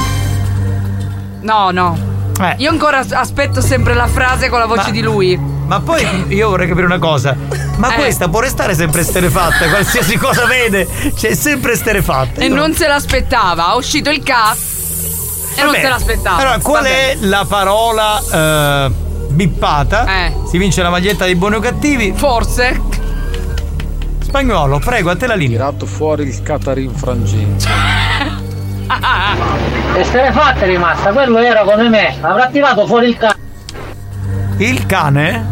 No. Io ancora aspetto sempre la frase con la voce di lui. Ma poi io vorrei capire una cosa. Ma questa può restare sempre esterrefatta, qualsiasi cosa vede, c'è sempre esterrefatta. E non se l'aspettava, ha uscito il K e non se l'aspettava. Allora, qual è la parola bippata. Si vince la maglietta dei buoni o cattivi. Forse. Spagnolo, prego, a te la linea. Tirato fuori il Catarin frangente. E se ne fatta è rimasta, quello era come me, avrà tirato fuori il cane. Il cane?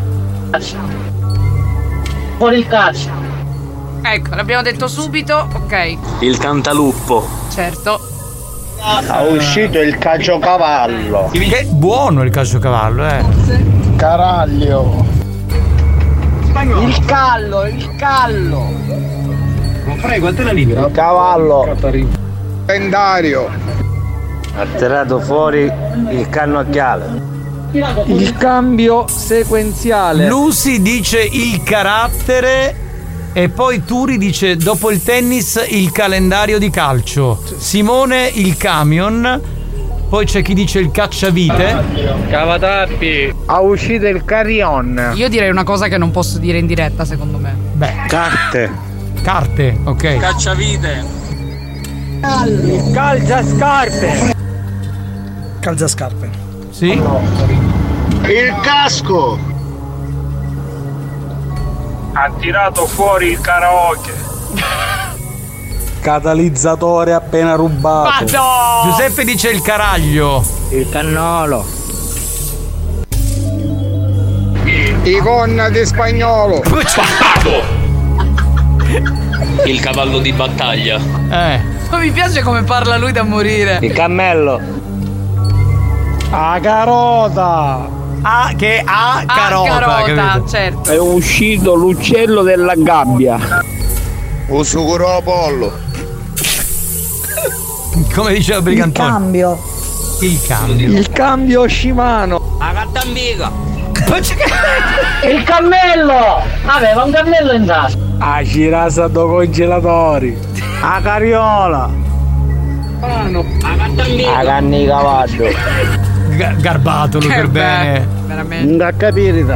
Fuori il cazzo. Ecco, l'abbiamo detto subito, ok. Il cantaluppo. Certo. Ha uscito il caciocavallo. Che buono il caciocavallo, Caraglio. Il callo. Ma prego, a te la linea. Il cavallo. Pendario. Ha tirato fuori il cannocchiale. Il cambio sequenziale. Lucy dice il carattere e poi Turi dice dopo il tennis il calendario di calcio. Simone il camion. Poi c'è chi dice il cacciavite. Cavatappi. Ha uscito il carrion. Io direi una cosa che non posso dire in diretta, secondo me. Beh, carte, ok. Cacciavite. Calzascarpe. Sì. Il casco. Ha tirato fuori il karaoke. Catalizzatore appena rubato. Giuseppe dice il caraglio. Il cannolo. Icona di Spagnolo. Il cavallo di battaglia. Ma mi piace come parla lui da morire. Il cammello. A carota. Carota, certo. È uscito l'uccello della gabbia. Un sucuro pollo. Come diceva Brigantone. Cambio. Il cambio Shimano. La cattambiga. Il cammello. Aveva un cammello in tasca. A girasa do congelatori. A carriola. A cattambiga. A canni cavallo. Garbato lui per bene. Veramente. Non ha capito.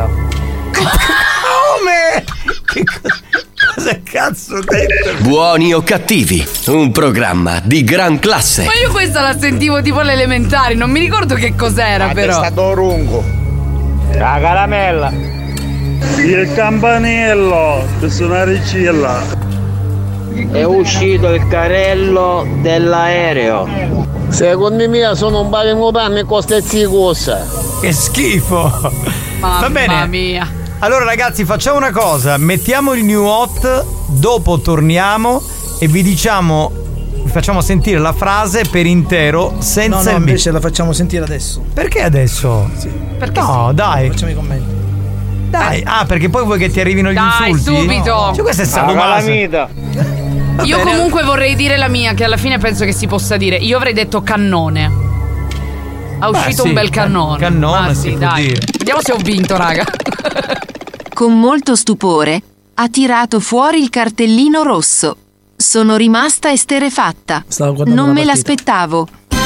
Come? Cosa cazzo ho detto? Buoni o cattivi, un programma di gran classe. Ma io questa la sentivo tipo alle elementari, non mi ricordo che cos'era però. È stato lungo. La caramella. Il campanello per suonare il cilla. È uscito il carrello dell'aereo. Secondo me sono un paio di mutande e costa cosa. Che schifo. Va bene. Mamma mia. Allora ragazzi, facciamo una cosa, mettiamo il new hot, dopo torniamo e vi diciamo, vi facciamo sentire la frase per intero senza il invece la facciamo sentire adesso. Perché adesso? Sì. Perché no, dai. Facciamo i commenti. Dai, perché poi vuoi che ti arrivino gli dai, insulti? Subito. No. Cioè, questa è salumato. Io comunque vorrei dire la mia, che alla fine penso che si possa dire. Io avrei detto cannone. Ha uscito un bel cannone. Cannone, sì, dai. Vediamo se ho vinto, raga. Con molto stupore, ha tirato fuori il cartellino rosso. Sono rimasta esterrefatta. Non me l'aspettavo.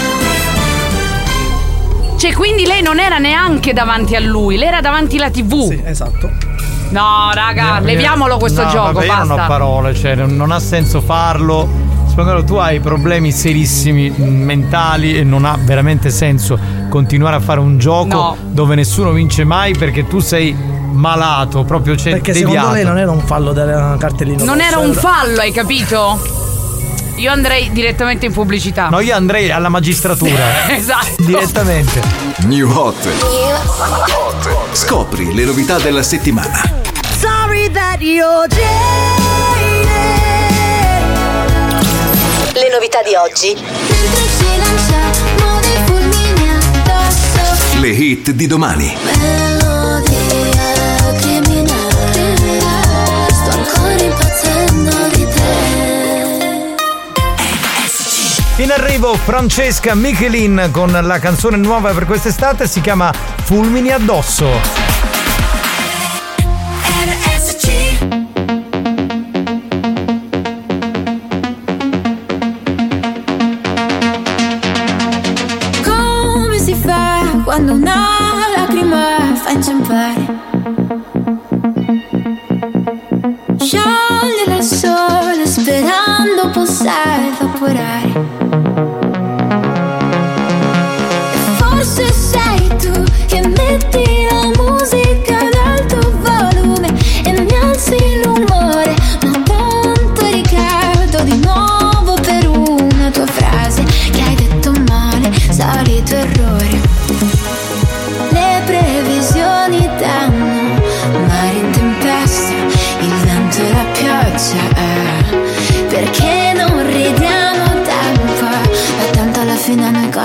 Cioè, quindi lei non era neanche davanti a lui, lei era davanti alla TV. Sì, esatto. No, raga, leviamolo questo gioco, vabbè, basta. Io non ho parole, cioè non ha senso farlo. Spagnolo, tu hai problemi serissimi mentali e non ha veramente senso continuare a fare un gioco dove nessuno vince mai perché tu sei malato, proprio perché deviato. secondo lei non era un fallo del cartellino. Non era un fallo, hai capito? Io andrei direttamente in pubblicità. No, io andrei alla magistratura. Esatto. Direttamente. New Hot. Scopri le novità della settimana. Sorry that you're jaded. Le novità di oggi. Mentre ci lanciamo dei fulmini addosso. Le hit di domani. Melodia criminale. Sto ancora impazzendo di te. In arrivo Francesca Michelin con la canzone nuova per quest'estate, si chiama Fulmini addosso. Come si fa quando una lacrima fa inciampare? Scioglie la sole sperando possa evaporare. E forse sei tu che metti la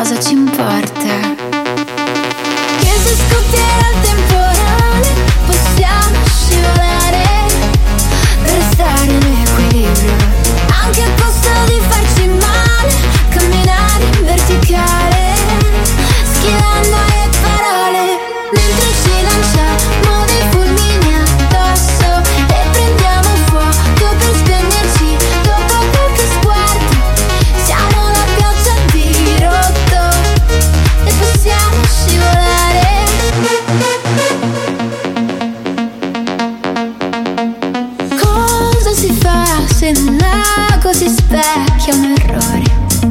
cosa ci importa. Che se scoppierà il temporale possiamo scivolare per stare in equilibrio, anche a costo di farci male, camminare in verticale, schivando le parole, mentre ci lanciamo dei fulmini addosso e prendiamo fuoco per spegnerci dopo qualche sguardo. Siamo la pioggia dirotto e possiamo scivolare. Cosa si fa se nel lago si specchia un errore?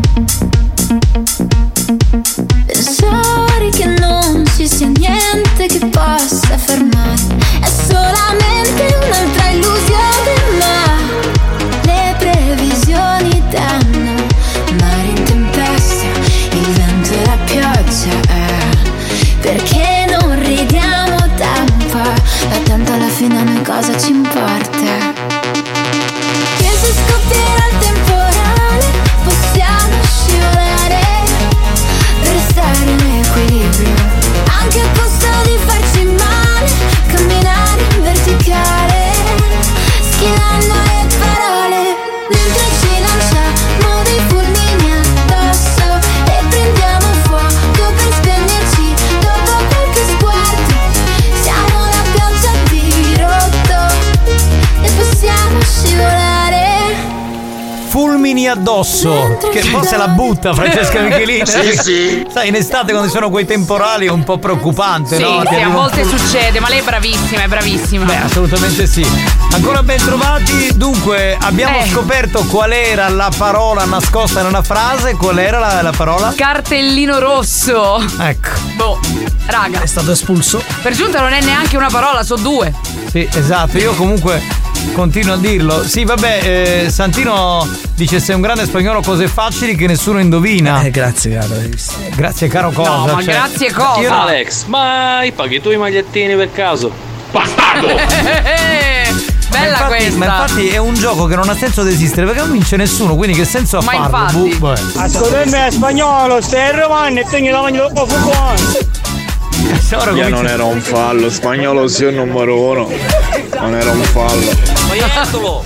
Pensare che non ci sia niente che possa fermare, è solamente un'altra illusione, ma le previsioni danno mare in tempesta, il vento e la pioggia, perché non ridiamo tempo, ma tanto alla fine a noi cosa ci importa? Che se scoppierà il temporale possiamo scivolare per stare in equilibrio, anche a costo di farci male, camminare in verticale, schivando le parole, mentre ci lanciamo dei fulmini addosso e prendiamo fuoco per spegnerci dopo qualche sguardo. Siamo la pioggia dirotto e possiamo scivolare. Fulmini addosso, che un po' se la butta Francesca Michelini. Sì. Sai, in estate quando ci sono quei temporali è un po' preoccupante, Sì, no? sì, a volte succede, ma lei è bravissima, è bravissima. Beh, assolutamente sì. Ancora ben trovati. Dunque, abbiamo scoperto qual era la parola nascosta in una frase. Qual era la parola? Cartellino rosso. Ecco. Boh, raga. È stato espulso. Per giunta non è neanche una parola, so due. Sì, esatto. Io comunque continuo a dirlo. Sì, vabbè, Santino dice: sei un grande spagnolo, cose facili che nessuno indovina. Grazie, caro. Grazie, caro cosa. No, ma grazie cosa? Io Alex, ma paghi tu i magliettini per caso? Bastardo! Bella questa. Ma infatti è un gioco che non ha senso di esistere, perché non vince nessuno, quindi che senso ha Ma farlo? infatti. Ascoltami è spagnolo, stai romano e tengo la mano dopo fuoco. Io non era un fallo, spagnolo sia il numero uno. Non era un fallo. Maiattolo!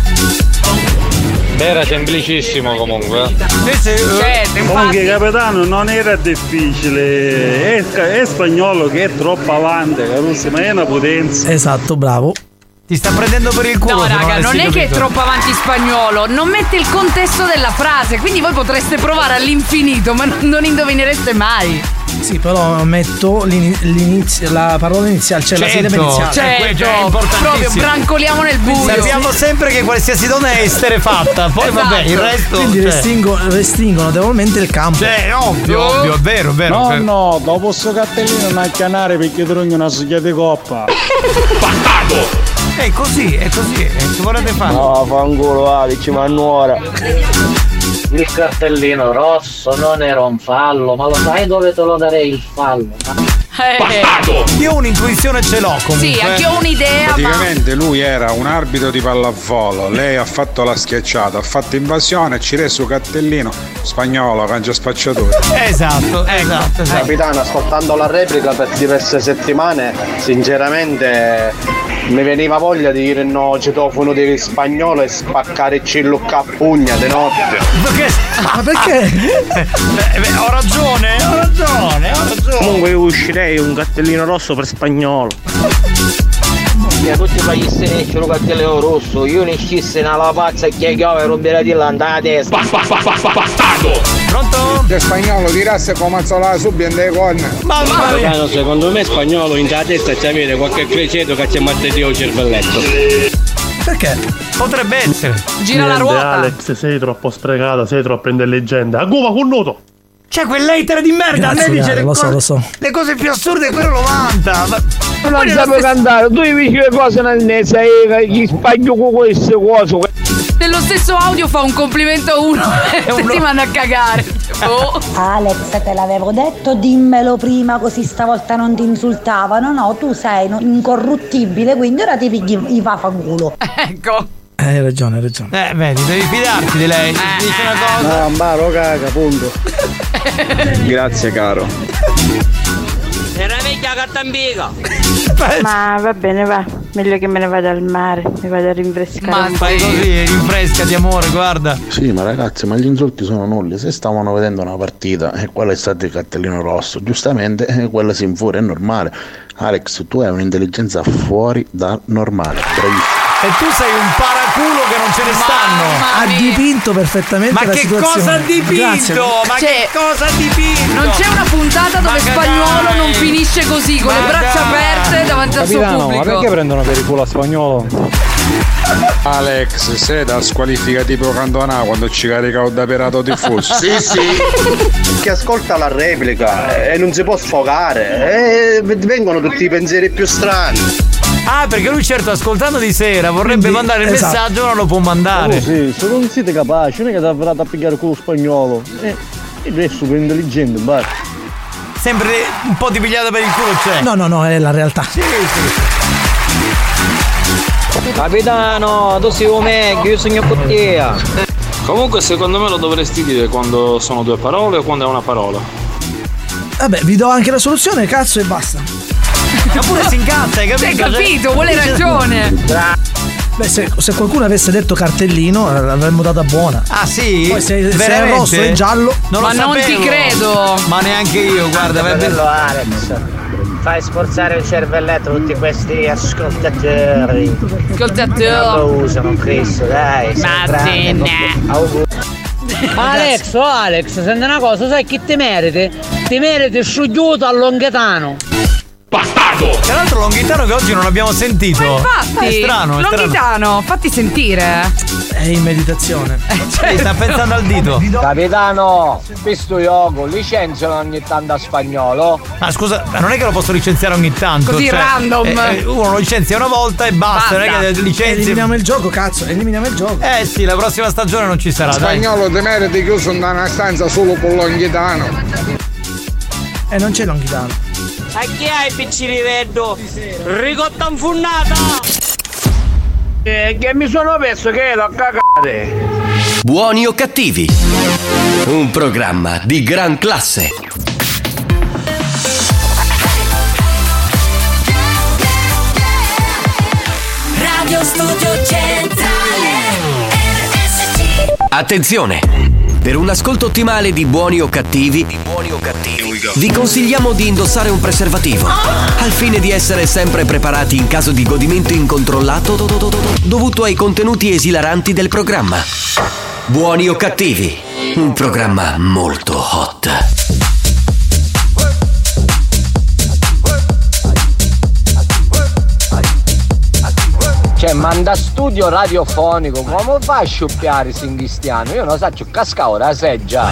Era semplicissimo comunque. Comunque capitano non era difficile, è spagnolo che è troppo avanti, capisci? Ma è una potenza. Esatto, bravo. Ti sta prendendo per il culo. No, raga, non è che è capito. troppo avanti spagnolo, non mette il contesto della frase, quindi voi potreste provare all'infinito, ma non indovinereste mai. Sì, però metto l'inizio, la parola iniziale, cioè la silaba iniziale. Certo, è importantissimo. proprio brancoliamo nel buio. Sappiamo sempre che qualsiasi donna è esterefatta. Poi vabbè, il resto. Quindi restringono notevolmente il campo. Cioè, ovvio, è vero. No, dopo sto cartellino non chianare perché trovi una suglia di coppa. Bastardo! È così, che volete fare? No, fanculo Ale, ci vanno ora. Il cartellino rosso non era un fallo, ma lo sai dove te lo darei il fallo? Io ho un'intuizione ce l'ho comunque. Sì, anche io ho un'idea. Praticamente lui era un arbitro di pallavolo, lei ha fatto la schiacciata, ha fatto invasione, ci rese su cartellino spagnolo, cangia spacciatura. Esatto. Capitano, ascoltando la replica per diverse settimane, sinceramente mi veniva voglia di dire no citofono di spagnolo e spaccare il cillucca a pugna di notte. Ma perché? Ho ragione. Comunque io uscirei un cartellino rosso per spagnolo. Che tutti facessero un cartellino rosso, io ne scisse una pazza e che chiove rompere di là andare a testa. Bastardo! Pronto? Se spagnolo tirasse come mazzola subito in dei corna. Capitano, secondo me spagnolo in la testa ci avere qualche creceto che ci mette Dio il cervelletto. Perché? Potrebbe essere. Gira la ruota. Alex, sei troppo sprecato, sei troppo intelligente. A Cuba con nudo! C'è quell'hater di merda, Grazie, a me dice lo so. le cose più assurde quello lo vanta. Non sapevo cantare, tu mi dici le cose nel mese e gli spaglio con queste cose. Nello stesso audio fa un complimento a uno e ti manda a cagare. Alex, te l'avevo detto, dimmelo prima così stavolta non ti insultavano. No, tu sei incorruttibile, quindi ora ti pigli i vafanculo. Ecco. Hai ragione. Vedi, devi fidarti di lei. Dice una cosa. No, ambaro caga, punto. Grazie caro. Era vecchia cattambiga. Ma va bene, va. Meglio che me ne vada al mare, mi vado a rinfrescare. Ma fai così, rinfrescati amore, guarda. Sì, ma ragazzi, ma gli insulti sono nulli. Se stavano vedendo una partita e quello è stato il cartellino rosso, giustamente quella si infuria, è normale. Alex, tu hai un'intelligenza fuori da normale, bravissimo. E tu sei un paraculo che non ce ne stanno. Ha dipinto perfettamente la situazione. Ma che cosa ha dipinto? Grazie. Ma che cosa ha dipinto? Non c'è una puntata dove Spagnolo non finisce così, con le braccia aperte davanti al suo pubblico. Ma perché prendono per il culo a Spagnolo? Alex, sei da squalifica tipo Cantona quando ci carica un daperato diffuso. Sì. Che ascolta la replica e non si può sfogare. Vengono tutti i pensieri più strani. Ah, perché lui certo ascoltando di sera vorrebbe mandare il messaggio, ma non lo può mandare. Sì, se non siete capaci, non è che ti avrà a pigliare quello spagnolo. E lui è super intelligente, basta. Sempre un po' di pigliata per il culo c'è. No, è la realtà. Sì. Capitano, tu sei un meglio, io sono cottia. Comunque secondo me lo dovresti dire quando sono due parole o quando è una parola. Vabbè, vi do anche la soluzione, cazzo, e basta. Oppure si incazza, hai capito? Hai capito, vuole ragione. Beh, se qualcuno avesse detto cartellino l'avremmo data buona. Ah sì? Poi se è rosso e giallo. Ma non ti credo. Ma neanche io, guarda. Bello Alex, fai sforzare il cervelletto tutti questi ascoltatori. Non lo usano, Cristo, dai. Alex, senti una cosa, sai chi ti meriti? Ti meriti sciugliuto a Longhitano. Bastardo! Tra l'altro Longhitano che oggi non abbiamo sentito. Ma infatti, è strano. Longhitano, fatti sentire. È in meditazione. Cioè, sta pensando al dito. Capitano, questo yoga licenziano ogni tanto a Spagnolo. Ma scusa, non è che lo posso licenziare ogni tanto. Così random. Uno lo licenzia una volta e basta. Non è che licenzi. Eliminiamo il gioco, cazzo, eliminiamo il gioco. Sì, la prossima stagione non ci sarà. Spagnolo, te meriti chiuso in una stanza solo con Longhitano. Non c'è Longhitano. A chi hai piccini vedo? Ricotta infunnata! Che mi sono perso che l'ho cagate! Buoni o cattivi? Un programma di gran classe. Radio Studio Centrale RSC. Attenzione! Per un ascolto ottimale di Buoni o Cattivi, vi consigliamo di indossare un preservativo, al fine di essere sempre preparati in caso di godimento incontrollato dovuto ai contenuti esilaranti del programma. Buoni o Cattivi, un programma molto hot. Cioè, manda studio radiofonico, come fa a sciuppiare Singhistiano? Io non so, casca ora la seggia.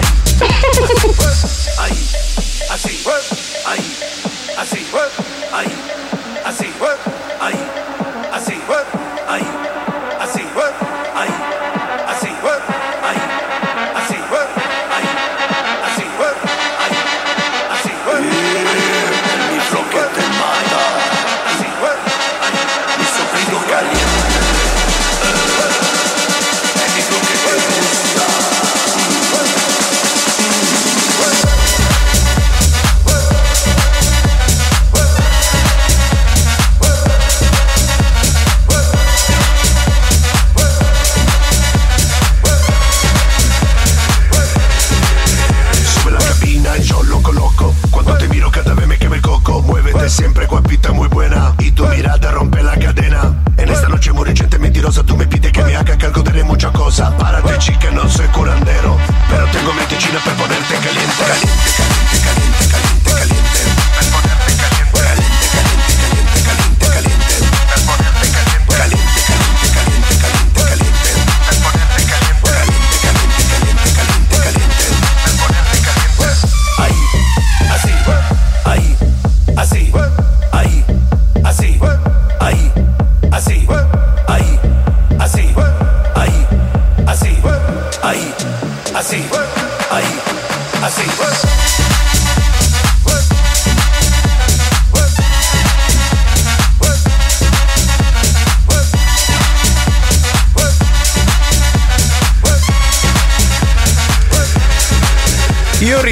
Siempre guapita, muy buena. Y tu mirada rompe la cadena. En esta noche muy reciente, mentirosa, tú me pides que me haga cargo de muchas cosas. Párate, chica, no soy curandero, pero tengo medicina para ponerte caliente. Caliente, caliente, caliente, caliente, caliente. Para ponerte caliente. Caliente, caliente, caliente, caliente, caliente. Para ponerte caliente. Caliente, caliente, caliente, caliente, caliente. Para ponerte caliente. Caliente, caliente, caliente, caliente, caliente. Para ponerte caliente. Ahí, así, ahí. Así, ahí,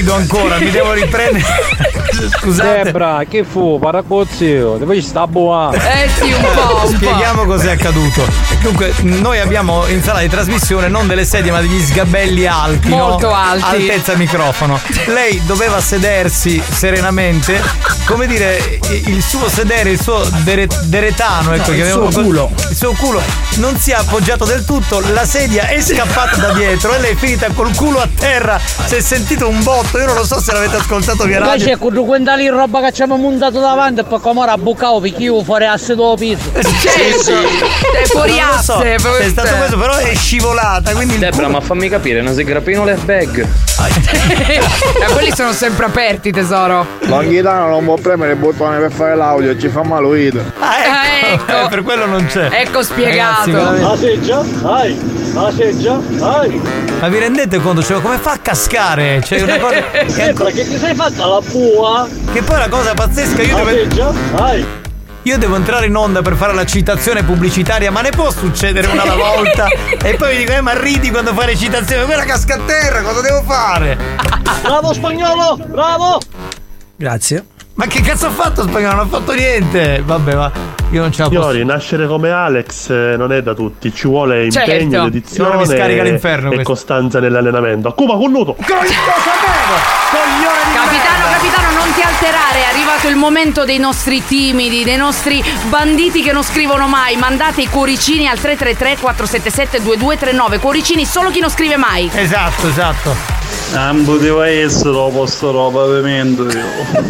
rido ancora, mi devo riprendere. Scusate. Debra, che fu? Paracozzio, dove ci sta buono? Sì, un po'. Spieghiamo cos'è accaduto. Dunque, noi abbiamo in sala di trasmissione non delle sedie, ma degli sgabelli alti. Molto alti. Altezza microfono. Lei doveva sedersi serenamente, come dire, il suo sedere, il suo deretano, ecco, il suo culo. Il suo culo non si è appoggiato del tutto, la sedia è scappata da dietro e lei è finita col culo a terra. Si è sentito un botto, io non lo so se l'avete ascoltato via radio. C'è con 2 quintali di roba che ci abbiamo montato davanti e poi come ora bucavo perché io fuori asse dopo piso. Certo. È fuori asse. È stato questo, però è scivolata, quindi Debra, ma fammi capire, non si grappino le bag. Quelli sono sempre aperti, tesoro. Longhitano non può premere il bottone per fare l'audio, ci fa male l'uito. Ecco. Per quello non c'è. Ecco spiegato. La seggia, la seggia, ma vi rendete conto? Cioè, come fa a cascare? C'è una cosa. Sembra che ti sei fatta la bua. Che poi la cosa pazzesca, io devo entrare in onda per fare la citazione pubblicitaria, ma ne può succedere una alla volta? E poi mi dico, ma ridi quando fai le citazioni, quella casca a terra, cosa devo fare? Bravo Spagnolo, bravo! Grazie. Ma che cazzo ha fatto Spagnolo? Non ha fatto niente. Vabbè, ma io non ce la posso. Signori, nascere come Alex non è da tutti, ci vuole impegno, dedizione mi scarica l'inferno e costanza nell'allenamento. Cuba connuto! Capitano, non ti alterare, è arrivato il momento dei nostri timidi, dei nostri banditi che non scrivono mai. Mandate i cuoricini al 333-477-2239. Cuoricini solo chi non scrive mai. Esatto. Non poteva essere posto roba pavimento io.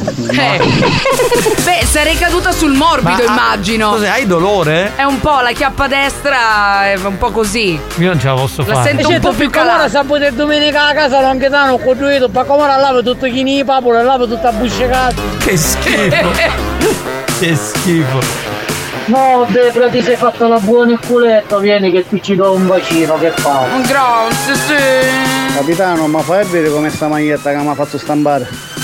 Beh, sarei caduta sul morbido, immagino. Cos'è, hai dolore? È un po', la chiappa destra è un po' così. Io non ce la posso fare. La sento un po' più calata. Ora sabato e domenica a casa Longhitano con due ma come ora lavo tutto chini di papola, lavo tutta buscecata. Che schifo. Che schifo. No, Debra, ti sei fatta la buona il culetto, vieni che ti ci do un bacino, che fa? Grazie, sì. Capitano, ma fai vedere come sta maglietta che mi ha fatto stampare?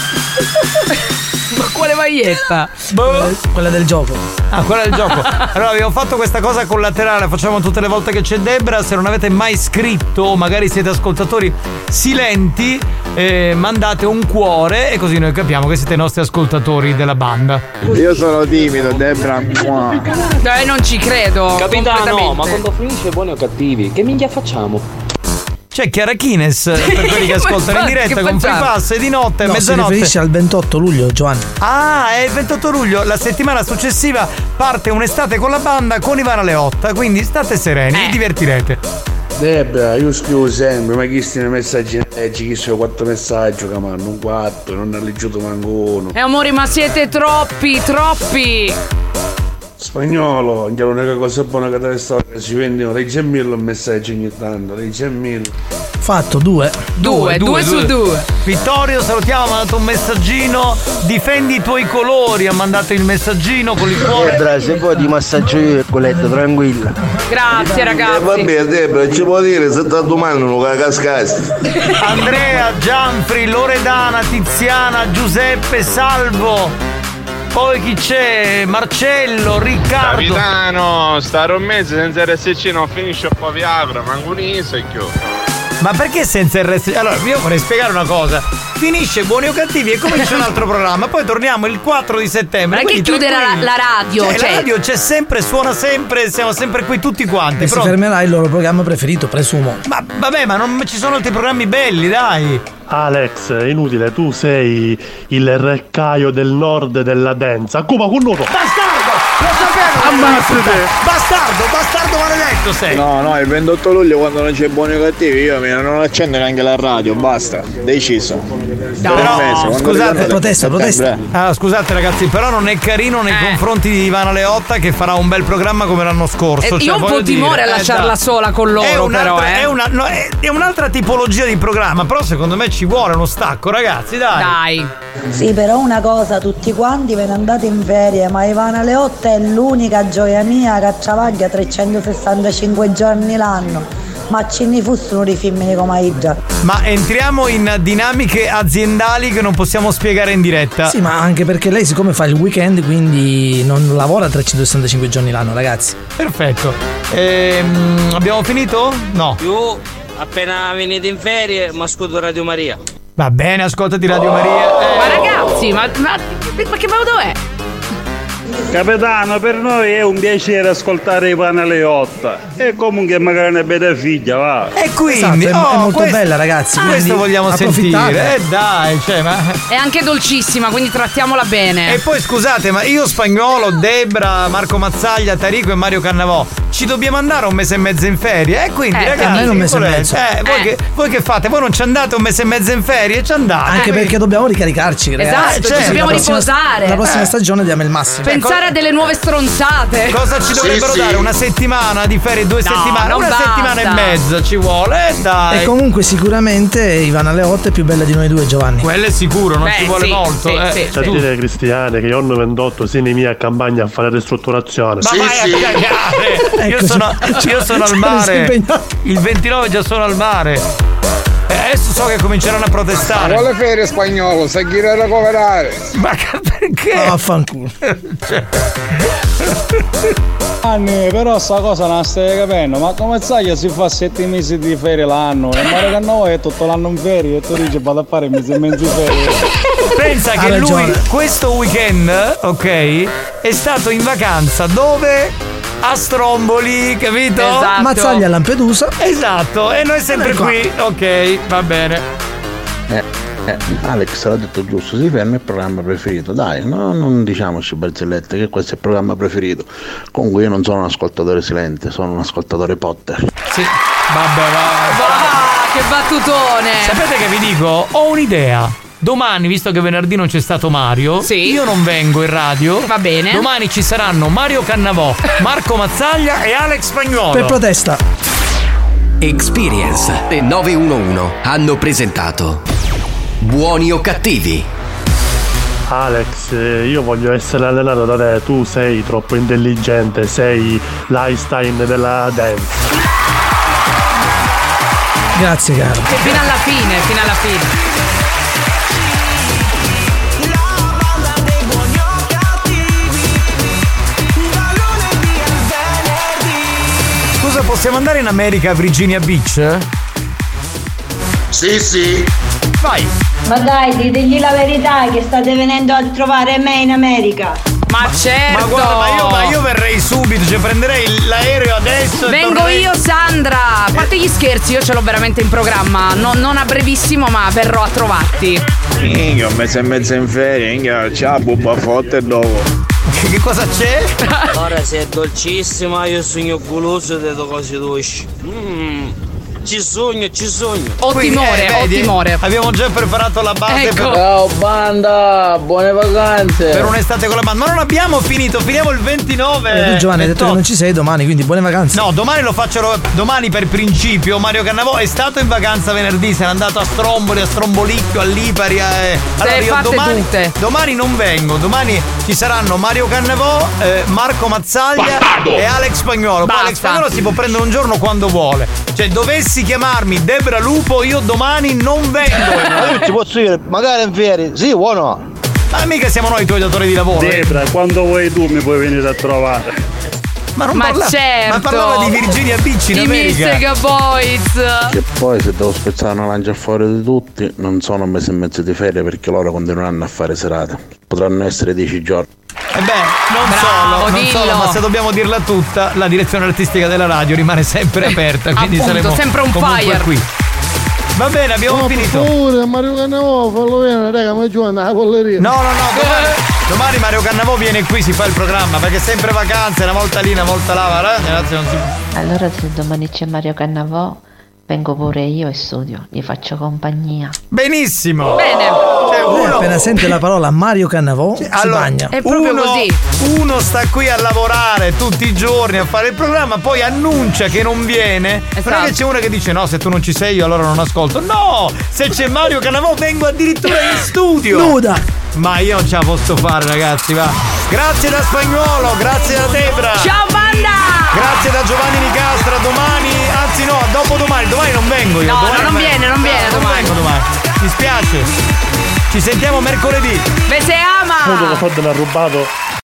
Ma quale maglietta? Quella del gioco. Ah, quella del gioco. Allora, abbiamo fatto questa cosa collaterale, la facciamo tutte le volte che c'è Debra. Se non avete mai scritto, o magari siete ascoltatori silenti, mandate un cuore e così noi capiamo che siete i nostri ascoltatori della banda. Io sono timido, Debra. Non ci credo. Capitano, ma quando finisce Buoni o Cattivi, che minchia facciamo? C'è Chiara Kines per quelli che ascoltano in diretta con Free Pass e di notte a mezzanotte. Si riferisce al 28 luglio, Giovanni. Ah, è il 28 luglio. La settimana successiva parte un'estate con la banda con Ivana Leotta. Quindi state sereni, vi divertirete. Debra, io scrivo sempre, ma chi stiano messaggi leggi, chi sono 4 messaggi che mi hanno 4, non ha leggiuto manco uno. Amore, ma siete troppi. Spagnolo, l'unica cosa buona che deve stare si vendono dei 100.000 messaggi ogni tanto, dei 100.000. Fatto, 2 su 2. Vittorio, salutiamo, ha mandato un messaggino. Difendi i tuoi colori, ha mandato il messaggino con il cuore. Debra, se vuoi ti massaggio io il culetto, tranquilla. Grazie ragazzi. Vabbè, Debra, ci può dire se ti domandano che cascasti. Andrea, Gianfri, Loredana, Tiziana, Giuseppe, Salvo. Poi chi c'è? Marcello, Riccardo. Capitano, stare un mese senza RSC non finisce un po' Viagra, manco un isecchio. Ma perché senza RSC? Allora, io vorrei spiegare una cosa. Finisce Buoni o Cattivi e comincia un altro programma. Poi torniamo il 4 di settembre. Non è che chiuderà la radio. La radio c'è sempre, suona sempre, siamo sempre qui tutti quanti. E si fermerà il loro programma preferito, presumo. Ma vabbè, ma non ci sono altri programmi belli, dai. Alex, è inutile, tu sei il reccaio del nord della danza. Cuba con nuoto! Bastardo! Lo sapevo! Ammazzate! Bastardo maledetto sei! No, il 28 luglio quando non c'è Buoni o Cattivi io non accendo neanche la radio, basta, deciso. Però, scusate, protesta. Allora, scusate ragazzi, però non è carino nei confronti di Ivana Leotta che farà un bel programma come l'anno scorso. Io ho un po' timore a lasciarla sola con loro, però. È un'altra tipologia di programma, però secondo me ci vuole uno stacco, ragazzi, dai. Sì, però una cosa, tutti quanti ve ne andate in ferie, ma Ivana Leotta è l'unica gioia mia che travaglia 365 giorni l'anno. Ma ce ne fossero dei femmini come Aida. Ma entriamo in dinamiche aziendali che non possiamo spiegare in diretta. Sì, ma anche perché lei siccome fa il weekend, quindi non lavora 365 giorni l'anno, ragazzi. Perfetto. Abbiamo finito? No. Io appena venite in ferie mi ascolto Radio Maria. Va bene, ascoltati Radio Maria. Ma ragazzi, ma che modo è? Capitano, per noi è un piacere ascoltare i Panaleotta. E comunque magari una bella figlia, va. E quindi esatto, è molto bella, ragazzi. Questo vogliamo sentire. Dai, cioè, ma è anche dolcissima, quindi trattiamola bene. E poi scusate, ma io, Spagnolo, Debra, Marco Mazzaglia, Tarico e Mario Cannavò ci dobbiamo andare un mese e mezzo in ferie. E quindi, ragazzi, almeno un mese e mezzo. Voi che fate? Voi non ci andate un mese e mezzo in ferie? Ci andate. Anche perché dobbiamo ricaricarci, ragazzi. Esatto, ci dobbiamo riposare. La prossima stagione diamo il massimo. Pensare a delle nuove stronzate. Cosa ci dovrebbero dare? Una settimana di ferie, 2 settimane? Una settimana e mezza ci vuole, dai. E comunque sicuramente Ivana Leotta è più bella di noi due, Giovanni. Quello è sicuro, non ci vuole molto. C'è a dire, Cristiane, che io hanno 28 sei nei miei campagna a fare ristrutturazione. Ma vai a cagare. Io sono al mare. Il 29 già sono al mare. Adesso so che cominceranno a protestare. Ma vuole ferie, Spagnolo, sai chi recuperare. Ma perché? Vaffanculo. Anni, però sta cosa non la stai capendo. Ma come sai che si fa 7 mesi di ferie l'anno? E Mario Cannavò è tutto l'anno in ferie e tu dici vado a fare mesi e mezzo di ferie. Pensa che lui questo weekend, ok, è stato in vacanza dove? A Stromboli, capito? Esatto. Mazzaglia a Lampedusa. Esatto, e noi sempre qui. Ok, va bene. Alex l'ha detto giusto, si ferma il programma preferito. Dai, non diciamoci barzellette che questo è il programma preferito. Comunque io non sono un ascoltatore silente, sono un ascoltatore Potter. Sì, vabbè, che battutone. Sapete che vi dico? Ho un'idea. Domani, visto che venerdì non c'è stato Mario, io non vengo in radio. Va bene. Domani ci saranno Mario Cannavò, Marco Mazzaglia e Alex Spagnolo. Per protesta. Experience e 911 hanno presentato Buoni o cattivi. Alex, io voglio essere allenato da te, tu sei troppo intelligente, sei l'Einstein della dance. Grazie, caro. E fino alla fine. Scusa, possiamo andare in America a Virginia Beach? Sì. Vai. Ma dai, ditegli la verità che state venendo a trovare me in America. Ma certo. Ma guarda, ma io verrei subito, cioè prenderei l'aereo adesso. Vengo io, Sandra. A parte gli scherzi, io ce l'ho veramente in programma. Non a brevissimo, ma verrò a trovarti. Un mese e mezzo in ferie, ciao, bubba fotte dopo. Che cosa c'è? Ora sei dolcissima, io sogno guloso di cose dolci. Ci sogno. Ottimore. Abbiamo già preparato la base per... Ciao banda, buone vacanze. Per un'estate con la banda. Ma non abbiamo finito, finiamo il 29. Tu, Giovanni, hai detto che non ci sei domani, quindi buone vacanze. No, domani lo faccio. Domani per principio Mario Cannavò è stato in vacanza venerdì, se n'è andato a Stromboli, a Strombolicchio, a Lipari. Allora io domani non vengo. Domani ci saranno Mario Cannavò, Marco Mazzaglia e Alex Spagnolo. Poi Alex Spagnolo si può prendere un giorno quando vuole. Cioè, dovessi chiamarmi Debra Lupo, io domani non vengo. Io ci posso dire, magari in ferie, sì o no? Ma mica siamo noi i tuoi datori di lavoro. Debra, quando vuoi tu mi puoi venire a trovare. Ma certo. Ma parlava di Virginia Beach in America. Missega Boys. Che poi se devo spezzare una lancia fuori di tutti, non sono un mese e mezzo di ferie perché loro continueranno a fare serate. Potranno essere 10 giorni. Non solo, ma se dobbiamo dirla tutta, la direzione artistica della radio rimane sempre aperta, quindi appunto, saremo sempre un fire qui. Va bene, abbiamo finito. Per favore, Mario Cannavò, fallo bene, raga, ma giù andare a polleria. No, domani Mario Cannavò viene qui, si fa il programma, perché è sempre vacanze, una volta lì, una volta là, Allora se domani c'è Mario Cannavò, vengo pure io e studio, gli faccio compagnia. Benissimo. Bene. Appena sente la parola Mario Cannavò si bagna. È proprio così. Uno sta qui a lavorare tutti i giorni a fare il programma, poi annuncia che non viene. Perché c'è uno che dice no, se tu non ci sei io allora non ascolto. No, se c'è Mario Cannavò vengo addirittura in studio. Nuda. Ma io non ce la posso fare, ragazzi, va. Grazie da Spagnolo, grazie da Debra. Ciao banda. Grazie da Giovanni Nicastra. Domani, anzi no, dopodomani non vengo io. No, non viene domani. Non vengo domani. Mi spiace. Ci sentiamo mercoledì. Ve se ama. Quello che fa della rubato